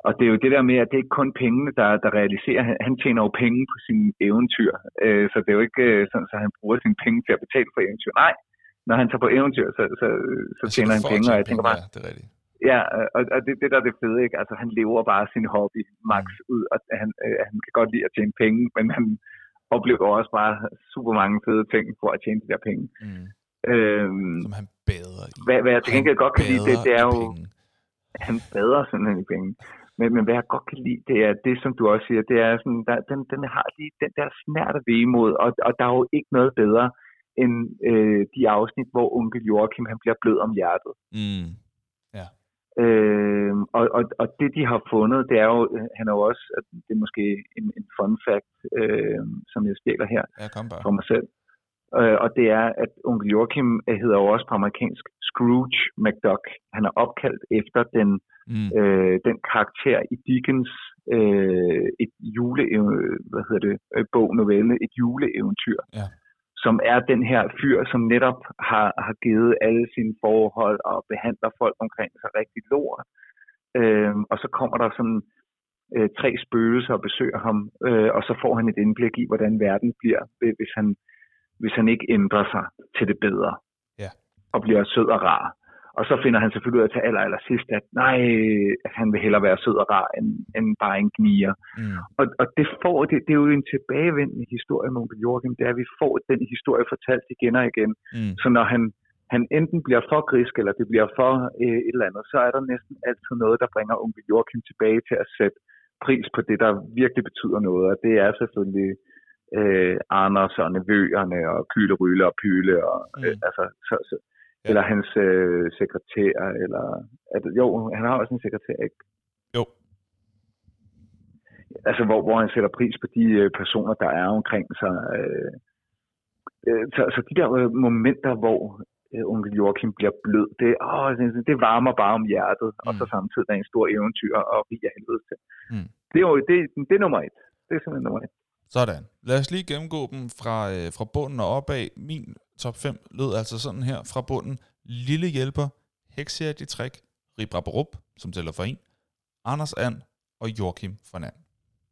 og det er jo det der med, at det er ikke kun pengene, der, der realiserer. Han, han tjener jo penge på sine eventyr, øh, så det er jo ikke øh, sådan, at han bruger sine penge til at betale for eventyr. Nej, når han tager på eventyr, så, så, så tjener han penge, og jeg tænker bare, ja, det er rigtigt. Ja, og, og det, det der er det fede, ikke? Altså, han lever bare sin hobby max ud, og han, øh, han kan godt lide at tjene penge, men han oplever også bare super mange fede ting for at tjene de der penge. Mm. Øhm, Som han bader i. Hvad, hvad jeg til gengæld godt kan lide, det, det er jo... Penge. Han bader simpelthen i penge. Men, men hvad jeg godt kan lide, det er det, som du også siger, det er sådan, der, den, den har lige den der snert af vemod, og, og der er jo ikke noget bedre end øh, de afsnit, hvor onkel Joachim, han bliver blød om hjertet. Mm. Ja. Øh, og, og, og det, de har fundet, det er jo, han er jo også, det er måske en, en fun fact, øh, som jeg stjæler her ja, kom bare. for mig selv. Øh, og det er, at onkel Joachim hedder jo også på amerikansk Scrooge McDuck. Han er opkaldt efter den, mm. øh, den karakter i Dickens øh, et jule, hvad hedder det, bog, novelle, et juleeventyr. Ja. Som er den her fyr, som netop har, har givet alle sine forhold og behandler folk omkring sig rigtig lort. Øh, og så kommer der sådan øh, tre spøgelser og besøger ham, øh, og så får han et indblik i, hvordan verden bliver, hvis han, hvis han ikke ændrer sig til det bedre. Ja. Og bliver sød og rar. Og så finder han selvfølgelig ud af til aller, aller sidst, at nej, at han vil hellere være sød og rar, end, end bare en gnier. Mm. Og, og det, får, det, det er jo en tilbagevendende historie med onkel Joachim, det er, at vi får den historie fortalt igen og igen. Mm. Så når han, han enten bliver for grisk, eller det bliver for øh, et eller andet, så er der næsten altid noget, der bringer onkel Joachim tilbage til at sætte pris på det, der virkelig betyder noget. Og det er selvfølgelig øh, Anders og nevøerne, og Kyle, Rylle og Pyle, og mm. øh, altså... Så, så, Ja. Eller hans øh, sekretær, eller... At, jo, han har også en sekretær, ikke? Jo. Altså, hvor, hvor han sætter pris på de øh, personer, der er omkring sig. Øh, øh, så, så de der øh, momenter, hvor øh, onkel Joachim bliver blød, det, åh, det, det varmer bare om hjertet, mm. og så samtidig er en stor eventyr og rig af helvede til. Mm. Det er jo det, det er nummer et. Det er simpelthen nummer et. Sådan. Lad os lige gennemgå dem fra, øh, fra bunden og opad. Min top fem lød altså sådan her fra bunden. Lille Hjælper, Hekseat i Træk, Rip Rap Rup, som tæller for en, Anders And og Joachim von And.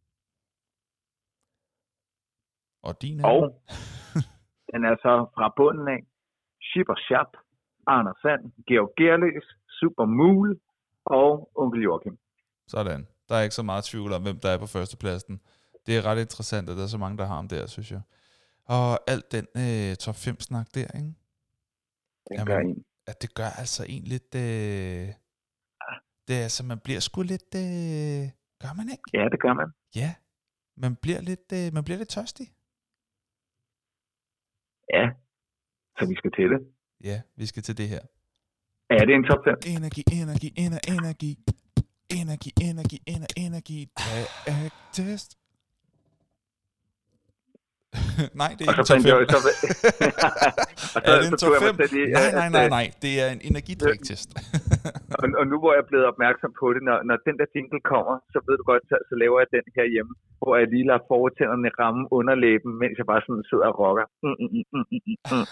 Og din her? Og den er så fra bunden af. Ship og Shap, Anders And, Georg Gerløs, Super Mule og onkel Joachim. Sådan. Der er ikke så meget tvivl om, hvem der er på førstepladsen. Det er ret interessant, at der er så mange, der har ham der, synes jeg. Og alt den øh, top fem snak der, ikke? Det Jamen, gør en. At det gør altså en lidt... Øh, det er altså, man bliver sgu lidt... Øh, gør man ikke? Ja, det gør man. Ja, man bliver lidt, øh, man bliver lidt tørstig. Ja, så vi skal til det. Ja, vi skal til det her. Er det en top fem? Energi, energi, ener, energi. Energi, energi, ener, energi. Tag test. Nej, det er ikke en top fem. Så... er det en top fem? Nej, nej, nej, nej. Det er en energidriktest. og, og nu hvor jeg er blevet opmærksom på det, når, når den der jingle kommer, så ved du godt, så, så laver jeg den her hjemme, hvor jeg lige lader fortænderne ramme underlæben, mens jeg bare sådan sidder og rocker. Mm, mm, mm, mm, mm, mm.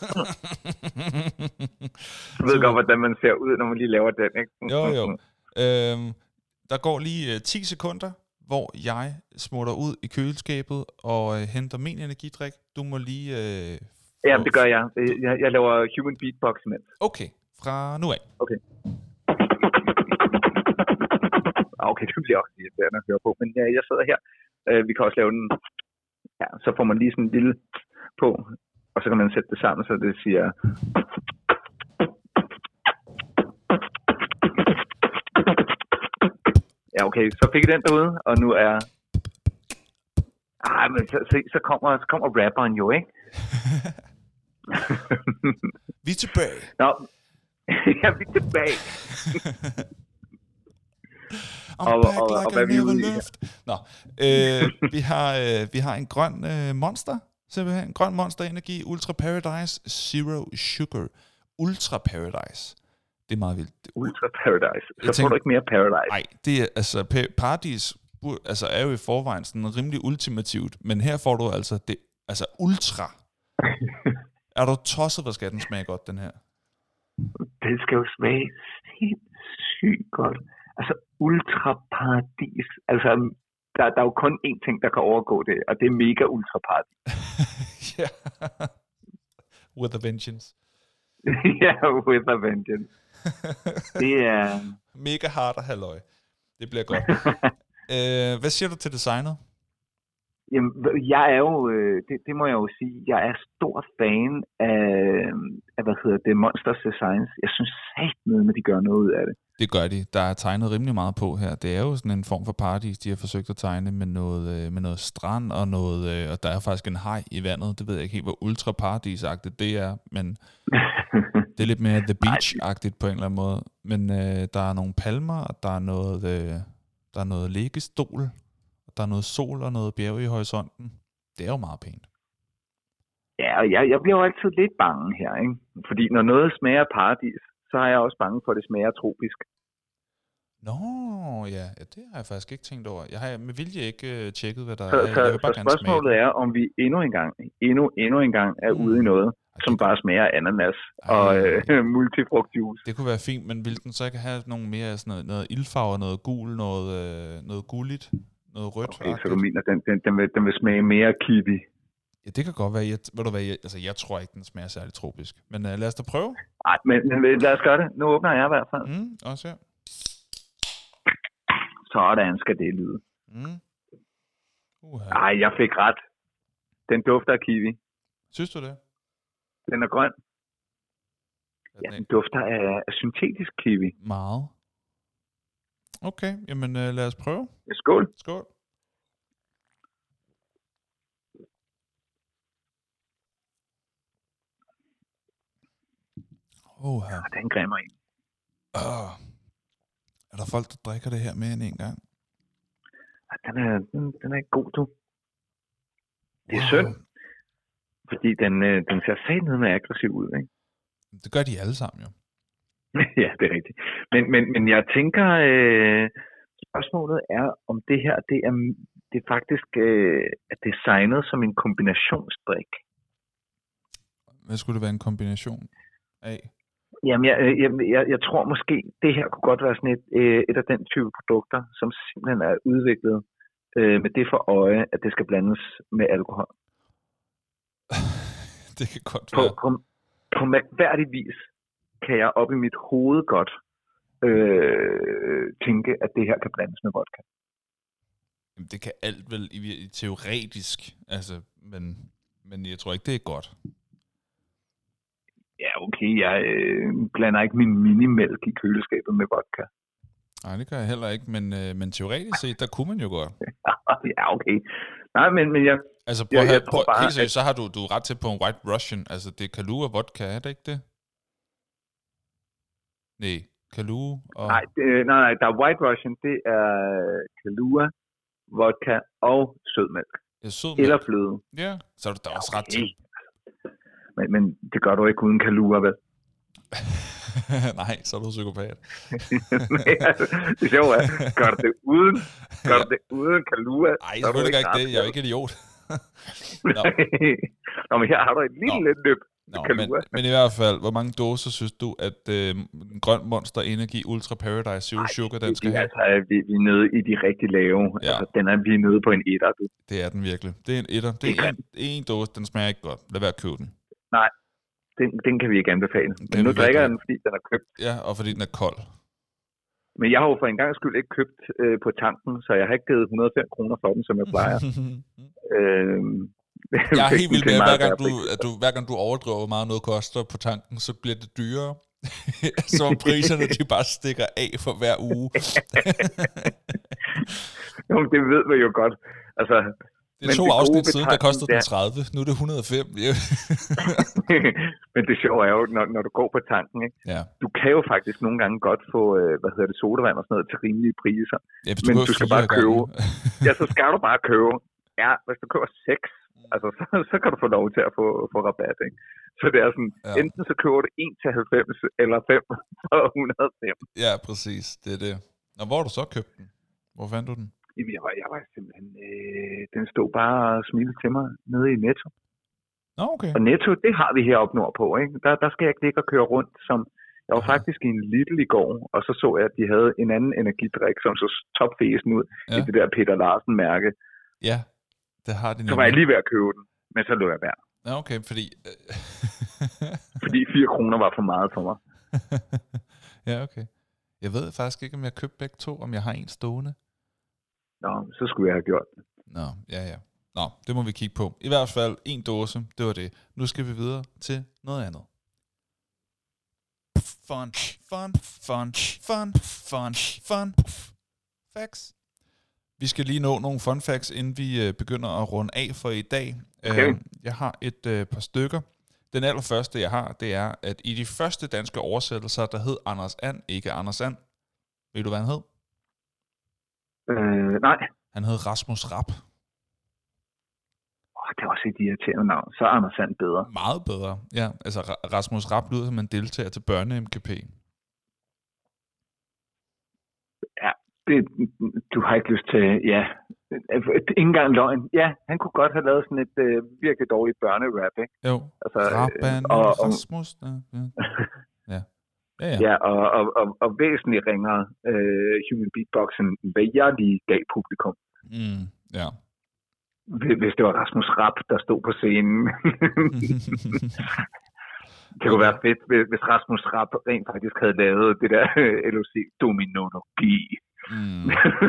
Du ved så... godt, hvordan man ser ud, når man lige laver den, ikke? Jo, jo. Øhm, der går lige uh, ti sekunder, hvor jeg smutter ud i køleskabet og øh, henter min energidrik. Du må lige... Øh, ja, det gør jeg. jeg. Jeg laver human beatbox imens. Okay, fra nu af. Okay. Okay, det bliver også irriterende at høre på, men ja, jeg sidder her. Øh, vi kan også lave den... Ja, så får man lige sådan en lille på, og så kan man sætte det sammen, så det siger... Ja, okay, så fik jeg den derude, og nu er... Ej, men så, så, så, kommer, så kommer rapperen jo, ikke? Vi er tilbage. Nå, ja, vi er tilbage. I'm og, back og, like og, og I never left. Nå, øh, vi, har, øh, vi har en grøn øh, monster, simpelthen. En grøn monster energi, Ultra Paradise, Zero Sugar. Ultra Paradise. Det er meget vildt. Ultra Paradise. Så jeg får tænker, du ikke mere Paradise. Nej, det er altså paradis altså er jo i forvejen sådan rimelig ultimativt, men her får du altså det altså ultra. Er du tosset, hvor skal den smage godt, den her? Det skal jo smage sindssygt godt. Altså, ultraparadis. Altså, der, der er jo kun én ting, der kan overgå det, og det er mega ultraparadis. Ja. With a vengeance. Ja, with a vengeance. Det er... Mega hard og halløj. Det bliver godt. øh, hvad siger du til designet? Jamen, jeg er jo, det, det må jeg jo sige, jeg er stor fan af, af hvad hedder det, Monsters Designs. Jeg synes satme, at de gør noget ud af det. Det gør de. Der er tegnet rimelig meget på her. Det er jo sådan en form for paradis, de har forsøgt at tegne med noget, med noget strand og noget, og der er faktisk en haj i vandet. Det ved jeg ikke helt, hvor ultra paradisagtigt det er, men det er lidt mere The Beach-agtigt på en eller anden måde. Men øh, der er nogle palmer, og der er noget, øh, der er noget liggestol, og der er noget sol og noget bjerg i horisonten. Det er jo meget pænt. Ja, og jeg, jeg bliver jo altid lidt bange her, ikke? Fordi når noget smager paradis, så er jeg også bange for, at det smager tropisk. Nå, ja, det har jeg faktisk ikke tænkt over. Jeg har med vilje ikke uh, tjekket, hvad der så, er. Så, jeg vil bare så spørgsmålet smage. er, om vi endnu en gang, endnu, endnu en gang er mm. ude i noget, Ej, som bare smager ananas Ej, og øh, multifrugtjuice. Det kunne være fint, men vil den så ikke have nogle mere sådan noget, noget ildfarve, noget gul, noget, øh, noget gulligt, noget rødt? Okay, så du mener, den, den, den, vil, den vil smage mere kiwi? Ja, det kan godt være. Jeg, ved du hvad, jeg, altså, jeg tror ikke, den smager særlig tropisk. Men uh, lad os da prøve. Nej, men, men lad os gøre det. Nu åbner jeg i hvert fald. Mm, også her. Sådan skal det lyde. Mm. Uh-huh. Ej, jeg fik ret. Den dufter af kiwi. Synes du det? Den er grøn. Er ja, den dufter af, af syntetisk kiwi. Meget. Okay, jamen uh, lad os prøve. Ja, skål. Skål. Oh, her. Ja, den græmmer ind. Oh. Er der folk, der drikker det her mere end en gang? Ja, den, er, den, den er ikke god, du. Det er wow. Synd. Fordi den, den ser satme med aggressiv ud, ikke? Det gør de alle sammen, jo. Ja, det er rigtigt. Men, men, men jeg tænker, øh, spørgsmålet er, om det her, det er, det er faktisk øh, er designet som en kombinationsdrik. Hvad skulle det være en kombination af? Jamen, jeg, jeg, jeg, jeg tror måske, det her kunne godt være sådan et, et af den type produkter, som simpelthen er udviklet øh, med det for øje, at det skal blandes med alkohol. Det kan godt på, være. På, på mærkværdig vis kan jeg op i mit hoved godt øh, tænke, at det her kan blandes med vodka. Jamen, det kan alt vel i, i teoretisk, altså, men, men jeg tror ikke, det er godt. Ja, okay, jeg øh, blander ikke min minimælk i køleskabet med vodka. Nej, det gør jeg heller ikke, men, øh, men teoretisk set, der kunne man jo godt. Ja, okay. Nej, men, men jeg... Altså, prøv, jeg, jeg, jeg prøv, bare, helt seriøst, at... så har du, du er ret til på en White Russian. Altså, det er Kahlua vodka, er det ikke det? Nej, Kahlua og... Nej, det, nej, nej, der er White Russian, det er Kahlua, vodka og sødmælk. Ja, sødmælk. Eller fløde. Ja, så er du da også okay. ret til. Men, men det gør du ikke uden Kahlua, vel? Nej, så er du psykopat. Det sjove er, gør du det uden, gør du det uden Kahlua? Nej, selvfølgelig gør ikke det. Jeg er jo ikke idiot. Nå. Nå, men her har du et lille lidt løb. Nå, men, men i hvert fald, hvor mange doser synes du, at øh, Grøn Monster Energi Ultra Paradise Zero Ej, Sugar, den skal det, have? Altså, vi, vi er nede i de rigtig lave. Ja. Altså, den er, vi er nede på en etter. Du. Det er den virkelig. Det er en etter. Det er en, en dose, den smager ikke godt. Lad være at købe den. Nej, den, den kan vi ikke anbefale. Den men nu drikker jeg den, fordi den er købt. Ja, og fordi den er kold. Men jeg har jo for en gang skyld ikke købt øh, på tanken, så jeg har ikke givet et hundrede og fem kroner for den, som jeg plejer. øhm, jeg er helt vildt med, hver gang, du, at du, hver gang du overdriver, hvor meget noget koster på tanken, så bliver det dyrere. Så priserne, de bare stikker af for hver uge. Jo, det ved man jo godt. Altså, det er to afsnit siden, der kostede den tredive. Nu er det et hundrede og fem. Men det sjove er jo, når, når du går på tanken, ikke? Ja. Du kan jo faktisk nogle gange godt få, hvad hedder det, sodavand og sådan noget til rimelige priser. Ja, du men du skal bare købe. Ja, så skal du bare købe. Ja, hvis du køber seks, altså, så, så kan du få lov til at få, få rabat, ikke? Så det er sådan, ja. Enten så køber du en til halvfems, eller fem for et hundrede og fem. Ja, præcis. Det er det. Og hvor har du så købt den? Hvor fandt du den? Jeg var, jeg var simpelthen, øh, den stod bare og smilte til mig nede i Netto. Nå, okay. Og Netto, det har vi heroppe nordpå, ikke? Der, der skal jeg ikke ligge og køre rundt som Jeg var Aha. faktisk i en Lidl i går, og så så jeg, at de havde en anden energidrik, som så topfæsen ud ja. i det der Peter Larsen-mærke. Ja, det har de nemlig. Så var jeg lige ved at købe den, men så lå jeg være. Ja, okay, fordi... fordi fire kroner var for meget for mig. Ja, okay. Jeg ved faktisk ikke, om jeg købte begge to, om jeg har en stående. Nå, så skulle jeg have gjort det. Nå, ja, ja. Nå, det må vi kigge på. I hvert fald en dåse, det var det. Nu skal vi videre til noget andet. Fun, fun, fun, fun, fun, fun, facts. Vi skal lige nå nogle fun facts, inden vi begynder at runde af for i dag. Okay. Jeg har et uh, par stykker. Den allerførste, jeg har, det er, at i de første danske oversættelser, der hed Anders And, ikke Anders And. Ved du, hvad han hed? Øh, nej. Han hed Rasmus Rapp. Oh, det var også et irriterende navn. Så er Anders And bedre. Meget bedre, ja. Altså, Rasmus Rapp lyder som en deltager til børne-M G P. Ja, det, du har ikke lyst til, ja... Ikke engang løgn. Ja, han kunne godt have lavet sådan et øh, virkelig dårligt børnerap, ikke? Jo, altså, Rabban og, og Rasmus. Ja, ja. ja. ja, ja. ja og, og, og, og væsentligt ringere øh, human beatboxen, hvad jeg lige gav publikum. Mm, ja. Hvis det var Rasmus Rapp, der stod på scenen. Det kunne være fedt, hvis Rasmus Rapp rent faktisk havde lavet det der L O C-dominologi. Mm.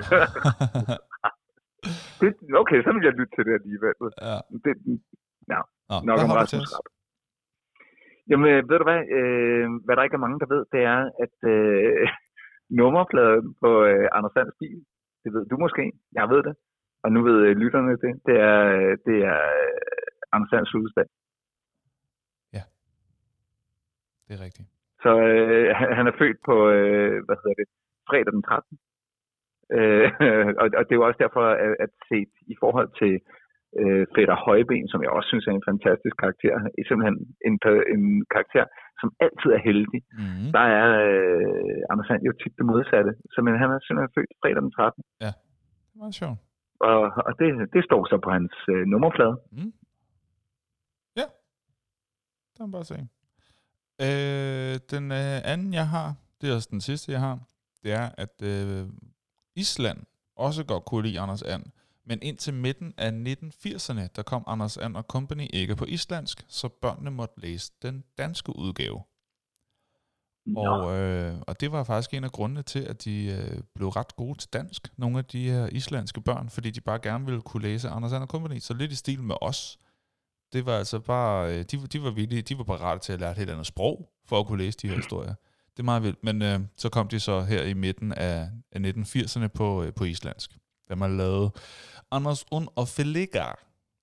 Det, okay, så vil jeg lytte til det alligevel. Ja. Det, ja, Nå, nok om Rasmus Rapp. Jamen, ved du hvad? Øh, hvad der ikke er mange, der ved, det er, at øh, nummerpladen på øh, Anders Ands bil, det ved du måske, jeg ved det, og nu ved øh, lytterne det, det er, det er øh, Anders Ands fødselsdag. Ja, det er rigtigt. Så øh, han, han er født på, øh, hvad hedder det, fredag den trettende. Øh, og, og det er jo også derfor, at, at set i forhold til øh, Fætter Højben, som jeg også synes er en fantastisk karakter, simpelthen en, en karakter, som altid er heldig. Mm-hmm. Der er øh, Anders And jo tit det modsatte, så men han er simpelthen født fredag den trettende. Ja, det var sjovt. Og, og det, det står så på hans øh, nummerplade. Mm. Ja, det kan man bare se. Øh, den øh, anden, jeg har, det er også den sidste, jeg har, det er, at øh, Island også godt kunne lide Anders And, men indtil midten af nitten firserne, der kom Anders And og Company ikke på islandsk, så børnene måtte læse den danske udgave. Ja. Og, øh, og det var faktisk en af grundene til, at de øh, blev ret gode til dansk, nogle af de her islandske børn, fordi de bare gerne ville kunne læse Anders And og Company, så lidt i stil med os. Det var altså bare, de, de var villige, de var parate til at lære et helt andet sprog, for at kunne læse de her historier. Det er meget vildt, men øh, så kom de så her i midten af, af nitten firserne på, øh, på islandsk, da man lavede Anders Und og Feligar.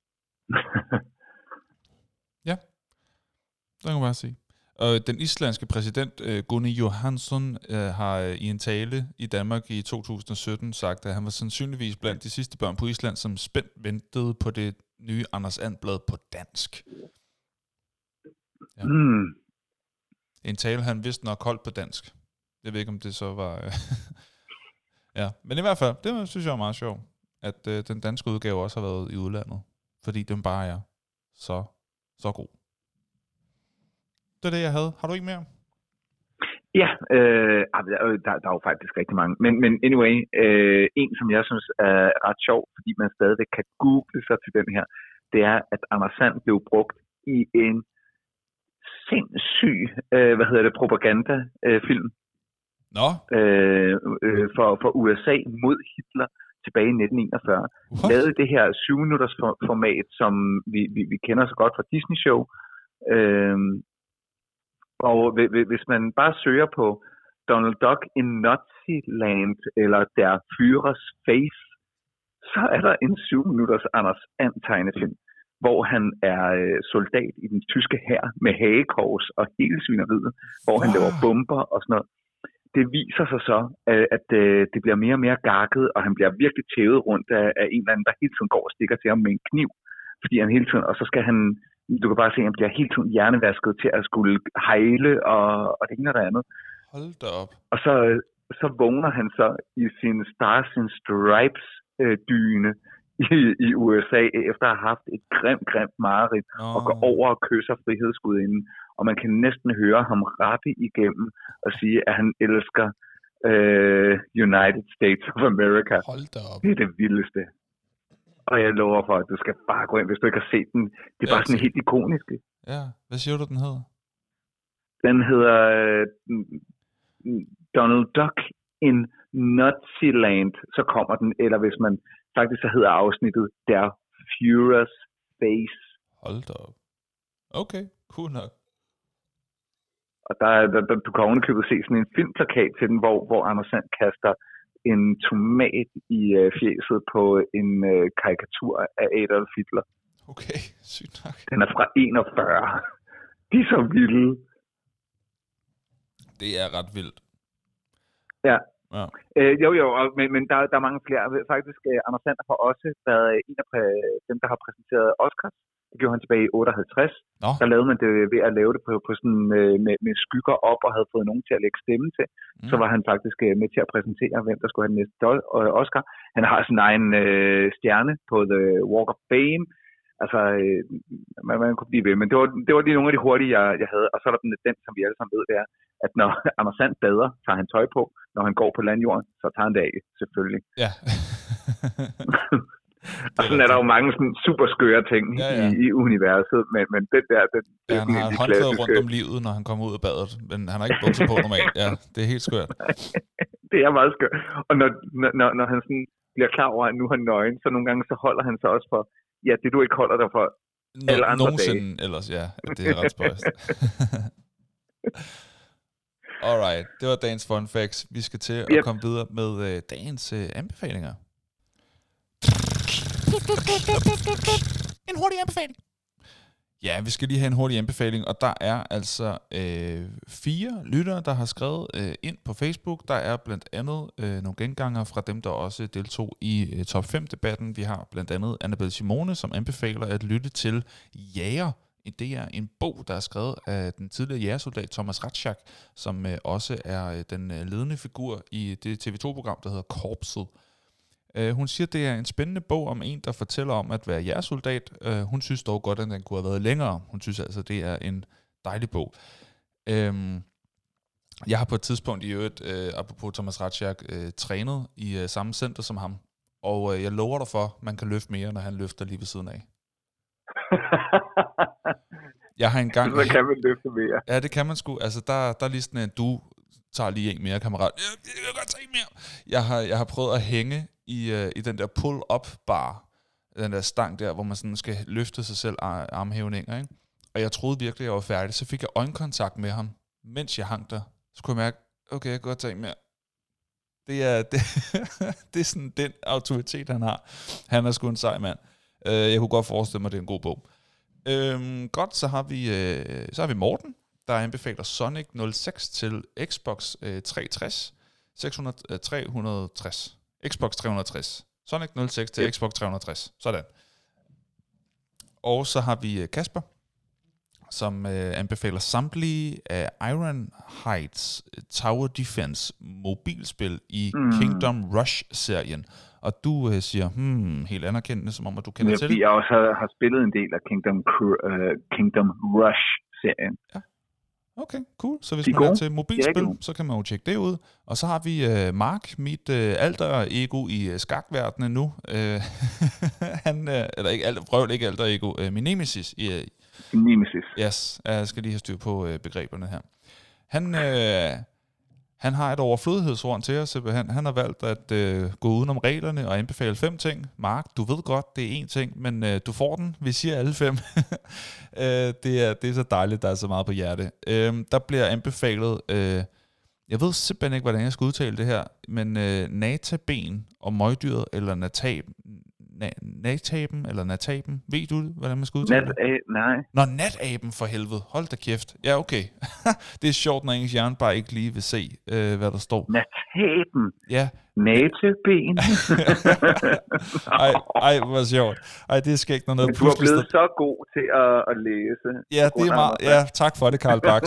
Ja, det kan man bare sige. Og den islandske præsident, øh, Gunni Jóhannsson, øh, har øh, i en tale i Danmark i to tusind og sytten sagt, at han var sandsynligvis blandt de sidste børn på Island, som spændt ventede på det nye Anders And-blad på dansk. Ja. Mm. En tale, han vidste nok holdt på dansk. Jeg ved ikke, om det så var... ja, men i hvert fald, det synes jeg er meget sjovt, at øh, den danske udgave også har været i udlandet, fordi den bare er så, så god. Det er det, jeg havde. Har du ikke mere? Ja, øh, der, der er jo faktisk rigtig mange. Men, men anyway, øh, en som jeg synes er ret sjov, fordi man stadigvæk kan google sig til den her, det er, at Anders And blev brugt i en sindssyg, øh, hvad hedder det, propagandafilm Nå. øh, øh, for, for U S A mod Hitler tilbage i nitten enogfyrre. What? Lavede det her syv minutters format, som vi, vi, vi kender så godt fra Disney Show. Øh, og hvis man bare søger på Donald Duck in Naziland eller Der Führers Face, så er der en syv minutters Anders And tegnefilm, hvor han er soldat i den tyske hær med hagekors og hele svineriet, hvor wow. han laver bomber og sådan noget. Det viser sig så, at det bliver mere og mere gakket, og han bliver virkelig tævet rundt af en eller anden, der hele tiden går og stikker til ham med en kniv, fordi han hele tiden, og så skal han, du kan bare se, at han bliver hele tiden hjernevasket til at skulle hejle, og, og det ene og det andet. Hold da op. Og så, så vågner han så i sin Stars and Stripes øh, dyne, I, i U S A, efter at have haft et grimt, grimt mareridt, oh. og går over og kysser frihedsgudinden. og man kan næsten høre ham rappe igennem og sige, at han elsker uh, United States of America. Hold da op. Det er det vildeste. Og jeg lover for, at du skal bare gå ind, hvis du ikke har set den. Det er bare sådan helt ikonisk. Ja, hvad siger du, den hedder? Den hedder uh, Donald Duck in Nutsyland, så kommer den, eller hvis man faktisk så hedder afsnittet Der Führers Face. Hold da op. Okay, cool nok. Og der, der, der, du kan ovenikøbet se sådan en filmplakat til den, hvor, hvor Anders Sand kaster en tomat i uh, fjeset på en uh, karikatur af Adolf Hitler. Okay, sygt nok. Den er fra enogfyrre. De er så vilde. Det er ret vildt. Ja. Ja. Øh, jo, jo, og, men, men der, der er mange flere. Faktisk, uh, Anders Sander har også været en af præ- dem, der har præsenteret Oscars. Det gjorde han tilbage i otteoghalvtreds. Nå. Der lavede man det ved at lave det på, på sådan, uh, med, med skygger op og havde fået nogen til at lægge stemme til. Mm. Så var han faktisk uh, med til at præsentere, hvem der skulle have den næste uh, Oscar. Han har sin egen uh, stjerne på The Walk of Fame. Altså, øh, man, man kunne blive ved, men det var, det var lige nogle af de hurtige, jeg, jeg havde. Og så er der den, den, som vi alle sammen ved, det er, at når Anders Sand bader, tager han tøj på. Når han går på landjorden, så tager han det af, selvfølgelig. Ja. Og sådan er der jo mange sådan super skøre ting ja, ja. I, i universet, men, men det der... Det, ja, han har et håndklæde rundt om livet, når han kommer ud af badet, men han har ikke bukser på normalt. Ja, det er helt skørt. Det er meget skørt. Og når, når, når han sådan bliver klar over, at nu er han nøgen, så nogle gange så holder han sig også for, ja, det du ikke holder dig for Nå, alle andre nogensinde dage. Ellers, ja. Det er ret spøjst. Alright, det var dagens fun facts. Vi skal til at yep. komme videre med uh, dagens uh, anbefalinger. En hurtig anbefaling. Ja, vi skal lige have en hurtig anbefaling, og der er altså øh, fire lyttere, der har skrevet øh, ind på Facebook. Der er blandt andet øh, nogle genganger fra dem, der også deltog i øh, top fem-debatten. Vi har blandt andet Annabelle Simone, som anbefaler at lytte til Jæger. Det er en bog, der er skrevet af den tidligere jægersoldat Thomas Rathschick, som øh, også er øh, den øh, ledende figur i det T V to-program, der hedder Korpset. Uh, hun siger, det er en spændende bog om en, der fortæller om at være jægersoldat. Uh, hun synes dog godt, at den kunne have været længere. Hun synes altså, det er en dejlig bog. Um, jeg har på et tidspunkt i øvrigt, uh, apropos Thomas Rathschick, uh, trænet i uh, samme center som ham. Og uh, jeg lover dig for, man kan løfte mere, når han løfter lige ved siden af. Jeg har engang... Så kan man løfte mere. Ja, det kan man sgu. Altså, der, der er lige sådan en, du tager lige en mere, kammerat. Jeg, jeg kan godt tage en mere. Jeg har, jeg har prøvet at hænge i, uh, i den der pull-up bar, den der stang der, hvor man sådan skal løfte sig selv ar- armhævninger, ikke? Og jeg troede virkelig, at jeg var færdig. Så fik jeg øjenkontakt med ham, mens jeg hang der. Så kunne jeg mærke, okay, jeg kan godt tage en mere. Det er, det, det er sådan den autoritet, han har. Han er sgu en sej mand. Uh, jeg kunne godt forestille mig, at det er en god bog. Uh, godt, så har vi, uh, så har vi Morten, der anbefaler Sonic nul seks til Xbox uh, tre tres. seks hundrede, uh, tre hundrede og tres. Xbox tre hundrede og tres. Sonic nul seks til yep. Xbox tre hundrede og tres. Sådan. Og så har vi Kasper, som øh, anbefaler samtlige af Iron Heights Tower Defense mobilspil i mm. Kingdom Rush-serien. Og du øh, siger, hmm, helt anerkendende, som om at du kender ja, til det. Jeg også har, har spillet en del af Kingdom, uh, Kingdom Rush-serien. Ja. Okay, cool. Så hvis man er til mobilspil, så kan man jo tjekke det ud. Og så har vi uh, Mark, mit uh, alter ego i uh, skakverdenen nu. Uh, han, uh, eller ikke alter, prøv ikke alter ego, uh, min nemesis. I, uh, nemesis. Yes, jeg skal lige have styr på uh, begreberne her. Han, uh, han har et overflødighedshorn til os. Han, han har valgt at uh, gå udenom reglerne og anbefale fem ting. Mark, du ved godt, det er én ting, men uh, du får den. Vi siger alle fem. uh, det, er, det er så dejligt, der er så meget på hjerte. Uh, der bliver anbefalet... Uh, jeg ved simpelthen ikke, hvordan jeg skal udtale det her, men uh, nataben og møgdyret, eller natab, na, nataben, eller nataben. Ved du, hvordan man skal udtale det? Nat-a- nej. Nå, nataben for helvede. Hold da kæft. Ja, okay. Det er sjovt, når ens hjerne bare ikke lige vil se, øh, hvad der står. Nataben? Ja. Nateben? ej, ej, hvor sjovt. Ej, det er skægt, når noget men du er blevet så god til at, at læse. Ja, det er meget. Ja, tak for det, Karl Bax.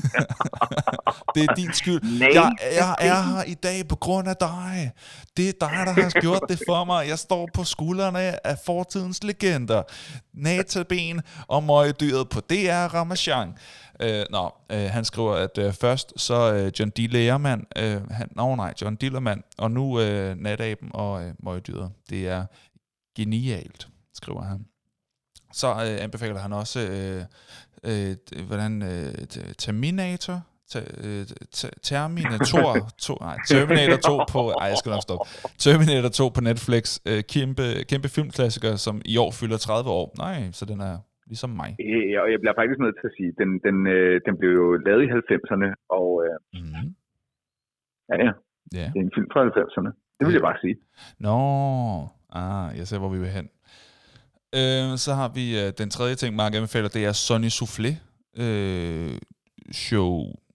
Det er din skyld. Jeg, jeg er her i dag på grund af dig. Det er dig, der har gjort det for mig. Jeg står på skuldrene af fortidens legender. Natalben og møgdyret på D R Ramachan. Øh, nå, øh, han skriver, at øh, først så øh, John D. Lerman, øh, han, nå nej, John Dillermand, og nu øh, Nataben og øh, møgdyret. Det er genialt, skriver han. Så øh, anbefaler han også, øh, øh, hvordan øh, Terminator, Terminator to, nej, Terminator to på, ej, jeg skal nok stoppe. Terminator to på Netflix, øh, kæmpe, kæmpe filmklassiker, som i år fylder tredive år. Nej, så den er ligesom mig. Ja, og jeg bliver faktisk nødt til at sige, den, den, øh, den blev jo lavet i halvfemserne, og øh, mm-hmm. ja, ja, yeah. Det er en film fra halvfemserne. Det vil jeg bare sige. Nå, ah, jeg ser, hvor vi vil hen. Øh, så har vi øh, den tredje ting, Mark anbefaler, det er Sonny Soufflé øh, show.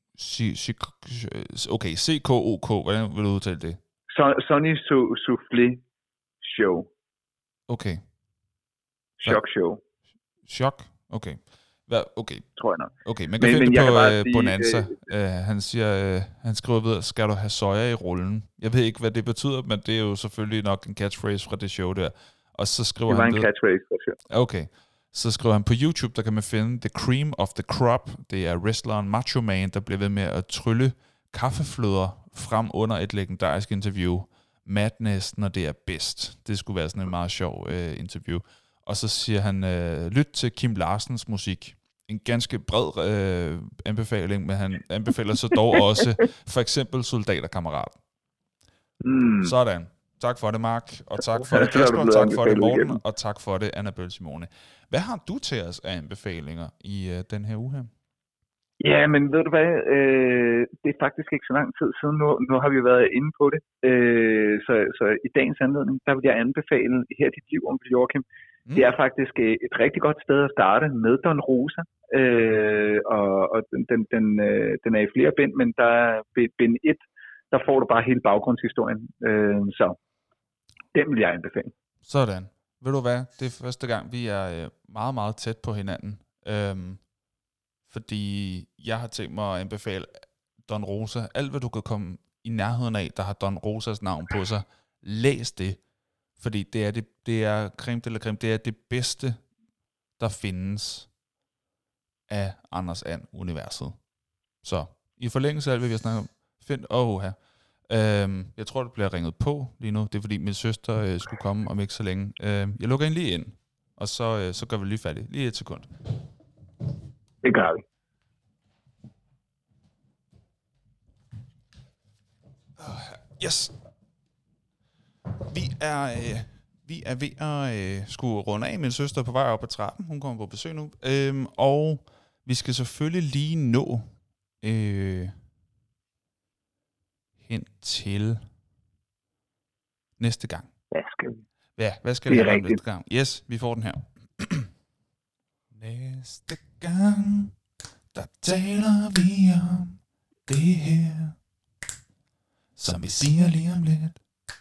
Okay, C K O K, hvordan vil du udtale det? Sonny Soufflé show. Okay. Shock show. Shock? Okay. Hvad? Okay. Tror jeg nok. Okay, man kan men, finde men på uh, Bonanza. Øh, uh, han siger, uh, han skriver videre, skal du have soja i rullen? Jeg ved ikke, hvad det betyder, men det er jo selvfølgelig nok en catchphrase fra det show der. Og så skriver det var han en catchphrase for sure. Okay. Så skriver han på YouTube, der kan man finde The Cream of the Crop. Det er wrestleren Macho Man, der bliver ved med at trylle kaffefløder frem under et legendarisk interview. Madness, når det er bedst. Det skulle være sådan en meget sjov uh, interview. Og så siger han, uh, lyt til Kim Larsens musik. En ganske bred uh, anbefaling, men han anbefaler så dog også for eksempel Soldaterkammerat. Mm. Sådan. Tak for det, Mark, og tak for det, Kasper, tak for det, Morten, og tak for det, Annabelle Simone. Hvad har du til os af anbefalinger i uh, den her uge her? Ja, men ved du hvad, øh, det er faktisk ikke så lang tid siden, nu, nu har vi været inde på det, øh, så, så i dagens anledning, der vil jeg anbefale Her dit liv, onkel Joachim. Mm. Det er faktisk et rigtig godt sted at starte med Don Rosa, øh, og, og den, den, den, øh, den er i flere bind, men der er bind et, der får du bare hele baggrundshistorien, øh, så den vil jeg anbefale. Sådan. Ved du hvad, det er første gang, vi er meget, meget tæt på hinanden. Øhm, fordi jeg har tænkt mig at anbefale Don Rosa. Alt, hvad du kan komme i nærheden af, der har Don Rosas navn på sig, læs det. Fordi det er, det, det er creme de la creme, det er det bedste, der findes af Anders And-universet. Så i forlængelse af alt, hvad vi har snakket om, find, åh her. Øhm, jeg tror, det bliver ringet på lige nu. Det er, fordi min søster øh, skulle komme om ikke så længe. Øhm, jeg lukker hende lige ind, og så, øh, så gør vi lige færdigt. Lige et sekund. Det gør vi. Yes. Vi er, øh, vi er ved at øh, skulle runde af. Min søster er på vej op ad trappen. Hun kommer på besøg nu. Øhm, og vi skal selvfølgelig lige nå øh, hen til næste gang. Hvad skal vi? Ja, hvad skal vi have næste gang? Yes, vi får den her. Næste gang, der taler vi om det her, som vi siger lige om lidt.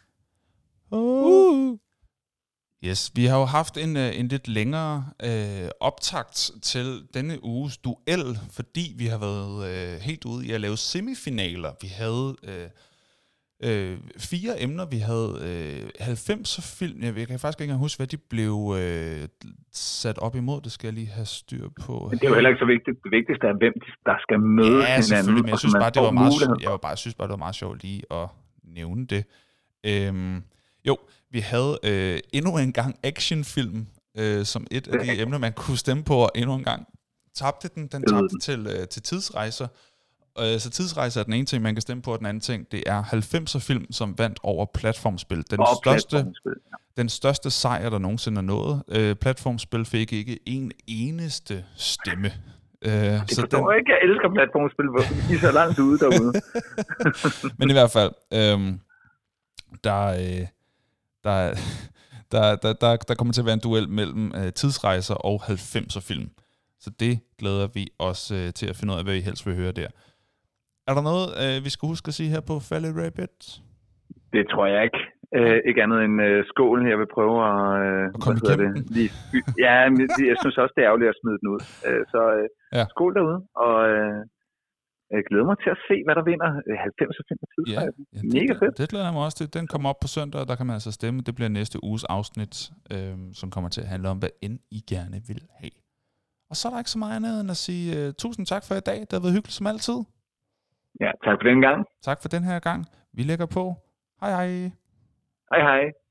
Uh. Yes, vi har jo haft en, en lidt længere øh, optakt til denne uges duel, fordi vi har været øh, helt ude i at lave semifinaler. Vi havde øh, øh, fire emner. Vi havde øh, halvfemser film. Jeg kan faktisk ikke engang huske, hvad de blev øh, sat op imod. Det skal jeg lige have styr på. Men det er jo heller ikke så vigtigt. Det vigtigste er, hvem der skal møde ja, hinanden. Men jeg synes bare, det var meget, jeg var bare, synes bare, det var meget sjovt lige at nævne det. Øhm, jo, vi havde øh, endnu en gang actionfilm øh, som et af de emner, man kunne stemme på, og endnu en gang tabte den. Den tabte til, øh, til tidsrejser. Øh, så tidsrejser er den ene ting, man kan stemme på, og den anden ting, det er halvfemser film, som vandt over platformspil. Den, oh, største, platformspil, ja. den største sejr, der nogensinde er nået. Øh, platformspil fik ikke en eneste stemme. Øh, det så forstår den... jeg ikke, jeg elsker platformspil, hvor I er så langt ude derude. Men i hvert fald, øh, der, øh, der, der, der, der, der kommer til at være en duel mellem øh, tidsrejser og halvfemser film. Så det glæder vi os øh, til at finde ud af, hvad I helst vil høre der. Er der noget, øh, vi skal huske at sige her på Fallet Rabbit? Det tror jeg ikke. Øh, ikke andet end øh, skål. Jeg vil prøve at... Øh, at komme igennem det? Lige, ja, men jeg synes også, det er ærgerligt at smide den ud. Øh, så øh, ja. Skål derude, og øh, Jeg glæder mig til at se, hvad der vinder halvfems procent af Ja, tidsrejsen. ja, det, Mega fedt. Det glæder jeg mig også til. Den kommer op på søndag, og der kan man altså stemme. Det bliver næste uges afsnit, øh, som kommer til at handle om, hvad end I gerne vil have. Og så er der ikke så meget andet end at sige uh, tusind tak for i dag. Det har været hyggeligt som altid. Ja, tak for den gang. Tak for den her gang. Vi lægger på. Hej hej. Hej hej.